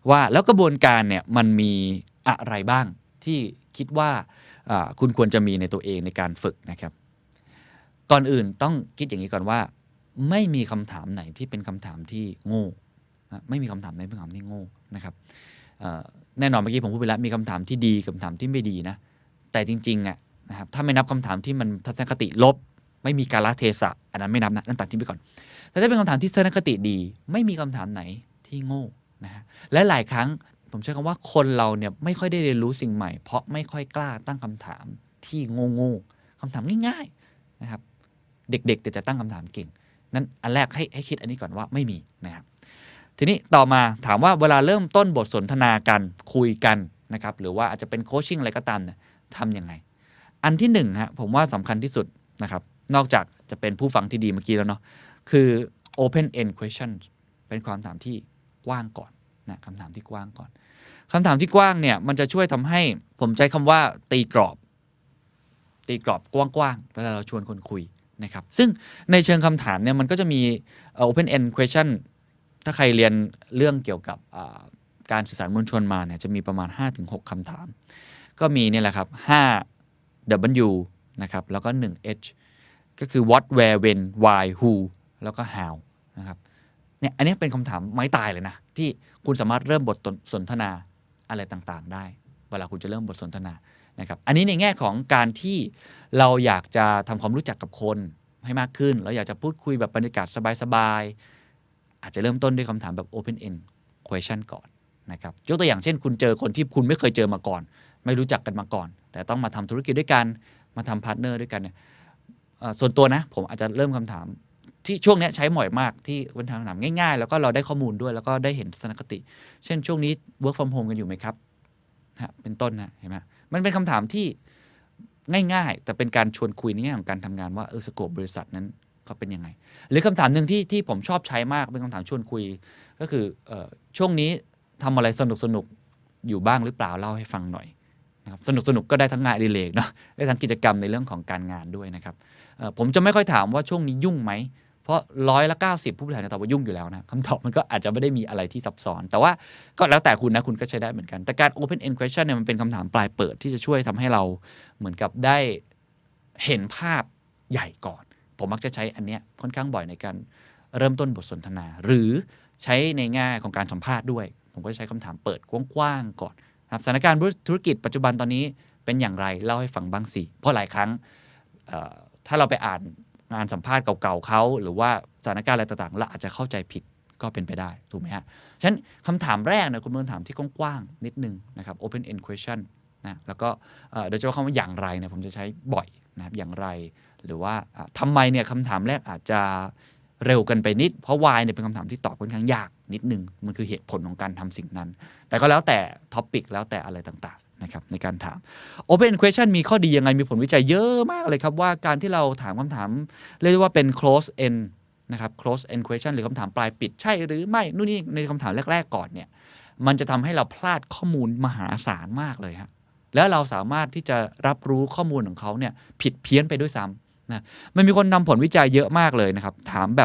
ว่าแล้วกระบวนการเนี่ยมันมีอะไรบ้างที่คิดว่าคุณควรจะมีในตัวเองในการฝึกนะครับก่อนอื่นต้องคิดอย่างนี้ก่อนว่าไม่มีคำถามไหนที่เป็นคำถามที่โง่ไม่มีคำถามไหนเป็นคำถามที่โง่นะครับแน่นอนเมื่อกี้ผมพูดไปแล้วมีคำถามที่ดีคำถามที่ไม่ดีนะแต่จริงๆอ่ะนะครับถ้าไม่นับคำถามที่มันทัศนคติลบไม่มีกาลเทศะอันนั้นไม่นับนะนั่นตัดทิ้งไปก่อนแต่ถ้าเป็นคำถามที่ทัศนคติดีไม่มีคำถามไหนที่โง่นะฮะและหลายครั้งผมใช้คำว่าคนเราเนี่ยไม่ค่อยได้เรียนรู้สิ่งใหม่เพราะไม่ค่อยกล้าตั้งคำถามที่โง่ๆคำถามง่ายๆนะครับเด็กๆเดี๋ยวจะตั้งคำถามเก่งนั้นอันแรกให้ให้คิดอันนี้ก่อนว่าไม่มีนะครับทีนี้ต่อมาถามว่าเวลาเริ่มต้นบทสนทนากันคุยกันนะครับหรือว่าอาจจะเป็นโคชชิ่งอะไรก็ตามเนี่ยทำยังไงอันที่หนึ่งฮะผมว่าสำคัญที่สุดนะครับนอกจากจะเป็นผู้ฟังที่ดีเมื่อกี้แล้วเนาะคือ open end question เป็นความถามที่กว้างก่อนนะคำถามที่กว้างก่อนคำถามที่กว้างเนี่ยมันจะช่วยทำให้ผมใช้คำว่าตีกรอบตีกรอบกว้างๆเวลาเราชวนคนคุยนะครับซึ่งในเชิงคำถามเนี่ยมันก็จะมี open end question ถ้าใครเรียนเรื่องเกี่ยวกับการสื่อสารมวลชนมาเนี่ยจะมีประมาณ ห้าถึงหก คำถามก็มีนี่แหละครับ ห้า ดับเบิลยู นะครับแล้วก็ หนึ่ง เอช ก็คือ what where when why who แล้วก็ how นะครับเนี่ยอันนี้เป็นคำถามไม้ตายเลยนะที่คุณสามารถเริ่มบทสนทนาอะไรต่างๆได้เวลาคุณจะเริ่มบทสนทนานะครับอันนี้ในแง่ของการที่เราอยากจะทำความรู้จักกับคนให้มากขึ้นเราอยากจะพูดคุยแบบบรรยากาศสบายๆอาจจะเริ่มต้นด้วยคำถามแบบ open end question ก่อนนะครับยกตัวอย่างเช่นคุณเจอคนที่คุณไม่เคยเจอมาก่อนไม่รู้จักกันมาก่อนแต่ต้องมาทำธุรกิจด้วยกันมาทำพาร์ทเนอร์ด้วยกันเนี่ยส่วนตัวนะผมอาจจะเริ่มคำถามที่ช่วงนี้ใช้บ่อยมากที่เป็นคำถามง่ายๆแล้วก็เราได้ข้อมูลด้วยแล้วก็ได้เห็นทัศนคติเช่นช่วงนี้ work from home กันอยู่ไหมครับเป็นต้นนะเห็นไหมมันเป็นคำถามที่ง่ายๆแต่เป็นการชวนคุยในแง่ของการทำงานว่าเออสโคปบริษัทนั้นเขาเป็นยังไงหรือคำถามหนึ่งที่ที่ผมชอบใช้มากเป็นคำถามชวนคุยก็คือเอ่อช่วงนี้ทำอะไรสนุกสนุกอยู่บ้างหรือเปล่าเล่าให้ฟังหน่อยนะครับสนุกสนุกก็ได้ทั้งงานอดิเรกเนาะได้ทั้งกิจกรรมในเรื่องของการงานด้วยนะครับผมจะไม่ค่อยถามว่าช่วงนี้ยุ่งไหมเพราะร้อยละเก้าสิบผู้บริหารจะตอบว่ายุ่งอยู่แล้วนะคำตอบมันก็อาจจะไม่ได้มีอะไรที่ซับซ้อนแต่ว่าก็แล้วแต่คุณนะคุณก็ใช้ได้เหมือนกันแต่การ open end question เนี่ยมันเป็นคำถามปลายเปิดที่จะช่วยทำให้เราเหมือนกับได้เห็นภาพใหญ่ก่อนผมมักจะใช้อันเนี้ยค่อนข้างบ่อยในการเริ่มต้นบทสนทนาหรือใช้ในแง่ของการสัมภาษณ์ด้วยผมก็ใช้คำถามเปิดกว้างๆก่อนครับสถานการณ์ธุรกิจปัจจุบันตอนนี้เป็นอย่างไรเล่าให้ฟังบ้างสิเพราะหลายครั้งถ้าเราไปอ่านงานสัมภาษณ์เก่าๆเขาหรือว่าสถานการณ์อะไรต่างๆเราอาจจะเข้าใจผิดก็เป็นไปได้ถูกไหมฮะฉะนั้นคำถามแรกนะคุณเป็นคำถามที่กว้างๆนิดนึงนะครับ open end question นะแล้วก็โดยเฉพาะคำว่าอย่างไรเนี่ยผมจะใช้บ่อยนะครับอย่างไรหรือว่าทำไมเนี่ยคำถามแรกอาจจะเร็วกันไปนิดเพราะ why เนี่ยเป็นคำถามที่ตอบค่อนข้างยากนิดนึงมันคือเหตุผลของการทำสิ่งนั้นแต่ก็แล้วแต่ท็อปิกแล้วแต่อะไรต่างๆนะครับในการถาม open question มีข้อดียังไงมีผลวิจัยเยอะมากเลยครับว่าการที่เราถามคำถามเรียกว่าเป็น close end นะครับ close end question หรือคำถามปลายปิดใช่หรือไม่นู่นนี่ในคำถามแรกๆก่อนเนี่ยมันจะทำให้เราพลาดข้อมูลมหาศาลมากเลยฮะแล้วเราสามารถที่จะรับรู้ข้อมูลของเขาเนี่ยผิดเพี้ยนไปด้วยซ้ำนะมันมีคนนำผลวิจัยเยอะมากเลยนะครับถามแบบ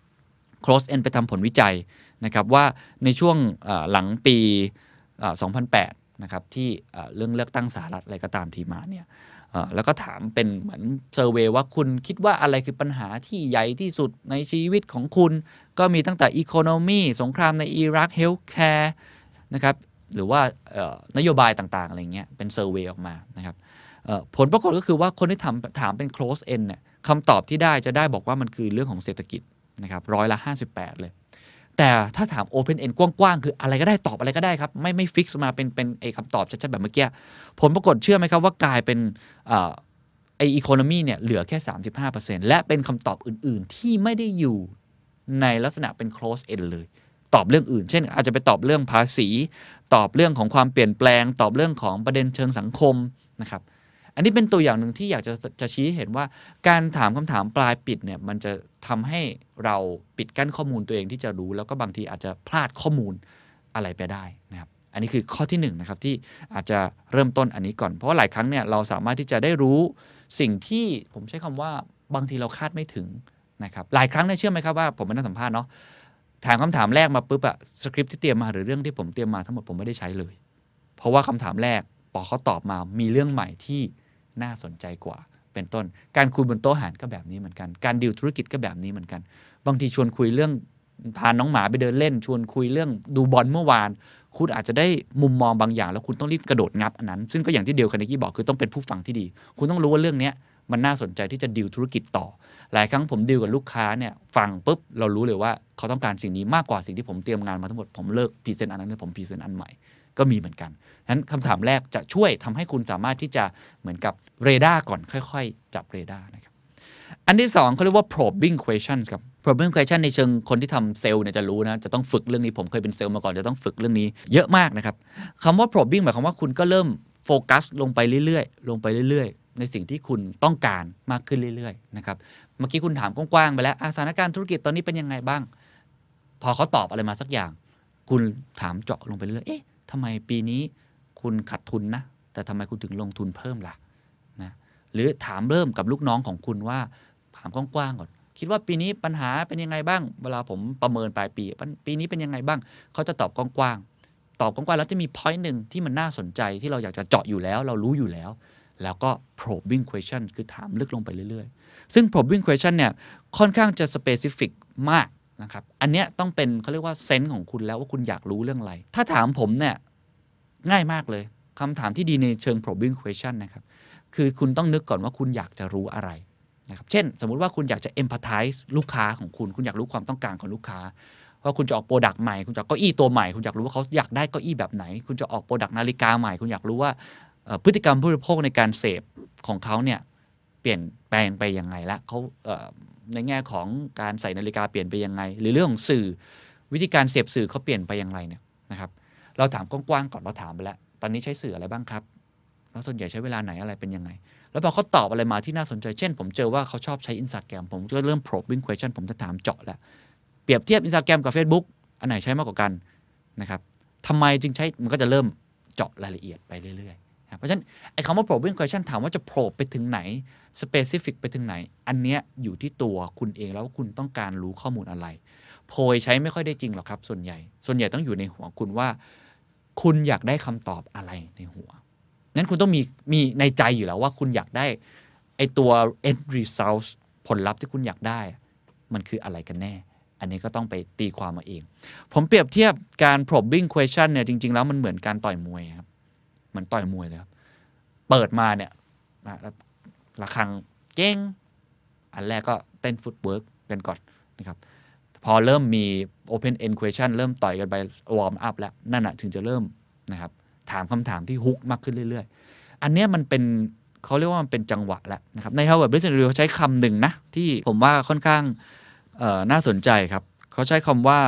close end ไปทำผลวิจัยนะครับว่าในช่วงหลังปีสองพันแปดนะครับที่เรื่องเลือกตั้งสหรัฐอะไรก็ตามทีมาเนี่ยแล้วก็ถามเป็นเหมือนเซอร์เวย์ว่าคุณคิดว่าอะไรคือปัญหาที่ใหญ่ที่สุดในชีวิตของคุณก็มีตั้งแต่อีโคโนมีสงครามในอิรักเฮลท์แคร์นะครับหรือว่านโยบายต่างๆอะไรเงี้ยเป็นเซอร์เวย์ออกมานะครับผลปรากฏก็คือว่าคนที่ถามถามเป็น close end เนี่ยคำตอบที่ได้จะได้บอกว่ามันคือเรื่องของเศรษฐกิจนะครับร้อยละห้าสิบแปดเลยแต่ถ้าถาม open end กว้างๆคืออะไรก็ได้ตอบอะไรก็ได้ครับไม่ไม่ฟิกซ์มาเป็นเป็นไอ้คำตอบชัดๆแบบเมื่อกี้ผลปรากฏเชื่อไหมครับว่ากลายเป็นไอ้ economy เนี่ยเหลือแค่ สามสิบห้าเปอร์เซ็นต์ และเป็นคำตอบอื่นๆที่ไม่ได้อยู่ในลักษณะเป็น close end เลยตอบเรื่องอื่นเช่นอาจจะไปตอบเรื่องภาษีตอบเรื่องของความเปลี่ยนแปลงตอบเรื่องของประเด็นเชิงสังคมนะครับอันนี้เป็นตัวอย่างหนึ่งที่อยากจะจะชี้เห็นว่าการถามคำถามปลายปิดเนี่ยมันจะทำให้เราปิดกั้นข้อมูลตัวเองที่จะรู้แล้วก็บางทีอาจจะพลาดข้อมูลอะไรไปได้นะครับอันนี้คือข้อที่หนึ่งนะครับที่อาจจะเริ่มต้นอันนี้ก่อนเพราะว่าหลายครั้งเนี่ยเราสามารถที่จะได้รู้สิ่งที่ผมใช้คำว่าบางทีเราคาดไม่ถึงนะครับหลายครั้งเนี่ยเชื่อไหมครับว่าผมเป็นนักสัมภาษณ์เนาะถามคำถามแรกมาปุ๊บอะสคริปต์ที่เตรียมมาหรือเรื่องที่ผมเตรียมมาทั้งหมดผมไม่ได้ใช้เลยเพราะว่าคำถามแรกพอเขาตอบมามีเรื่องใหม่ที่น่าสนใจกว่าเป็นต้นการคุยบนโต๊ะอาหารก็แบบนี้เหมือนกันการดีลธุรกิจก็แบบนี้เหมือนกันบางทีชวนคุยเรื่องพาน้องหมาไปเดินเล่นชวนคุยเรื่องดูบอลเมื่อวานคุณอาจจะได้มุมมองบางอย่างแล้วคุณต้องรีบกระโดดงับอันนั้นซึ่งก็อย่างที่เดลคาร์เนกี้บอกคือต้องเป็นผู้ฟังที่ดีคุณต้องรู้ว่าเรื่องนี้มันน่าสนใจที่จะดีลธุรกิจต่อหลายครั้งผมดีลกับลูกค้าเนี่ยฟังปุ๊บเรารู้เลยว่าเขาต้องการสิ่งนี้มากกว่าสิ่งที่ผมเตรียมงานมาทั้งหมดผมเลิกพรีเซนต์อันนั้นเลยผมพรีเซนต์อันใหม่ก็มีเหมือนกันฉะนั้นคำถามแรกจะช่วยทำให้คุณสามารถที่จะเหมือนกับเรดาร์ก่อนค่อยๆจับเรดาร์นะครับอันที่สองเขาเรียกว่า probing questions ครับ probing question ในเชิงคนที่ทำเซลล์เนี่ยจะรู้นะจะต้องฝึกเรื่องนี้ผมเคยเป็นเซลล์มาก่อนจะต้องฝึกเรื่องนี้เยอะมากนะครับคำว่า probing หมายความว่าคุณก็เริ่มโฟกัสลงไปเรื่อยๆลงไปเรื่อยๆในสิ่งที่คุณต้องการมากขึ้นเรื่อยๆนะครับเมื่อกี้คุณถามกว้างๆไปแล้วสถานการณ์ธุรกิจตอนนี้เป็นยังไงบ้างพอเขาตอบอะไรมาสักอย่างคุณถามเจาะลงไปเรื่อยๆเอ๊ะทำไมปีนี้คุณขาดทุนนะแต่ทำไมคุณถึงลงทุนเพิ่มล่ะนะหรือถามเริ่มกับลูกน้องของคุณว่าถามกว้างๆก่อนคิดว่าปีนี้ปัญหาเป็นยังไงบ้างเวลาผมประเมินปลายปีปีนี้เป็นยังไงบ้างเขาจะตอบกว้างๆตอบกว้างๆแล้วจะมี point หนึ่งที่มันน่าสนใจที่เราอยากจะเจาะอยู่แล้วเรารู้อยู่แล้วแล้วก็ probing question คือถามลึกลงไปเรื่อยๆซึ่ง probing question เนี่ยค่อนข้างจะ specific มากนะครับอันเนี้ยต้องเป็นเขาเรียกว่าเซนส์ของคุณแล้วว่าคุณอยากรู้เรื่องอะไรถ้าถามผมเนี่ยง่ายมากเลยคำถามที่ดีในเชิง probing question นะครับคือคุณต้องนึกก่อนว่าคุณอยากจะรู้อะไรนะครับเช่นสมมุติว่าคุณอยากจะ empathize ลูกค้าของคุณคุณอยากรู้ความต้องการของลูกค้าว่าคุณจะออกโปรดักต์ใหม่คุณจะเก้าอี้ตัวใหม่คุณอยากรู้ว่าเขาอยากได้เก้าอี้แบบไหนคุณจะออกโปรดักต์นาฬิกาใหม่คุณอยากรู้ว่าพฤติกรรมผู้บริโภคในการเสพของเขาเนี่ยเปลี่ยนแปลงไปยังไงละเขาในแง่ของการใส่นาฬิกาเปลี่ยนไปยังไงหรือเรื่องของสื่อวิธีการเสพสื่อเขาเปลี่ยนไปอย่างไรเนี่ยนะครับเราถามกว้างๆก่อนเราถามไปแล้วตอนนี้ใช้สื่ออะไรบ้างครับแล้วส่วนใหญ่ใช้เวลาไหนอะไรเป็นยังไงแล้วพอเขาตอบอะไรมาที่น่าสนใจเช่นผมเจอว่าเขาชอบใช้ Instagram ผมก็เริ่ม probing question ผมจะถามเจาะแล้วเปรียบเทียบ Instagram กับ Facebook อันไหนใช้มากกว่ากันนะครับทำไมจึงใช้มันก็จะเริ่มเจาะรายละเอียดไปเรื่อยๆเพราะฉะนั้นไอ้คำว่า probing question ถามว่าจะ probe ไปถึงไหน specific ไปถึงไหนอันเนี้ยอยู่ที่ตัวคุณเองแล้วว่าคุณต้องการรู้ข้อมูลอะไรโพยใช้ไม่ค่อยได้จริงหรอกครับส่วนใหญ่ส่วนใหญ่ต้องอยู่ในหัวคุณว่าคุณอยากได้คำตอบอะไรในหัวนั้นคุณต้องมีมีในใจอยู่แล้วว่าคุณอยากได้ไอตัว end result ผลลัพธ์ที่คุณอยากได้มันคืออะไรกันแน่อันนี้ก็ต้องไปตีความมาเองผมเปรียบเทียบการ probing question เนี่ยจริงๆแล้วมันเหมือนการต่อยมวยครับเหมือนต่อยมวยเลยครับเปิดมาเนี่ยระฆังเก้งอันแรกก็เต้นฟุตเวิร์กกันก่อนนะครับพอเริ่มมี open end question เริ่มต่อยกันไป warm up แล้วนั่นน่ะถึงจะเริ่มนะครับถามคำถามที่ฮุกมากขึ้นเรื่อยๆอันนี้มันเป็นเขาเรียกว่ามันเป็นจังหวะแล้วนะครับใน Harvard Business Review เขาใช้คำหนึ่งนะที่ผมว่าค่อนข้างน่าสนใจครับเขาใช้คำว่า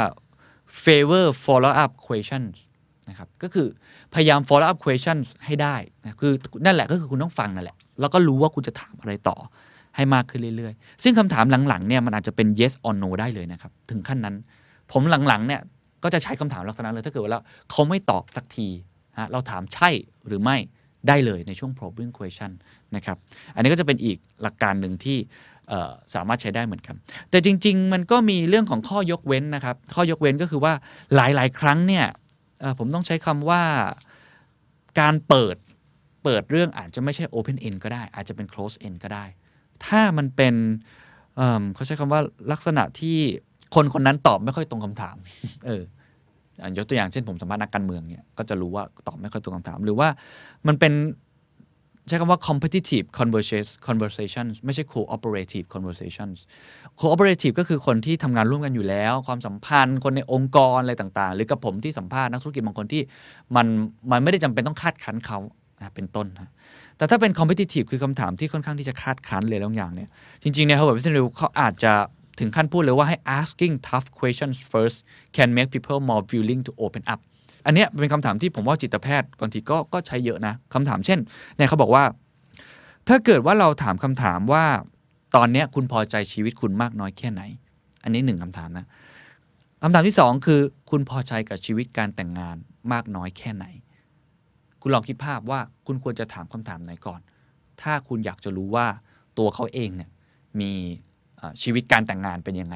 favor follow up questions นะครับก็คือพยายาม follow up questions ให้ได้นะคือนั่นแหละก็คือคุณต้องฟังนั่นแหละแล้วก็รู้ว่าคุณจะถามอะไรต่อให้มากขึ้นเรื่อยๆซึ่งคำถามหลังๆเนี่ยมันอาจจะเป็น yes or no ได้เลยนะครับถึงขั้นนั้นผมหลังๆเนี่ยก็จะใช้คำถามลักษณะเลยถ้าเกิดว่าเขาไม่ตอบสักทีนะเราถามใช่หรือไม่ได้เลยในช่วง probing question นะครับอันนี้ก็จะเป็นอีกหลักการหนึ่งที่สามารถใช้ได้เหมือนกันแต่จริงๆมันก็มีเรื่องของข้อยกเว้นนะครับข้อยกเว้นก็คือว่าหลายๆครั้งเนี่ยผมต้องใช้คำว่าการเปิดเปิดเรื่องอาจจะไม่ใช่ open end ก็ได้อาจจะเป็น close end ก็ได้ถ้ามันเป็น เ, เขาใช้คำว่าลักษณะที่คนคนนั้นตอบไม่ค่อยตรงคำถามเออยกตัวอย่างเช่นผมสัมภาษณ์นักการเมืองเนี่ยก็จะรู้ว่าตอบไม่ค่อยตรงคำถามหรือว่ามันเป็นใช้คำว่า competitive conversations ไม่ใช่ cooperative conversations cooperative ก็คือคนที่ทำงานร่วมกันอยู่แล้วความสัมพันธ์คนในองค์กรอะไรต่างๆหรือกับผมที่สัมภาษณ์นักธุรกิจบางคนที่มันมันไม่ได้จำเป็นต้องคาดคั้นเขาเป็นต้นนะแต่ถ้าเป็น competitive คือคำถามที่ค่อนข้างที่จะคาดคั้นเลยบางอย่างเนี่ยจริงๆใน Harvard Business Review เขาอาจจะถึงขั้นพูดเลยว่าให้ asking tough questions first can make people more willing to open up อันนี้เป็นคำถามที่ผมว่าจิตแพทย์บางทีก็ก็ใช้เยอะนะคำถามเช่นเนี่ยเขาบอกว่าถ้าเกิดว่าเราถามคำถามว่าตอนนี้คุณพอใจชีวิตคุณมากน้อยแค่ไหนอันนี้หนึ่งคำถามนะคำถามที่สองคือคุณพอใจกับชีวิตการแต่งงานมากน้อยแค่ไหนคุณลองคิดภาพว่าคุณควรจะถามคำถามไหนก่อนถ้าคุณอยากจะรู้ว่าตัวเขาเองเนี่ยมีชีวิตการแต่งงานเป็นยังไง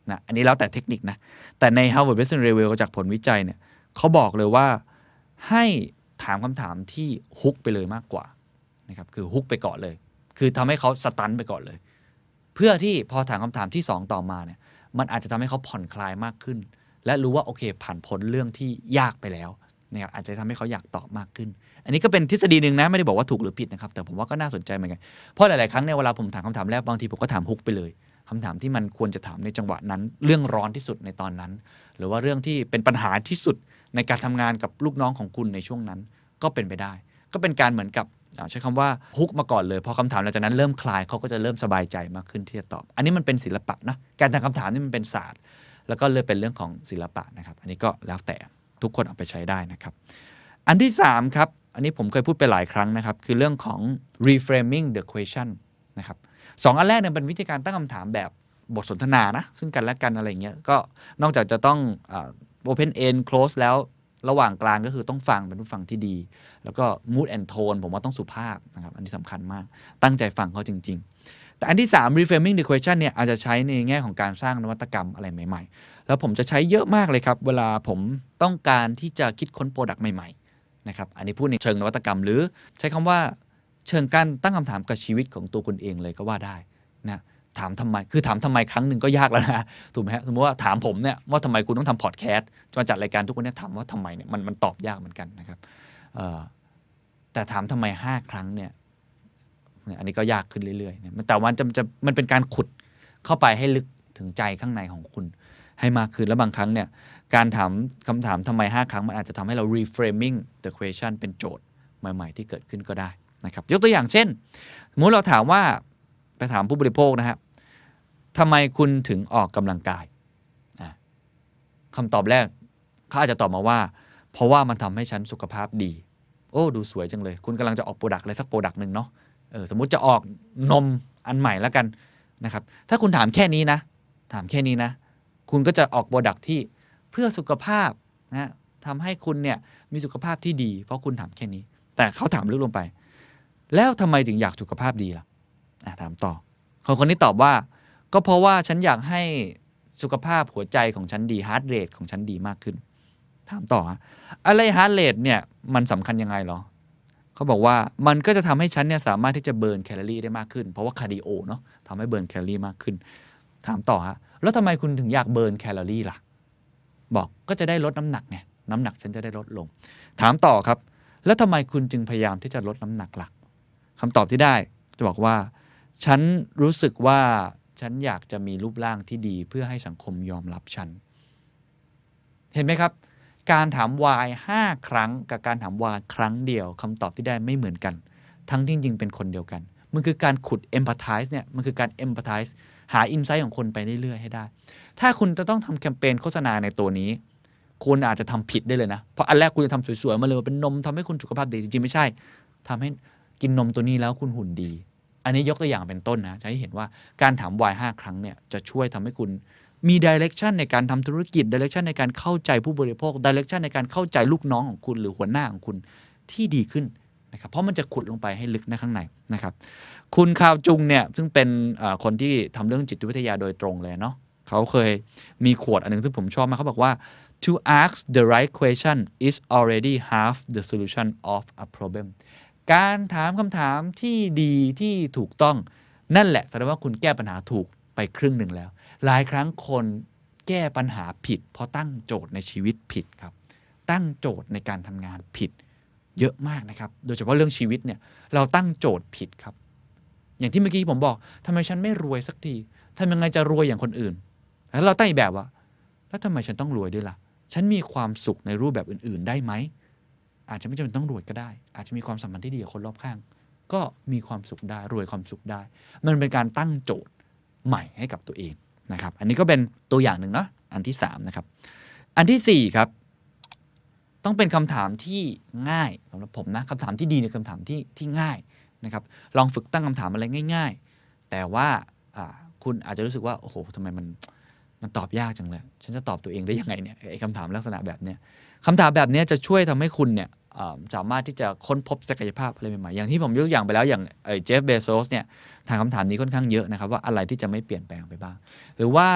นะอันนี้แล้วแต่เทคนิคนะแต่ใน Harvard Business Review จากผลวิจัยเนี่ยเขาบอกเลยว่าให้ถามคำถามที่ฮุกไปเลยมากกว่านะครับคือฮุกไปก่อนเลยคือทำให้เขาสตันไปก่อนเลยเพื่อที่พอถามคำถามที่สองต่อมาเนี่ยมันอาจจะทำให้เขาผ่อนคลายมากขึ้นและรู้ว่าโอเคผ่านพ้นเรื่องที่ยากไปแล้วนะครับอาจจะทำให้เขาอยากตอบมากขึ้นอันนี้ก็เป็นทฤษฎีหนึ่งนะไม่ได้บอกว่าถูกหรือผิดนะครับแต่ผมว่าก็น่าสนใจเหมือนกันเพราะหลายๆครั้งเนี่ยเวลาผมถามคำถามแรกบางทีผมก็ถามฮุกไปเลยคำถามที่มันควรจะถามในจังหวะนั้นเรื่องร้อนที่สุดในตอนนั้นหรือว่าเรื่องที่เป็นปัญหาที่สุดในการทำงานกับลูกน้องของคุณในช่วงนั้นก็เป็นไปได้ก็เป็นการเหมือนกับใช้คำว่าฮุกมาก่อนเลยพอคำถามหลังจากนั้นเริ่มคลายเขาก็จะเริ่มสบายใจมากขึ้นที่จะตอบอันนี้มันเป็นศิลปะนะการตั้งคำถามนี่มันเป็นศาสตร์แล้วก็เลยเป็นเรื่องของศิลปะนะครับอันนี้ก็แล้วแต่ทุกคนเอาไปใช้ได้นะครับอันที่สามครับอันนี้ผมเคยพูดไปหลายครั้งนะครับคือเรื่องของ reframing the question นะครับสองอันแรกเนี่ยเป็นวิธีการตั้งคำถามแบบบทสนทนานะซึ่งกันและกันอะไรเงี้ยก็นอกจากจะต้อง open end close แล้วระหว่างกลางก็คือต้องฟังเป็นผู้ฟังที่ดีแล้วก็ mood and tone ผมว่าต้องสุภาพนะครับอันนี้สำคัญมากตั้งใจฟังเขาจริงๆแต่อันที่สาม reframing the question เนี่ยอาจจะใช้ในแง่ของการสร้างนวัตกรรมอะไรใหม่ๆแล้วผมจะใช้เยอะมากเลยครับเวลาผมต้องการที่จะคิดค้นโปรดักต์ใหม่ๆนะครับอันนี้พูดในเชิงนวัตกรรมหรือใช้คำว่าเชิงการตั้งคำถามกับชีวิตของตัวคุณเองเลยก็ว่าได้นะถามทำไมคือถามทำไมครั้งหนึ่งก็ยากแล้วนะถูกไหมฮะสมมติว่าถามผมเนี่ยว่าทำไมคุณต้องทำพอดแคสต์มาจัดรายการทุกวันนี้ถามว่าทำไมเนี่ยมันมันตอบยากเหมือนกันนะครับแต่ถามทำไมห้าครั้งเนี่ยอันนี้ก็ยากขึ้นเรื่อยๆแต่ว่าจะจะมันเป็นการขุดเข้าไปให้ลึกถึงใจข้างในของคุณให้มากขึ้นแล้วบางครั้งเนี่ยการถามคำถามทำไมห้าครั้งมันอาจจะทำให้เรา reframing the question เป็นโจทย์ใหม่ๆที่เกิดขึ้นก็ได้นะครับยกตัวอย่างเช่นสมมติเราถามว่าไปถามผู้บริโภคนะฮะทำไมคุณถึงออกกำลังกายคำตอบแรกเขาอาจจะตอบมาว่าเพราะว่ามันทำให้ฉันสุขภาพดีโอ้ดูสวยจังเลยคุณกำลังจะออกโปรดักต์อะไรสักโปรดักต์หนึ่งเนาะเออสมมุติจะออกนมอันใหม่แล้วกันนะครับถ้าคุณถามแค่นี้นะถามแค่นี้นะคุณก็จะออกโปรดักต์ที่เพื่อสุขภาพนะทำให้คุณเนี่ยมีสุขภาพที่ดีเพราะคุณถามแค่นี้แต่เขาถามลึกลงไปแล้วทำไมถึงอยากสุขภาพดีล่ะถามต่อคนคนนี้ตอบว่าก็เพราะว่าฉันอยากให้สุขภาพหัวใจของฉันดีฮาร์ทเรทของฉันดีมากขึ้นถามต่ออะไรฮาร์ทเรทเนี่ยมันสำคัญยังไงหรอเขาบอกว่ามันก็จะทำให้ฉันเนี่ยสามารถที่จะเบิร์นแคลอรี่ได้มากขึ้นเพราะว่าคาร์ดิโอเนาะทำให้เบิร์นแคลอรี่มากขึ้นถามต่อฮะแล้วทำไมคุณถึงอยากเบิร์นแคลอรี่ล่ะบอกก็จะได้ลดน้ำหนักไงน้ำหนักฉันจะได้ลดลงถามต่อครับแล้วทำไมคุณจึงพยายามที่จะลดน้ำหนักล่ะคำตอบที่ได้จะบอกว่าฉันรู้สึกว่าฉันอยากจะมีรูปร่างที่ดีเพื่อให้สังคมยอมรับฉันเห็นไหมครับการถาม why ห้าครั้งกับการถาม why ครั้งเดียวคำตอบที่ได้ไม่เหมือนกันทั้งที่จริงเป็นคนเดียวกันมันคือการขุด empathize เนี่ยมันคือการ empathize หา insight ของคนไปเรื่อยๆให้ได้ถ้าคุณจะต้องทำแคมเปญโฆษณาในตัวนี้คุณอาจจะทำผิดได้เลยนะเพราะอันแรกคุณจะทำสวยๆมาเลยเป็นนมทำให้คุณสุขภาพดีจริงๆไม่ใช่ทำให้กินนมตัวนี้แล้วคุณหุ่นดีอันนี้ยกตัวอย่างเป็นต้นนะจะให้เห็นว่าการถาม why ห้าครั้งเนี่ยจะช่วยทำให้คุณมี direction ในการทำธุรกิจ direction ในการเข้าใจผู้บริโภค direction ในการเข้าใจลูกน้องของคุณหรือหัวหน้าของคุณที่ดีขึ้นนะครับเพราะมันจะขุดลงไปให้ลึกในข้างในนะครับคุณคาวจุงเนี่ยซึ่งเป็นคนที่ทำเรื่องจิตวิทยาโดยตรงเลยเนาะเขาเคยมีขวดอันนึงซึ่งผมชอบมากเขาบอกว่า to ask the right question is already half the solution of a problemการถามคำถามที่ดีที่ถูกต้องนั่นแหละแสดงว่าคุณแก้ปัญหาถูกไปครึ่งหนึ่งแล้วหลายครั้งคนแก้ปัญหาผิดเพราะตั้งโจทย์ในชีวิตผิดครับตั้งโจทย์ในการทำงานผิดเยอะมากนะครับโดยเฉพาะเรื่องชีวิตเนี่ยเราตั้งโจทย์ผิดครับอย่างที่เมื่อกี้ผมบอกทำไมฉันไม่รวยสักทีทำยังไงจะรวยอย่างคนอื่นแล้วเราตั้งอีกแบบว่าแล้วทำไมฉันต้องรวยด้วยล่ะฉันมีความสุขในรูปแบบอื่นๆได้ไหมอาจจะไม่จำเป็นต้องรวยก็ได้อาจจะมีความสัมพันธ์ที่ดีกับคนรอบข้างก็มีความสุขได้รวยความสุขได้มันเป็นการตั้งโจทย์ใหม่ให้กับตัวเองนะครับอันนี้ก็เป็นตัวอย่างหนึ่งเนาะอันที่สามนะครับอันที่สี่ครับต้องเป็นคำถามที่ง่ายสำหรับผมนะคำถามที่ดีในคำถามที่ที่ง่ายนะครับลองฝึกตั้งคำถามอะไรง่ายๆแต่ว่าคุณอาจจะรู้สึกว่าโอ้โหทำไมมันมันตอบยากจังเลยฉันจะตอบตัวเองได้ยังไงเนี่ยไอ้คำถามลักษณะแบบเนี้ยคำถามแบบนี้จะช่วยทำให้คุณเนี่ยสามารถที่จะค้นพบศักยภาพอะไรใหม่ๆอย่างที่ผมยกตัวอย่างไปแล้วอย่างเจฟเบโซสเนี่ยถามคำถามนี้ค่อนข้างเยอะนะครับว่าอะไรที่จะไม่เปลี่ยนแปลงไปบ้างหรือว่า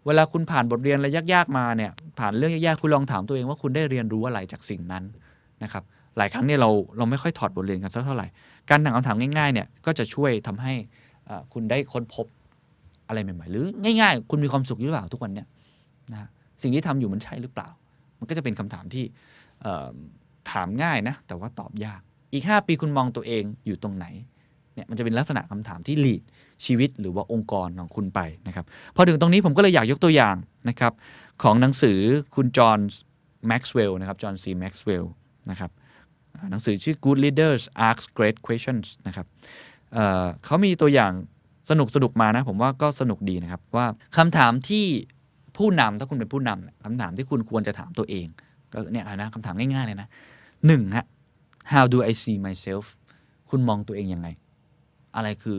เวลาคุณผ่านบทเรียนอะไรยากๆมาเนี่ยผ่านเรื่องยากๆคุณลองถามตัวเองว่าคุณได้เรียนรู้อะไรจากสิ่งนั้นนะครับหลายครั้งเนี่ยเราเราไม่ค่อยถอดบทเรียนกันสักเท่าไหร่การถามคำถามง่ายๆเนี่ยก็จะช่วยทำให้คุณได้ค้นพบอะไรใหม่ๆหรือง่ายๆคุณมีความสุขหรือเปล่าทุกวันเนี่ยนะสิ่งที่ทำอยู่มันใช่หรือเปล่ามันก็จะเป็นคำถามที่ถามง่ายนะแต่ว่าตอบยากอีกห้าปีคุณมองตัวเองอยู่ตรงไหนเนี่ยมันจะเป็นลักษณะคำถามที่ lead ชีวิตหรือว่าองค์กรของคุณไปนะครับพอถึงตรงนี้ผมก็เลยอยากยกตัวอย่างนะครับของหนังสือคุณจอห์นแม็กซ์เวลล์นะครับจอห์นซีแม็กซ์เวลล์นะครับหนังสือชื่อ Good Leaders Ask Great Questions นะครับ เ, เขามีตัวอย่างสนุกสนุกมานะผมว่าก็สนุกดีนะครับว่าคำถามที่ผู้นำถ้าคุณเป็นผู้นำคำถามที่คุณควรจะถามตัวเองก็เนี่ยนะคำถามง่ายๆเลยนะหนึ่งฮะ How do I see myself คุณมองตัวเองยังไงอะไรคือ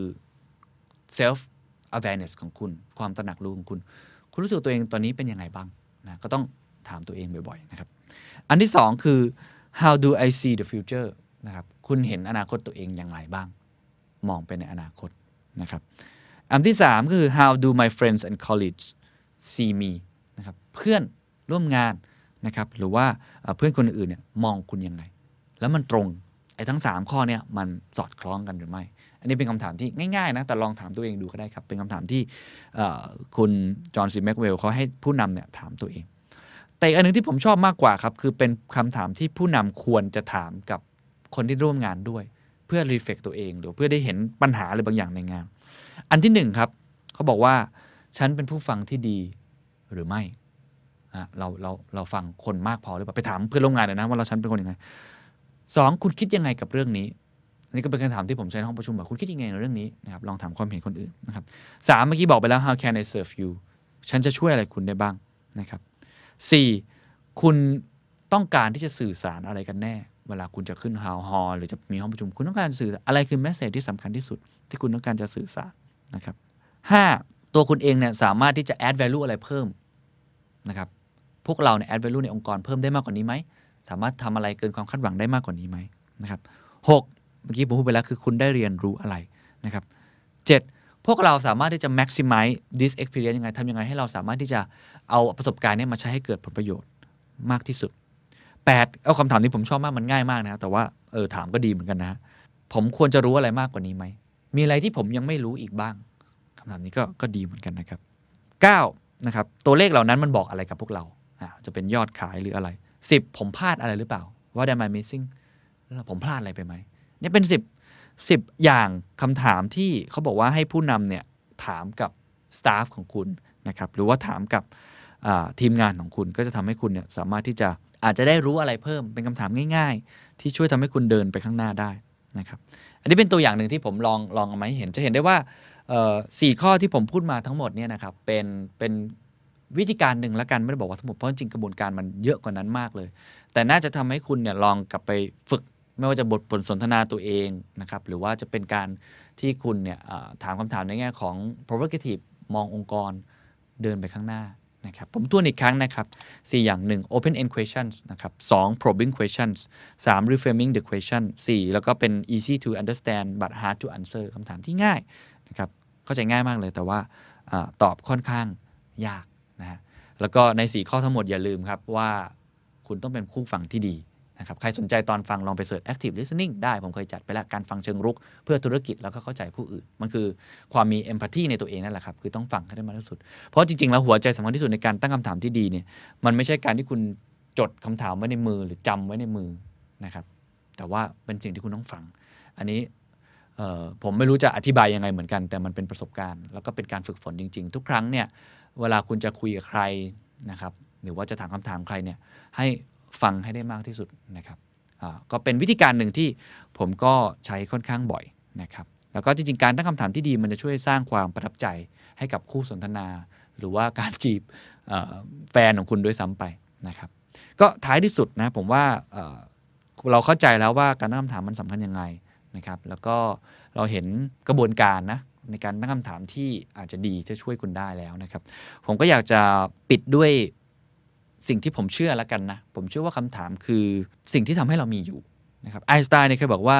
self awareness ของคุณความตระหนักรู้ของคุณคุณรู้สึกตัวเองตอนนี้เป็นยังไงบ้างนะก็ต้องถามตัวเองบ่อยๆนะครับอันที่สองคือ how do I see the future นะครับคุณเห็นอนาคตตัวเองอย่างไรบ้างมองไปในอนาคตนะครับอันที่สามคือ how do my friends and colleagues see me นะครับเพื่อนร่วมงานนะครับหรือว่าเพื่อนคนอื่นเนี่ยมองคุณยังไงแล้วมันตรงไอ้ทั้งสามข้อเนี่ยมันสอดคล้องกันหรือไม่อันนี้เป็นคำถามที่ง่ายๆนะแต่ลองถามตัวเองดูก็ได้ครับเป็นคำถามที่คุณจอห์นซีแม็กเวลล์เขาให้ผู้นำเนี่ยถามตัวเองแต่อันนึงที่ผมชอบมากกว่าครับคือเป็นคำถามที่ผู้นำควรจะถามกับคนที่ร่วมงานด้วยเพื่อรีเฟกตัวเองหรือเพื่อได้เห็นปัญหาอะไรบางอย่างในงานอันที่หนึ่งครับเขาบอกว่าฉันเป็นผู้ฟังที่ดีหรือไม่เราเราเราฟังคนมากพอหรือเปล่าไปถามเพื่อนร่วมงานเลยนะว่าเราฉันเป็นคนยังไงสองคุณคิดยังไงกับเรื่องนี้อันนี้ก็เป็นคำถามที่ผมใช้ในห้องประชุมแบบคุณคิดยังไงในเรื่องนี้นะครับลองถามความเห็นคนอื่นนะครับสามเมื่อกี้บอกไปแล้ว how can I serve you ฉันจะช่วยอะไรคุณได้บ้างนะครับสี่คุณต้องการที่จะสื่อสารอะไรกันแน่เวลาคุณจะขึ้นฮาวฮอลหรือจะมีห้องประชุมคุณต้องการสื่ออะไรคือเมสเสจที่สำคัญที่สุดที่คุณต้องการจะสื่อสารนะครับห้าตัวคุณเองเนี่ยสามารถที่จะ add value อะไรเพิ่มนะครับพวกเราเนี่ย add value ในองค์กรเพิ่มได้มากกว่านี้ไหมสามารถทำอะไรเกินความคาดหวังได้มากกว่านี้ไหมนะครับหกเมื่อกี้ผมพูดไปแล้วคือคุณได้เรียนรู้อะไรนะครับเจ็ดพวกเราสามารถที่จะ maximize this experience ยังไงทำยังไงให้เราสามารถที่จะเอาประสบการณ์นี้มาใช้ให้เกิดผลประโยชน์มากที่สุดแปดเอาคำถามที่ผมชอบมากมันง่ายมากนะแต่ว่าเออถามก็ดีเหมือนกันนะผมควรจะรู้อะไรมากกว่านี้ไหมมีอะไรที่ผมยังไม่รู้อีกบ้างคำถามนี้ก็ก็ดีเหมือนกันนะครับเก้านะครับตัวเลขเหล่านั้นมันบอกอะไรกับพวกเราอ่าจะเป็นยอดขายหรืออะไรสิบผมพลาดอะไรหรือเปล่าว่า am I missing ผมพลาดอะไรไปไหมนี่เป็นสิบ สิบอย่างคำถามที่เขาบอกว่าให้ผู้นำเนี่ยถามกับสตาฟของคุณนะครับหรือว่าถามกับทีมงานของคุณก็จะทำให้คุณเนี่ยสามารถที่จะอาจจะได้รู้อะไรเพิ่มเป็นคำถามง่ายๆที่ช่วยทำให้คุณเดินไปข้างหน้าได้นะครับอันนี้เป็นตัวอย่างหนึ่งที่ผมลองลองเอามาให้เห็นจะเห็นได้ว่าสี่ข้อที่ผมพูดมาทั้งหมดเนี่ยนะครับเป็นเป็นวิธีการหนึ่งแล้วกันไม่ได้บอกว่าทั้งหมดเพราะจริงกระบวนการมันเยอะกว่านั้นมากเลยแต่น่าจะทำให้คุณเนี่ยลองกลับไปฝึกไม่ว่าจะบทสนทนาตัวเองนะครับหรือว่าจะเป็นการที่คุณเนี่ยถามคำถามในแง่ของ provocative มององค์กรเดินไปข้างหน้านะครับผมทวนอีกครั้งนะครับสี่อย่างหนึ่ง open end questions นะครับสอง probing questions สาม reframing the question สี่แล้วก็เป็น easy to understand but hard to answer คำถามที่ง่ายนะครับเข้าใจง่ายมากเลยแต่ว่าตอบค่อนข้างยากนะฮะแล้วก็ในสี่ข้อทั้งหมดอย่าลืมครับว่าคุณต้องเป็นผู้ฟังที่ดีนะครับใครสนใจตอนฟังลองไปเสิร์ช active listening ได้ผมเคยจัดไปแล้วการฟังเชิงรุกเพื่อธุรกิจแล้วก็เข้าใจผู้อื่นมันคือความมี empathy ในตัวเองนั่นแหละครับคือต้องฟังให้ได้มากที่สุดเพราะจริงๆแล้วหัวใจสำคัญที่สุดในการตั้งคำถามที่ดีเนี่ยมันไม่ใช่การที่คุณจดคำถามไว้ในมือหรือจำไว้ในมือนะครับแต่ว่าเป็นสิ่งที่คุณต้องฟังอันนี้ผมไม่รู้จะอธิบายยังไงเหมือนกันแต่มันเป็นประสบการณ์แล้วก็เป็นการฝึกฝนจริงๆทุกครั้งเนี่ยเวลาคุณจะคุยกับใครนะครับหรือว่าจะถามคำถามใครเนี่ยให้ฟังให้ได้มากที่สุดนะครับก็เป็นวิธีการหนึ่งที่ผมก็ใช้ค่อนข้างบ่อยนะครับแล้วก็จริงๆการตั้งคำถามที่ดีมันจะช่วยสร้างความประทับใจให้กับคู่สนทนาหรือว่าการจีบแฟนของคุณด้วยซ้ำไปนะครับก็ท้ายที่สุดนะผมว่าเราเข้าใจแล้วว่าการตั้งคำถามมันสำคัญยังไงนะครับแล้วก็เราเห็นกระบวนการนะในการตั้งคำถามที่อาจจะดีจะช่วยคุณได้แล้วนะครับผมก็อยากจะปิดด้วยสิ่งที่ผมเชื่อแล้วกันนะผมเชื่อว่าคำถามคือสิ่งที่ทำให้เรามีอยู่นะครับไอน์สไตน์เนี่ยเคยบอกว่า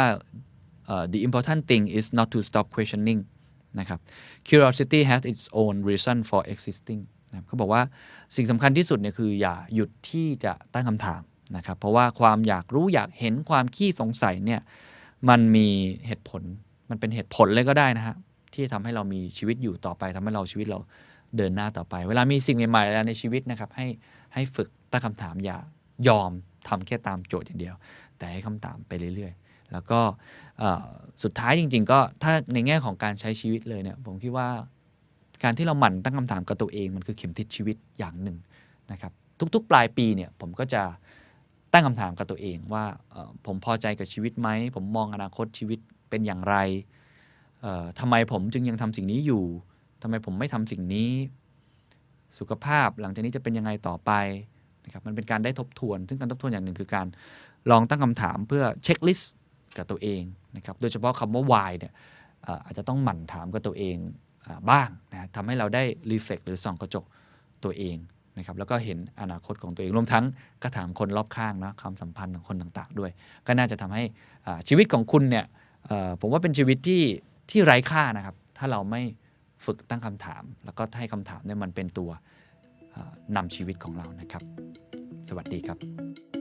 uh, the important thing is not to stop questioning นะครับ curiosity has its own reason for existing นะเขาบอกว่าสิ่งสำคัญที่สุดเนี่ยคืออย่าหยุดที่จะตั้งคำถามนะครับเพราะว่าความอยากรู้อยากเห็นความขี้สงสัยเนี่ยมันมีเหตุผลมันเป็นเหตุผลเลยก็ได้นะฮะที่ทำให้เรามีชีวิตอยู่ต่อไปทำให้เราชีวิตเราเดินหน้าต่อไปเวลามีสิ่งใหม่ๆในชีวิตนะครับให้ให้ฝึกตั้งคำถามอย่ายอมทำแค่ตามโจทย์อย่างเดียวแต่ให้คำถามไปเรื่อยๆแล้วก็สุดท้ายจริงๆก็ถ้าในแง่ของการใช้ชีวิตเลยเนี่ยผมคิดว่าการที่เราหมั่นตั้งคำถามกับตัวเองมันคือเข็มทิศชีวิตอย่างหนึ่งนะครับทุกๆปลายปีเนี่ยผมก็จะตั้งคำถามกับตัวเองว่าผมพอใจกับชีวิตไหมผมมองอนาคตชีวิตเป็นอย่างไรทำไมผมจึงยังทำสิ่งนี้อยู่ทำไมผมไม่ทำสิ่งนี้สุขภาพหลังจากนี้จะเป็นยังไงต่อไปนะครับมันเป็นการได้ทบทวนซึ่งการทบทวนอย่างหนึ่งคือการลองตั้งคำถามเพื่อเช็คลิสต์กับตัวเองนะครับโดยเฉพาะคำว่า why เนี่ยอาจจะต้องหมั่นถามกับตัวเองบ้างนะทำให้เราได้ reflect หรือส่องกระจกตัวเองนะครับแล้วก็เห็นอนาคตของตัวเองรวมทั้งกระถามคนรอบข้างนะความสัมพันธ์ของคนต่างๆด้วยก็น่าจะทำให้ชีวิตของคุณเนี่ยผมว่าเป็นชีวิตที่ที่ไร้ค่านะครับถ้าเราไม่ฝึกตั้งคำถามแล้วก็ให้คำถามเนี่ยมันเป็นตัวนำชีวิตของเรานะครับสวัสดีครับ